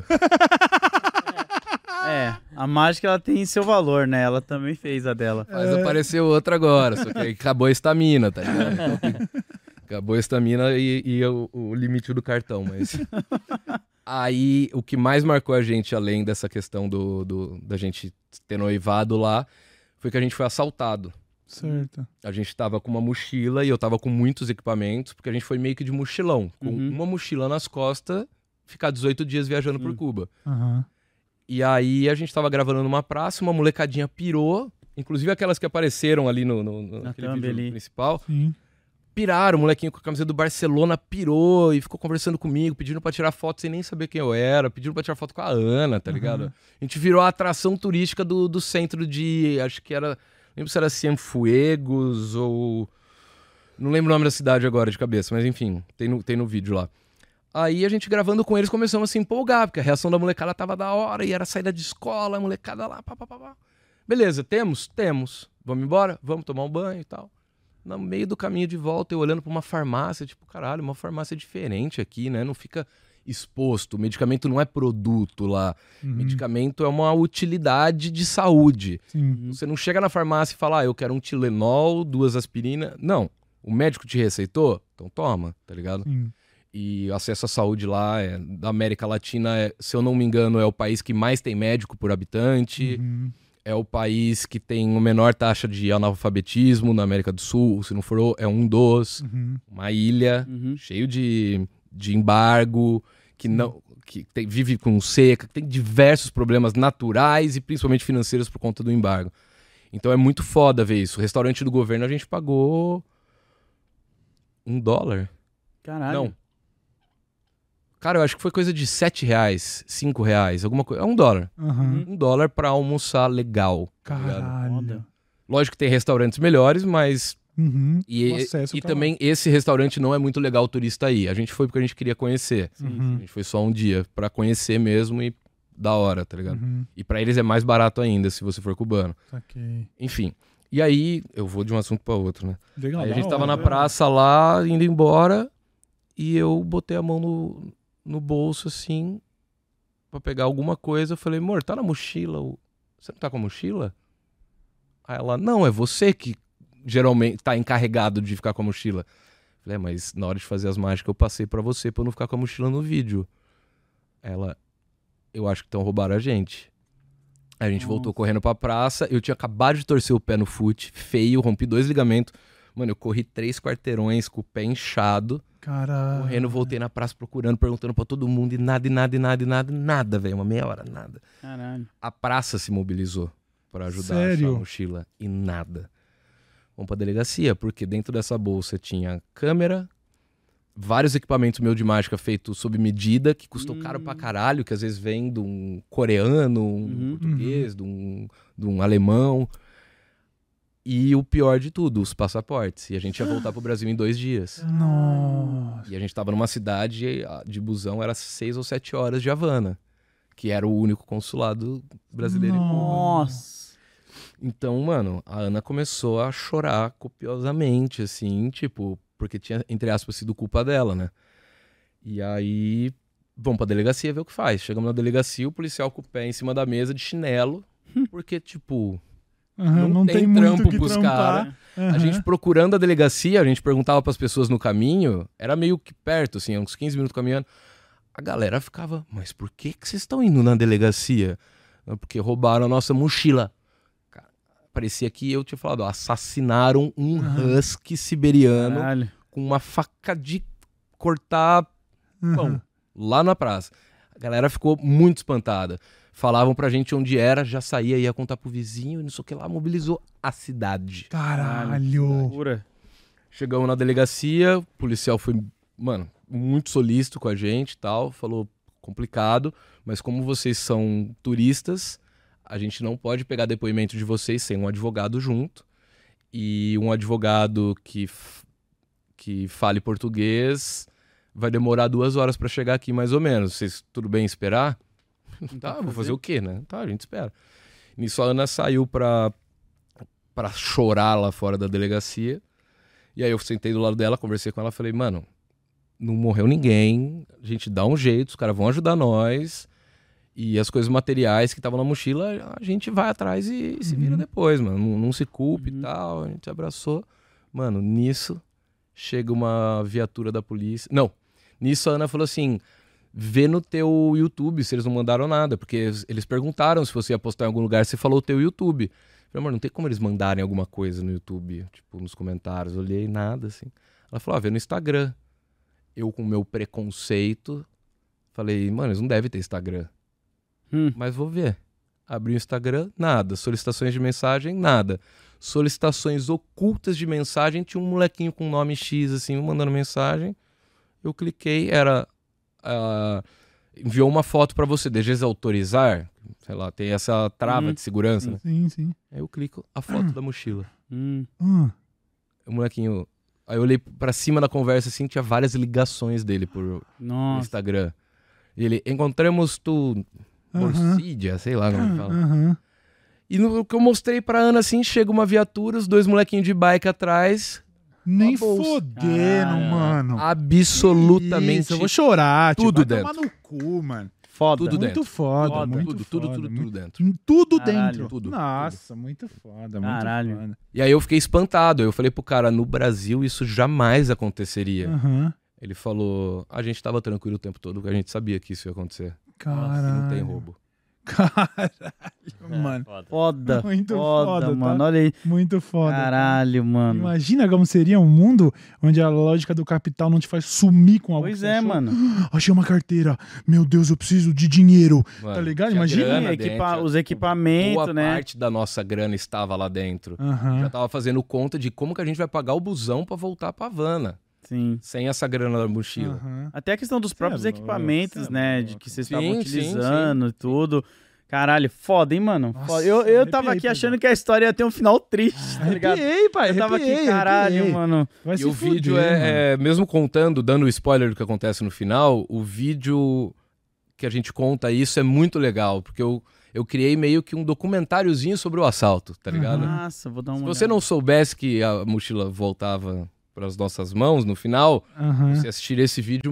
S3: A mágica ela tem seu valor, né? Ela também fez a dela.
S4: Mas apareceu outra agora, só que aí acabou a estamina, tá ligado? Então, acabou a estamina e o limite do cartão, mas... Aí, o que mais marcou a gente, além dessa questão da gente ter noivado lá, foi que a gente foi assaltado.
S1: Certo.
S4: A gente tava com uma mochila e eu tava com muitos equipamentos, porque a gente foi meio que de mochilão. Com uma mochila nas costas, ficar 18 dias viajando por Cuba.
S1: Aham.
S4: E aí a gente tava gravando numa praça, uma molecadinha pirou, inclusive aquelas que apareceram ali naquele
S3: thumb
S4: vídeo
S3: ali.
S4: principal.
S1: Sim.
S4: Piraram, o molequinho com a camisa do Barcelona pirou e ficou conversando comigo, pedindo pra tirar foto sem nem saber quem eu era, pedindo pra tirar foto com a Ana, tá ligado? A gente virou a atração turística do centro de, acho que era, não lembro se era Cienfuegos ou... Não lembro o nome da cidade agora de cabeça, mas enfim, tem no vídeo lá. Aí a gente gravando com eles começamos a se empolgar, porque a reação da molecada tava da hora, e era saída de escola, a molecada lá, pá. Beleza, temos? Temos. Vamos embora? Vamos tomar um banho e tal. No meio do caminho de volta, eu olhando pra uma farmácia, tipo, caralho, uma farmácia diferente aqui, né? Não fica exposto. O medicamento não é produto lá.
S1: Uhum.
S4: Medicamento é uma utilidade de saúde.
S1: Sim.
S4: Você não chega na farmácia e fala, eu quero um Tilenol, 2 aspirinas. Não. O médico te receitou? Então toma, tá ligado?
S1: Sim.
S4: E acesso à saúde lá, da América Latina, se eu não me engano, é o país que mais tem médico por habitante.
S1: Uhum.
S4: É o país que tem a menor taxa de analfabetismo na América do Sul. Se não for, é um dos.
S1: Uhum.
S4: Uma ilha cheio de embargo, que vive com seca, que tem diversos problemas naturais e principalmente financeiros por conta do embargo. Então é muito foda ver isso. O restaurante do governo a gente pagou $1.
S3: Caralho.
S4: Não. Cara, eu acho que foi coisa de R$7, R$5, alguma coisa. É $1.
S1: Uhum.
S4: $1 pra almoçar legal. tá ligado?
S1: Caralho.
S4: Lógico que tem restaurantes melhores, mas...
S1: Uhum.
S4: E
S1: O acesso tá
S4: também esse restaurante não é muito legal o turista ir. A gente foi porque a gente queria conhecer.
S1: Uhum.
S4: A gente foi só um dia pra conhecer mesmo e da hora, tá ligado?
S1: Uhum.
S4: E pra eles é mais barato ainda, se você for cubano.
S1: Saquei.
S4: Enfim. E aí, eu vou de um assunto pra outro, né?
S1: Legal,
S4: Aí a
S1: da
S4: gente tava
S1: hora,
S4: na praça lá, indo embora, e eu botei a mão no bolso, assim, pra pegar alguma coisa. Eu falei, amor, tá na mochila? Você não tá com a mochila? Aí ela, não, é você que geralmente tá encarregado de ficar com a mochila. Eu falei, mas na hora de fazer as mágicas eu passei pra você pra eu não ficar com a mochila no vídeo. Ela, eu acho que estão roubando a gente. Aí a gente voltou correndo pra praça, eu tinha acabado de torcer o pé no fute, feio, rompi 2 ligamentos. Mano, eu corri 3 quarteirões com o pé inchado,
S1: Caralho.
S4: correndo, voltei na praça procurando, perguntando pra todo mundo, e nada, velho, uma meia hora, nada.
S3: Caralho.
S4: A praça se mobilizou pra ajudar a
S1: Sério?
S4: achar a mochila, e nada. Vamos pra delegacia, porque dentro dessa bolsa tinha câmera, vários equipamentos meus de mágica feitos sob medida, que custou caro pra caralho, que às vezes vem de um coreano, um português, de um alemão. E o pior de tudo, os passaportes. E a gente ia voltar pro Brasil em 2 dias.
S1: Nossa.
S4: E a gente tava numa cidade de busão, era 6 ou 7 horas de Havana, que era o único consulado brasileiro em Cuba.
S3: Nossa.
S4: Então, mano, a Ana começou a chorar copiosamente, assim, tipo, porque tinha, entre aspas, sido culpa dela, né? E aí, vamos pra delegacia ver o que faz. Chegamos na delegacia, o policial com o pé em cima da mesa de chinelo, porque, tipo,
S1: Uhum,
S4: não tem
S1: muito
S4: trampo
S1: que
S4: pros
S1: trampar.
S4: caras. A gente procurando a delegacia, a gente perguntava pras pessoas no caminho, era meio que perto, assim, uns 15 minutos caminhando. A galera ficava, mas por que vocês estão indo na delegacia? Porque roubaram a nossa mochila. Cara, parecia que eu tinha falado, ó, assassinaram um husky siberiano
S3: Caralho.
S4: com uma faca de cortar pão lá na praça. A galera ficou muito espantada. Falavam pra gente onde era, já saía, ia contar pro vizinho, e não sei o que lá, mobilizou a cidade.
S1: Caralho.
S3: Loucura.
S4: Chegamos na delegacia, o policial foi, mano, muito solícito com a gente e tal, falou, complicado, mas como vocês são turistas, a gente não pode pegar depoimento de vocês sem um advogado junto, e um advogado que fale português vai demorar 2 horas pra chegar aqui, mais ou menos. Vocês, tudo bem esperar? Tá, vou fazer o quê, né? Tá, a gente espera. Nisso a Ana saiu pra chorar lá fora da delegacia. E aí eu sentei do lado dela, conversei com ela, falei, mano, não morreu ninguém, a gente dá um jeito, os caras vão ajudar nós. E as coisas materiais que estavam na mochila, a gente vai atrás e se vira depois, mano. Não se culpe e tal, a gente se abraçou. Mano, nisso chega uma viatura da polícia. Não, nisso a Ana falou assim, vê no teu YouTube se eles não mandaram nada, porque eles perguntaram se você ia postar em algum lugar, você falou o teu YouTube. Eu falei, amor, não tem como eles mandarem alguma coisa no YouTube, tipo, nos comentários. Eu olhei nada, assim. Ela falou, vê no Instagram. Eu, com o meu preconceito, falei, mano, eles não devem ter Instagram. Mas vou ver. Abri o Instagram, nada. Solicitações de mensagem, nada. Solicitações ocultas de mensagem, tinha um molequinho com nome X, assim, mandando mensagem. Eu cliquei, era... enviou uma foto pra você, deseja autorizar? Sei lá, tem essa trava de segurança, né?
S1: Sim, sim.
S4: Aí eu clico, a foto da mochila. O molequinho... Aí eu olhei pra cima da conversa, assim, tinha várias ligações dele por Instagram. E ele, encontramos tu... Morcídia, sei lá como fala. E no que eu mostrei pra Ana, assim, chega uma viatura, os 2 molequinhos de bike atrás,
S1: Nem
S3: bolsa.
S1: fodendo, mano.
S4: Absolutamente.
S1: Isso, eu vou chorar.
S4: Tudo
S1: vai
S4: dentro.
S1: tomar no cu, mano.
S3: Foda.
S4: Tudo
S1: Muito
S4: dentro.
S1: foda,
S3: Foda.
S1: muito
S4: Tudo
S1: foda.
S4: dentro.
S1: Tudo
S3: Caralho,
S1: dentro.
S4: tudo,
S1: Nossa, muito foda,
S3: Caralho.
S1: muito foda.
S4: E aí eu fiquei espantado. Eu falei pro cara, no Brasil isso jamais aconteceria.
S1: Aham.
S4: Ele falou, a gente tava tranquilo o tempo todo, porque a gente sabia que isso ia acontecer. E
S1: Caralho.
S4: não tem roubo.
S1: Caralho, mano.
S3: Foda.
S1: Muito foda, tá?
S3: mano. Olha aí.
S1: Muito foda.
S3: Caralho, mano.
S1: Imagina como seria um mundo onde a lógica do capital não te faz sumir com algo.
S3: Pois
S1: que você
S3: é,
S1: achou.
S3: mano.
S1: Achei uma carteira. Meu Deus, eu preciso de dinheiro.
S4: Mano,
S1: Tá ligado?
S4: tinha
S1: Imagina.
S4: grana
S3: Sim,
S4: dentro,
S3: os equipamentos,
S4: boa
S3: né?
S4: parte da nossa grana estava lá dentro.
S1: Aham.
S4: Já tava fazendo conta de como que a gente vai pagar o busão pra voltar pra Havana.
S3: Sim.
S4: Sem essa grana da mochila.
S1: Aham.
S3: Até a questão dos próprios
S1: Cê é louco,
S3: equipamentos,
S1: cê é
S3: né?
S1: louco.
S3: De que vocês
S4: Sim,
S3: estavam
S4: sim,
S3: utilizando
S4: sim.
S3: e tudo. Caralho, foda, hein, mano?
S1: Nossa,
S3: Foda. Eu
S1: arrepiei,
S3: tava aqui
S1: Pedro.
S3: achando que a história ia ter um final triste, tá ligado?
S1: Arrepiei, pai.
S3: Eu tava
S1: arrepiei,
S3: aqui, caralho,
S1: arrepiei.
S3: mano.
S1: Vai
S4: E
S1: se
S4: o vídeo
S1: fuder, mano.
S4: é, mesmo contando, dando o spoiler do que acontece no final, o vídeo que a gente conta isso é muito legal, porque eu criei meio que um documentáriozinho sobre o assalto, tá ligado?
S1: Aham.
S3: Nossa, vou dar uma
S4: Se
S3: olhada.
S4: você não soubesse que a mochila voltava para as nossas mãos no final,
S1: Aham.
S4: você assistir esse vídeo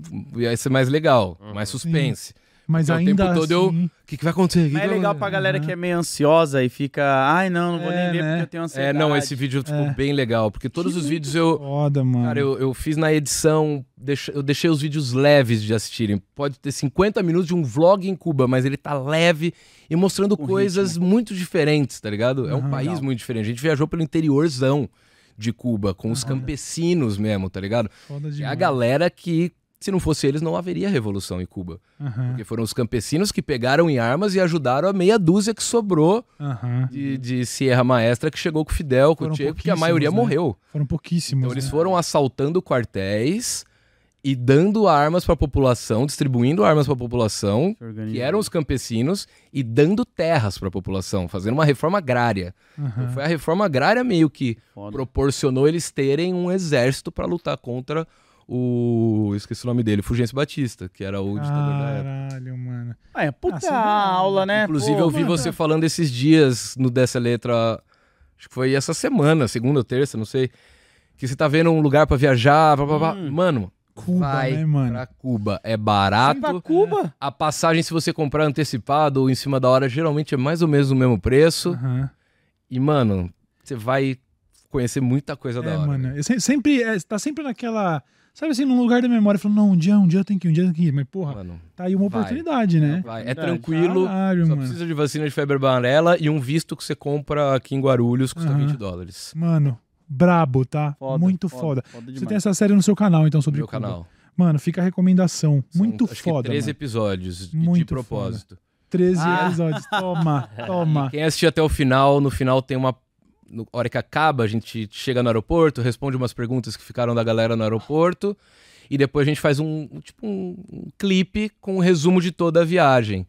S4: ia ser mais legal, mais suspense.
S1: Mas
S4: Porque o
S1: ainda
S4: tempo todo eu-
S1: assim...
S4: O que vai acontecer?
S3: Mas é legal pra galera que é meio ansiosa e fica, ai não vou
S1: É,
S3: nem ver
S1: né?
S3: porque eu tenho ansiedade.
S4: Não, esse vídeo ficou bem legal, porque todos
S1: Que
S4: os
S1: muito
S4: vídeos eu...
S1: Foda, mano.
S4: Cara, eu fiz na edição, eu deixei os vídeos leves de assistirem. Pode ter 50 minutos de um vlog em Cuba, mas ele tá leve e mostrando
S3: Com
S4: coisas muito diferentes, tá ligado? É um
S1: Aham.
S4: país
S3: Legal.
S4: muito diferente. A gente viajou pelo interiorzão de Cuba, com os campesinos mesmo, tá ligado?
S1: Foda
S4: É a
S1: demais.
S4: galera que, se não fosse eles, não haveria revolução em Cuba.
S1: Aham.
S4: Porque foram os campesinos que pegaram em armas e ajudaram a meia dúzia que sobrou
S1: Aham.
S4: de Sierra Maestra que chegou com o Fidel, com o
S1: Foram
S4: Che, porque a maioria
S1: pouquíssimos, né?
S4: morreu.
S1: Foram pouquíssimos.
S4: Então eles
S1: né?
S4: foram assaltando quartéis e dando armas para a população, distribuindo armas para a população,
S3: Se organiza.
S4: que eram os campesinos, e dando terras para a população, fazendo uma reforma agrária. Então
S1: Aham.
S4: foi a reforma agrária meio que
S3: Foda.
S4: proporcionou eles terem um exército para lutar contra esqueci o nome dele, Fulgêncio Batista, que era o ditador da época.
S1: Caralho, mano.
S3: Ah, é puta
S1: Ah,
S3: aula, né?
S4: Inclusive,
S3: Pô,
S4: eu vi
S3: mano.
S4: você falando esses dias no Dessa Letra, acho que foi essa semana, segunda ou terça, não sei, que você tá vendo um lugar pra viajar, blá, blá, blá. Mano,
S1: Cuba,
S4: vai
S1: né, mano?
S4: pra Cuba. É
S3: Vai
S4: barato.
S3: pra Cuba?
S4: A passagem, se você comprar antecipado ou em cima da hora, geralmente é mais ou menos o mesmo preço.
S1: Aham.
S4: E, mano, você vai conhecer muita coisa da hora.
S1: mano. Eu sempre, tá sempre naquela... Sabe assim, num lugar da memória, falando, não, um dia eu tenho que ir, Mas, porra,
S4: Mano,
S1: tá aí uma
S4: vai.
S1: oportunidade, né?
S4: vai. É
S3: Verdade.
S4: tranquilo.
S1: Caralho,
S4: Só
S1: mano.
S4: precisa de vacina de febre amarela e um visto que você compra aqui em Guarulhos, custa
S1: Aham.
S4: $20.
S1: Mano, brabo, tá?
S3: Foda,
S1: Muito
S3: foda,
S1: foda.
S3: foda
S1: Você
S3: demais.
S1: tem essa série no seu canal, então,
S4: No
S1: sobre
S4: meu
S1: Cuba.
S4: canal.
S1: Mano, fica a recomendação.
S4: São,
S1: Muito
S4: acho
S1: foda,
S4: que 13
S1: mano.
S4: episódios de
S1: Muito
S4: propósito.
S1: 13
S3: Ah.
S1: episódios. Toma, toma.
S4: Quem assistir até o final, no final tem uma... Na hora que acaba, a gente chega no aeroporto, responde umas perguntas que ficaram da galera no aeroporto, e depois a gente faz um clipe com um resumo de toda a viagem.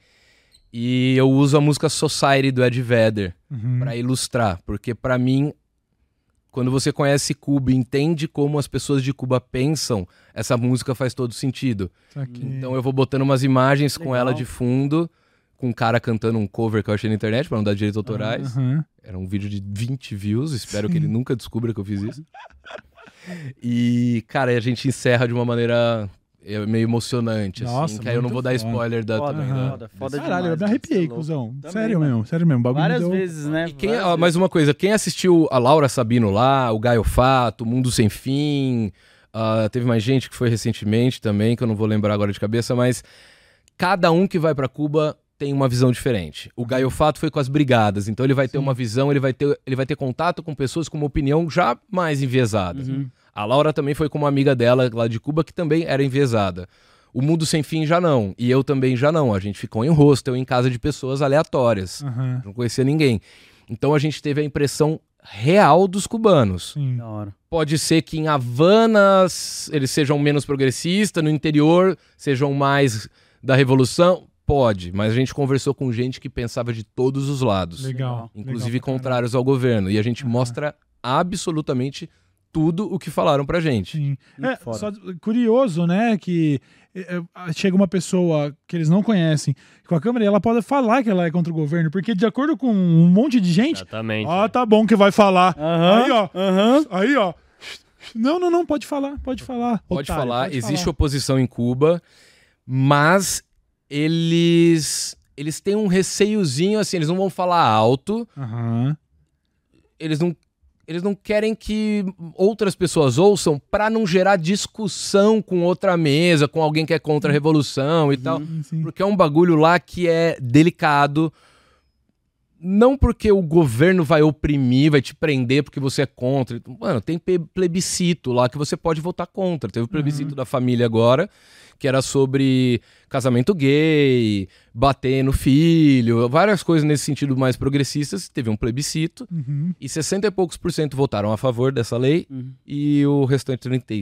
S4: E eu uso a música Society do Ed Vedder
S1: Uhum.
S4: pra ilustrar, porque pra mim, quando você conhece Cuba e entende como as pessoas de Cuba pensam, essa música faz todo sentido.
S1: Saquei.
S4: Então eu vou botando umas imagens com
S3: Legal.
S4: ela de fundo, com um cara cantando um cover que eu achei na internet pra não dar direitos autorais.
S1: Aham.
S4: Era um vídeo de 20 views, espero que ele nunca descubra que eu fiz isso. E, cara, a gente encerra de uma maneira meio emocionante,
S1: Nossa,
S4: assim, que aí eu não
S1: muito
S4: vou dar
S1: foda.
S4: spoiler da...
S3: Foda,
S1: Aham.
S3: foda, foda
S1: Caralho,
S3: demais.
S1: eu me arrepiei,
S3: Você é louco.
S1: cuzão.
S3: Também,
S1: Sério
S3: mano.
S1: mesmo, sério mesmo. O bagulho
S3: Várias
S1: me deu...
S3: vezes, né?
S4: E quem,
S3: Várias
S4: ó,
S3: vezes.
S4: mais uma coisa, quem assistiu a Laura Sabino lá, o Gaio Fato, o Mundo Sem Fim, teve mais gente que foi recentemente também, que eu não vou lembrar agora de cabeça, mas cada um que vai pra Cuba tem uma visão diferente. O Gaio Fato foi com as brigadas, então ele vai ter uma visão, ele vai ter contato com pessoas com uma opinião já mais enviesada.
S3: Uhum.
S4: A Laura também foi com uma amiga dela lá de Cuba que também era enviesada. O Mundo Sem Fim já não, e eu também já não. A gente ficou em hostel, em casa de pessoas aleatórias.
S1: Aham.
S4: Não conhecia ninguém. Então a gente teve a impressão real dos cubanos.
S1: Sim.
S3: Da hora.
S4: Pode ser que em Havana eles sejam menos progressistas, no interior sejam mais da revolução. Pode, mas a gente conversou com gente que pensava de todos os lados.
S1: Legal.
S4: Inclusive
S1: Legal pra
S4: contrários ao governo. E a gente mostra absolutamente tudo o que falaram pra gente.
S1: Sim.
S3: Muito foda.
S1: Só curioso, né, que chega uma pessoa que eles não conhecem com a câmera e ela pode falar que ela é contra o governo, porque de acordo com um monte de gente,
S2: Exatamente.
S1: tá bom que vai falar.
S3: Aham,
S1: Aí, ó.
S3: aham.
S1: Aí, ó. Não, pode falar.
S4: Pode
S1: Otário,
S4: falar,
S1: pode
S4: existe
S1: falar.
S4: oposição em Cuba, mas eles têm um receiozinho, assim, eles não vão falar alto,
S1: Aham.
S4: eles não querem que outras pessoas ouçam pra não gerar discussão com outra mesa, com alguém que é contra a revolução e tal.
S1: Sim.
S4: Porque é um bagulho lá que é delicado. Não porque o governo vai oprimir, vai te prender porque você é contra. Mano, tem plebiscito lá que você pode votar contra. Teve o plebiscito da família agora, que era sobre casamento gay, bater no filho, várias coisas nesse sentido mais progressistas. Teve um plebiscito e 60 e poucos % votaram a favor dessa lei e o restante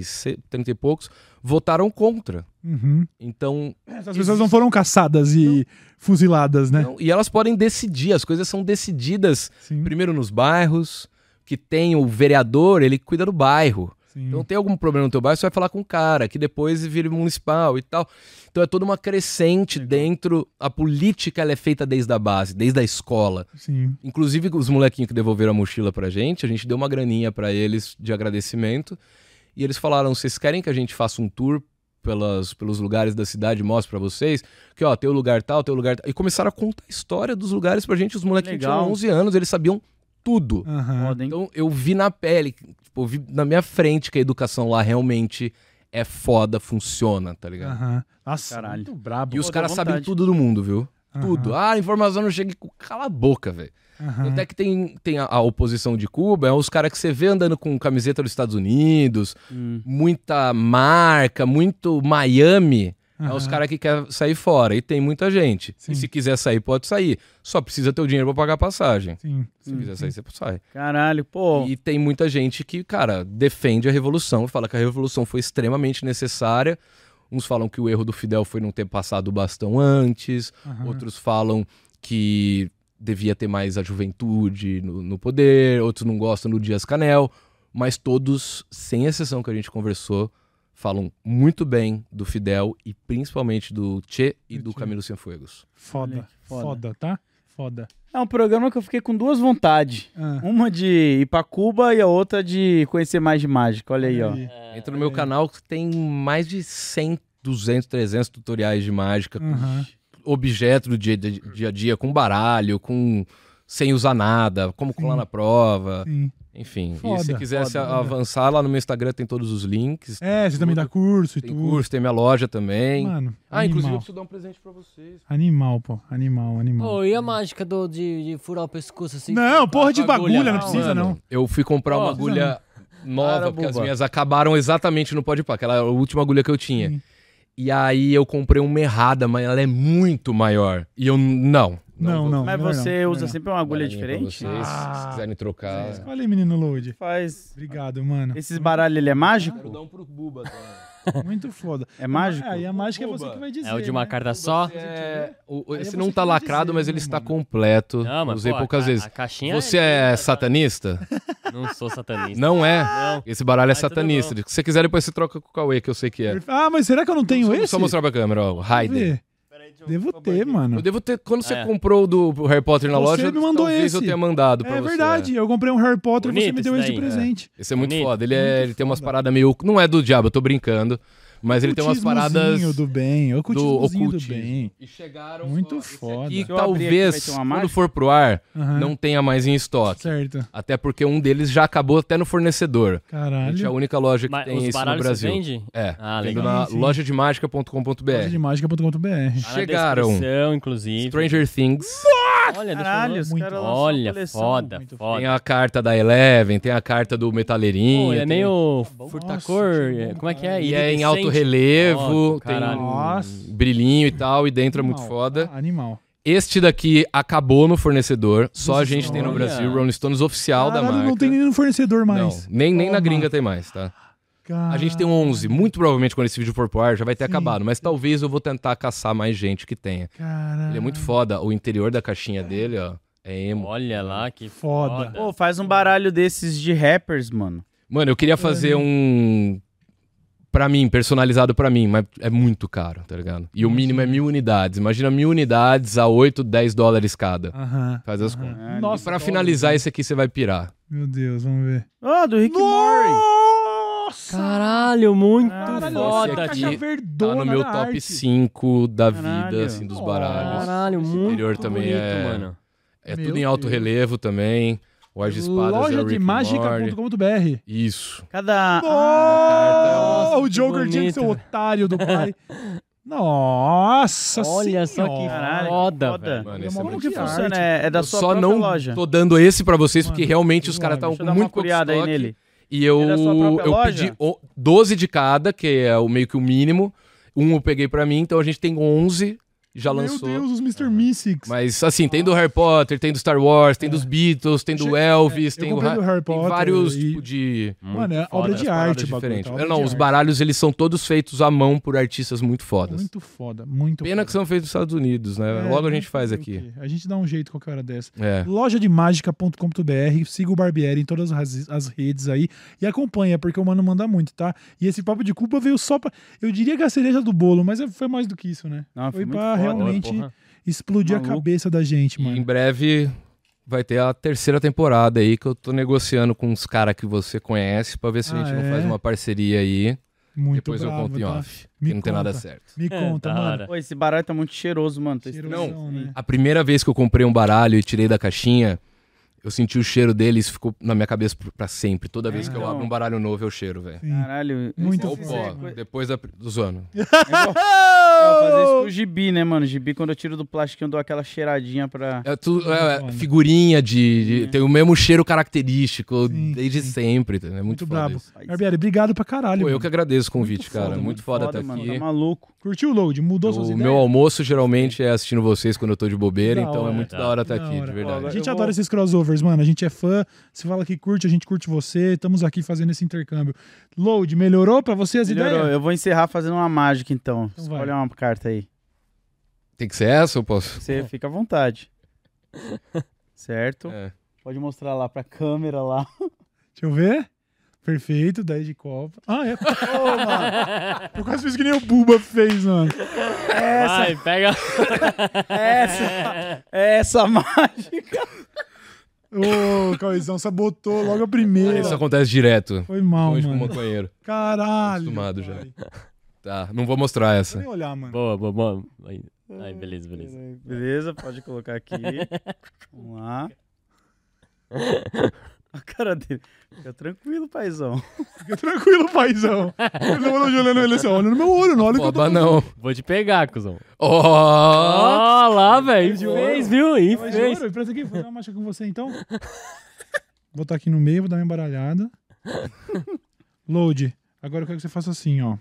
S4: 30 e poucos votaram contra. Então...
S1: Essas pessoas não foram caçadas e fuziladas, né?
S4: Não, e elas podem decidir, as coisas são decididas
S1: Sim.
S4: primeiro nos bairros, que tem o vereador, ele cuida do bairro.
S1: Sim.
S4: Então tem algum problema no teu bairro, você vai falar com o cara, que depois vira municipal e tal. Então é toda uma crescente dentro, a política ela é feita desde a base, desde a escola.
S1: Sim.
S4: Inclusive os molequinhos que devolveram a mochila pra gente, a gente deu uma graninha pra eles de agradecimento. E eles falaram, vocês querem que a gente faça um tour pelos lugares da cidade, mostre pra vocês? Que ó, tem o lugar tal, tem o lugar tal. E começaram a contar a história dos lugares pra gente. Os molequinhos tinham 11 anos, eles sabiam tudo.
S1: Aham.
S4: Então eu vi na pele, tipo, eu vi na minha frente que a educação lá realmente é foda, funciona, tá ligado?
S1: Aham. Nossa,
S3: Caralho.
S1: muito brabo.
S4: E os
S3: Pô,
S4: caras
S3: dá
S4: sabem
S3: vontade.
S4: tudo do mundo, viu?
S1: Aham.
S4: Tudo. Ah, a informação não chega. Cala a boca, velho.
S1: Aham.
S4: Até que tem a oposição de Cuba, é os caras que você vê andando com camiseta dos Estados Unidos, muita marca, muito Miami. É os caras que querem sair fora. E tem muita gente.
S1: Sim.
S4: E se quiser sair, pode sair. Só precisa ter o dinheiro pra pagar a passagem.
S1: Sim.
S4: Se quiser sair, você sai.
S3: Caralho, pô.
S4: E tem muita gente que, cara, defende a revolução, fala que a revolução foi extremamente necessária. Uns falam que o erro do Fidel foi não ter passado o bastão antes, outros falam que devia ter mais a juventude no poder, outros não gostam do Dias-Canel, mas todos, sem exceção que a gente conversou, falam muito bem do Fidel e principalmente do Che e do Camilo Cienfuegos.
S1: Foda.
S3: Olha que foda.
S1: Foda, tá? Foda.
S3: É um programa que eu fiquei com duas vontades.
S1: Ah.
S3: Uma de ir pra Cuba e a outra de conhecer mais de mágica. Olha aí, ó.
S4: Entra no meu canal que tem mais de 100, 200, 300 tutoriais de mágica, com
S1: Aham.
S4: objeto do dia a dia, com baralho, sem usar nada, como colar na prova,
S1: Sim.
S4: enfim.
S1: Foda,
S4: E se quiser se
S1: foda.
S4: avançar, lá no meu Instagram tem todos os links.
S1: É, você também dá curso e
S4: Tem
S1: tudo.
S4: curso, tem minha loja também.
S1: Mano,
S4: Inclusive eu
S1: animal.
S4: preciso dar um presente pra vocês.
S1: Animal, pô. Animal.
S2: Pô, e a mágica de furar o pescoço assim?
S1: Não, porra de
S2: Com a agulha
S1: bagulha,
S2: lá?
S1: não precisa, não.
S4: Eu fui comprar uma agulha nova,
S3: Para,
S4: porque as
S3: boba.
S4: minhas acabaram exatamente no Podpah, aquela era a última agulha que eu tinha.
S1: Sim.
S4: E aí eu comprei uma errada, mas ela é muito maior. E eu não.
S1: Não.
S3: Mas
S1: melhor
S3: você
S1: não,
S3: usa
S1: melhor
S3: sempre uma agulha
S4: Baraninha pra
S3: diferente?
S4: vocês,
S1: Ah.
S4: se quiserem trocar.
S1: não. Olha aí, menino Load.
S3: Faz.
S1: Obrigado, mano.
S3: Esses baralhos, ele é mágico?
S4: Vou dar um pro Buba também.
S1: Muito foda.
S3: É mágico?
S1: É, e a mágica é você
S4: Buba.
S1: que vai dizer.
S2: É o de uma
S1: né?
S2: carta só?
S1: Aí
S4: Esse
S1: é
S4: não
S1: você
S4: tá
S1: que vai
S4: lacrado,
S1: dizer,
S4: mas ele
S1: né,
S4: está
S1: mano?
S4: completo.
S2: Não, mas
S4: Usei
S2: pô,
S4: poucas vezes.
S2: A caixinha
S4: Você é satanista?
S2: Não sou satanista.
S4: Não é?
S2: Não.
S4: Esse baralho é
S2: Mas tudo
S4: satanista. Se você quiser, depois você troca com o Cauê, que eu sei que é.
S1: Ah, mas será que eu não tenho
S4: Só-
S1: esse?
S4: Só mostrar pra câmera, ó. o
S1: Deixa eu
S4: Raider.
S1: ver. Devo ter, mano.
S4: Eu devo ter. Quando você
S2: É.
S4: comprou o do Harry Potter na
S1: Você
S4: loja,
S1: me mandou
S4: talvez
S1: esse.
S4: eu tenha mandado pra
S1: É
S4: você.
S1: verdade, eu comprei um Harry Potter e você
S2: Bonito
S1: me deu
S2: esse
S1: esse de
S2: daí.
S1: presente.
S4: Esse é muito
S2: Bonito.
S4: foda. Ele tem umas
S1: foda.
S4: paradas meio. Não é do diabo, eu tô brincando. Mas ele tem umas paradas.
S1: Ocultismozinho do bem, ocultismozinho do
S4: ocultismo.
S1: bem.
S4: E chegaram.
S1: Muito
S4: esse
S1: foda.
S4: aqui,
S3: Se eu abrir aqui, vai
S4: talvez,
S3: ter uma
S4: quando
S3: mágica?
S4: for pro ar,
S1: Aham.
S4: não tenha mais em estoque.
S1: Certo.
S4: Até porque um deles já acabou até no fornecedor. A gente é a
S1: Caralho.
S4: única loja que
S2: Mas
S4: tem
S2: os
S4: isso no
S2: baralhos você
S4: Brasil.
S2: vende?
S4: É,
S2: Ah,
S4: vendo
S2: legal.
S4: na
S1: Sim.
S4: lojademagica.com.br.
S1: Lojademagica.com.br.
S2: Tá na
S4: Chegaram.
S2: descrição, inclusive.
S4: Stranger Things.
S2: Olha,
S3: Caralho,
S2: deixa
S3: os
S2: eu ver.
S3: caras lançaram
S2: Olha,
S3: coleção.
S2: foda,
S1: Muito
S2: foda.
S4: Tem a carta da Eleven, tem a carta do Metaleirinho.
S2: Pô, ele é
S4: tem-
S2: meio
S1: Nossa,
S2: furtacor.
S1: que bom,
S2: Como é que é?
S1: cara.
S4: E é em
S2: Iridescente.
S4: alto relevo,
S2: Nossa,
S4: tem
S2: caralho.
S1: Nossa.
S4: um brilhinho e tal, e dentro é muito
S1: Animal.
S4: foda.
S1: Ah, animal.
S4: Este daqui acabou no fornecedor, só a
S1: Nossa
S4: gente tem no
S2: senhora.
S4: Brasil, Rolling Stones oficial da
S1: Caralho,
S4: marca.
S1: não tem nem no fornecedor mais.
S4: Não, nem na
S1: Toma.
S4: gringa tem mais, tá?
S1: Caralho.
S4: A gente tem 11, muito provavelmente quando esse vídeo for pro ar já vai ter
S1: Sim.
S4: acabado, mas talvez eu vou tentar caçar mais gente que tenha.
S1: Caralho.
S4: Ele é muito foda, o interior da caixinha dele, ó, é emo.
S2: Olha lá, que
S1: Foda.
S2: foda.
S3: Pô, faz um baralho desses de rappers, mano.
S4: Mano, eu queria fazer um pra mim, personalizado pra mim, mas é muito caro, tá ligado? E o mínimo é 1.000 unidades. Imagina 1.000 unidades a 8, 10 dólares cada.
S1: Aham.
S4: Faz as
S1: aham.
S4: contas.
S1: Nossa,
S4: Pra
S1: dólares,
S4: finalizar
S1: né?
S4: esse aqui, você vai pirar.
S1: Meu Deus, vamos ver.
S3: Ah, do Rick Murray.
S1: Nossa!
S2: Caralho, muito
S3: Caralho,
S2: foda,
S4: esse aqui
S2: tio.
S1: Caixa verdona
S4: Tá no meu
S1: da
S4: top
S1: arte.
S4: 5 da
S3: Caralho.
S4: vida, assim, dos baralhos.
S2: Caralho,
S4: Esse
S2: muito
S4: interior também
S2: bonito,
S4: é...
S2: mano.
S4: É
S1: Meu
S4: tudo em alto
S1: Deus.
S4: relevo também. O As de Espadas é o
S1: Loja
S4: Rick
S1: de
S4: and Morty.
S1: mágica.com.br.
S4: Isso.
S3: Cada...
S1: Nossa, o
S2: que
S1: Joker tinha que ser o
S2: bonito.
S1: otário do pai. Nossa
S2: Olha só que
S1: senhora.
S3: Caralho,
S2: foda,
S3: foda.
S2: velho.
S4: Mano,
S1: É
S4: esse
S1: uma
S4: é
S1: mão
S4: muito
S1: que
S3: Como que
S1: arte.
S3: funciona? É da
S4: Eu
S3: sua
S4: só
S3: própria
S4: não
S3: loja.
S4: tô dando esse pra vocês, porque
S1: Mano,
S4: realmente os caras
S1: suave.
S4: estão
S3: Deixa eu
S4: com
S3: dar uma
S4: muito pouco
S3: curiada aí
S4: estoque.
S3: nele.
S4: E eu,
S3: É da sua própria
S4: eu
S3: loja?
S4: pedi 12 de cada, que é o meio que o mínimo. Um eu peguei pra mim, então a gente tem 11, já lançou.
S1: Meu Deus, os Mr. Mystics.
S4: Mas assim, tem do Harry Potter, tem do Star Wars, tem dos Beatles, tem do Elvis,
S1: eu
S4: tem,
S1: comprei do Harry
S4: tem
S1: Potter
S4: vários
S1: e-
S4: tipo de
S1: Mano, é
S2: Muito
S1: obra
S2: foda.
S1: de
S4: paradas
S1: arte, o bagulho,
S4: diferentes.
S1: tá? Obra
S4: Não,
S1: de
S4: os
S1: arte.
S4: baralhos eles são todos feitos à mão por artistas muito fodas.
S1: Muito foda, muito
S4: Pena
S1: foda.
S4: que são feitos nos Estados Unidos, né? Logo a gente faz
S1: fazer o
S4: aqui.
S1: quê? A gente dá um jeito qualquer hora dessa.
S4: É.
S1: Lojademagica.com.br, siga o Barbieri em todas as redes aí e acompanha, porque o mano manda muito, tá? E esse papo de culpa veio só pra... Eu diria que a cereja do bolo, mas foi mais do que isso, né?
S3: Não,
S1: Foi
S3: muito
S1: pra
S3: foda.
S1: realmente
S2: Porra.
S1: explodir
S3: Maluco.
S1: a cabeça da gente,
S4: E em
S1: mano.
S4: breve vai ter a 3ª temporada aí, que eu tô negociando com uns caras que você conhece pra ver se a gente não faz uma parceria aí.
S1: Muito
S4: Depois eu
S1: bravo,
S4: conto em
S1: tá?
S4: off,
S1: Me
S4: que não tem nada
S1: conta.
S4: certo.
S1: Me conta,
S2: Da
S1: mano.
S2: hora.
S3: Pô, esse baralho tá muito cheiroso, mano. Tá
S1: Cheirosão,
S3: estranho.
S1: né?
S4: A primeira vez que eu comprei um baralho e tirei da caixinha, eu senti o cheiro dele e isso ficou na minha cabeça pra sempre. Toda vez que eu
S3: Então.
S4: abro um baralho novo, eu cheiro, velho.
S1: Sim.
S3: Caralho.
S1: Muito
S3: isso
S4: Ó,
S3: é
S4: pó,
S3: coisa-
S4: depois do zono.
S3: Eu vou fazer isso com o gibi, né, mano? Gibi, quando eu tiro do plástico, eu dou aquela cheiradinha pra...
S4: É tudo
S1: foda.
S4: figurinha tem o mesmo cheiro característico
S1: Sim,
S4: desde
S1: sim.
S4: sempre. É muito
S1: Muito
S4: foda
S1: brabo.
S4: isso.
S1: Barbieri, obrigado pra caralho.
S4: Pô, eu
S1: mano.
S4: que agradeço o convite,
S1: Muito
S4: cara.
S1: foda,
S4: Muito foda estar
S3: mano.
S4: aqui.
S3: Tá maluco.
S1: Curtiu o load? Mudou suas
S4: O
S1: ideias?
S4: meu almoço geralmente é assistindo vocês quando eu tô de bobeira,
S1: Da
S4: então
S1: hora.
S4: é muito da hora estar
S1: Da
S4: aqui,
S1: hora.
S4: de verdade.
S3: Pô,
S1: A gente
S3: Eu
S1: adora
S3: vou-
S1: esses crossovers, mano. A gente é fã. Você fala que curte, a gente curte você. Estamos aqui fazendo esse intercâmbio. Load, melhorou pra você as
S3: Melhorou.
S1: ideias?
S3: Eu vou encerrar fazendo uma mágica, então.
S1: Então vai.
S3: Escolhe uma carta aí.
S4: Tem que ser essa ou posso?
S3: Você fica à vontade. Certo?
S4: É.
S3: Pode mostrar lá pra câmera lá.
S1: Deixa eu ver. Perfeito, 10 de copa. Ah, é. Ô, mano. Eu quase fiz que nem o Buba fez, mano.
S2: Vai, pega.
S3: Essa mágica.
S1: Ô, Cauizão, sabotou logo a primeira.
S4: Isso acontece direto.
S1: Foi mal,
S4: Longe com
S1: mano.
S4: maconheiro.
S1: Caralho.
S4: Acostumado já.
S1: pai.
S4: Tá, não vou mostrar
S1: Vou
S4: essa.
S1: nem olhar, mano.
S2: Boa, boa, boa. Aí, beleza, beleza.
S3: Beleza, pode colocar aqui. Vamos lá. A cara dele. Fica tranquilo, paizão.
S1: Fica tranquilo, paizão. Eu não olhando ele assim, olha no meu olho, não olha o que eu tô
S4: Oba, não.
S2: Vou te pegar, cuzão.
S4: Ó!
S2: Ó, lá, velho.
S1: de
S2: Fez,
S1: ouro.
S2: viu? E
S1: Mas,
S2: fez.
S1: ouro, presta aqui, vou fazer uma marcha com você então. Vou botar aqui no meio, vou dar uma embaralhada. Load. Agora eu quero que você faça assim, ó.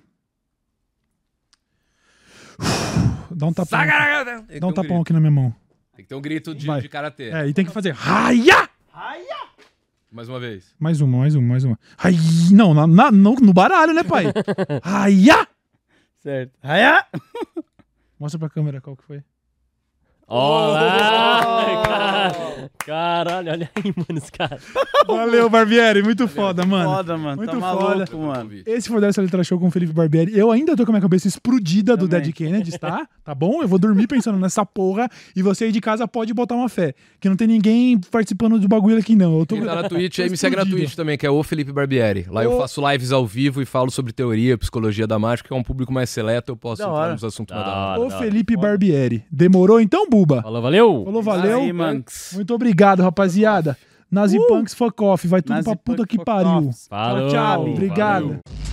S1: Dá um tapão. Dá um tapão aqui na minha mão.
S4: Tem que ter um grito
S1: Vai.
S4: de karatê.
S1: É, e tem que fazer raia!
S4: Mais uma vez.
S1: Mais uma. Ai, não, no baralho, né, pai? Raia!
S3: Certo. Raia!
S1: Mostra pra câmera qual que foi.
S2: Ó lá, caralho, olha aí, mano, os caras.
S1: Valeu, Barbieri. Muito foda, mano.
S3: Foda, mano.
S1: Muito
S3: Tá
S1: foda.
S3: maluco, mano.
S1: Esse foi o Dessa Letra Show com o Felipe Barbieri. Eu ainda tô com a minha cabeça explodida do
S3: Também.
S1: Dead Kennedys, tá? Tá bom? Eu vou dormir pensando nessa porra. E você aí de casa pode botar uma fé. Que não tem ninguém participando do bagulho aqui, não. Eu tô...
S4: Quem tá na Twitch
S1: tô
S4: aí me segue na
S1: explodido.
S4: Twitch também, que é o Felipe Barbieri. Lá eu
S1: Ô.
S4: faço lives ao vivo e falo sobre teoria, psicologia da mágica, que é um público mais seleto, eu posso
S3: Da
S4: entrar
S3: hora.
S4: nos assuntos mais
S2: Da
S4: da hora.
S2: hora.
S1: Ô, Felipe Barbieri. Demorou então, Buba?
S2: Falou, valeu.
S1: Falou, valeu.
S3: Aí, mano.
S1: Muito obrigado, rapaziada. Nazi Punks Fuck Off. Vai tudo
S3: Nazi
S1: pra puta
S3: Punk
S1: que
S3: Fuck
S1: pariu.
S3: Off.
S2: Falou.
S1: Tchau, tchau. Obrigado.
S2: Valeu.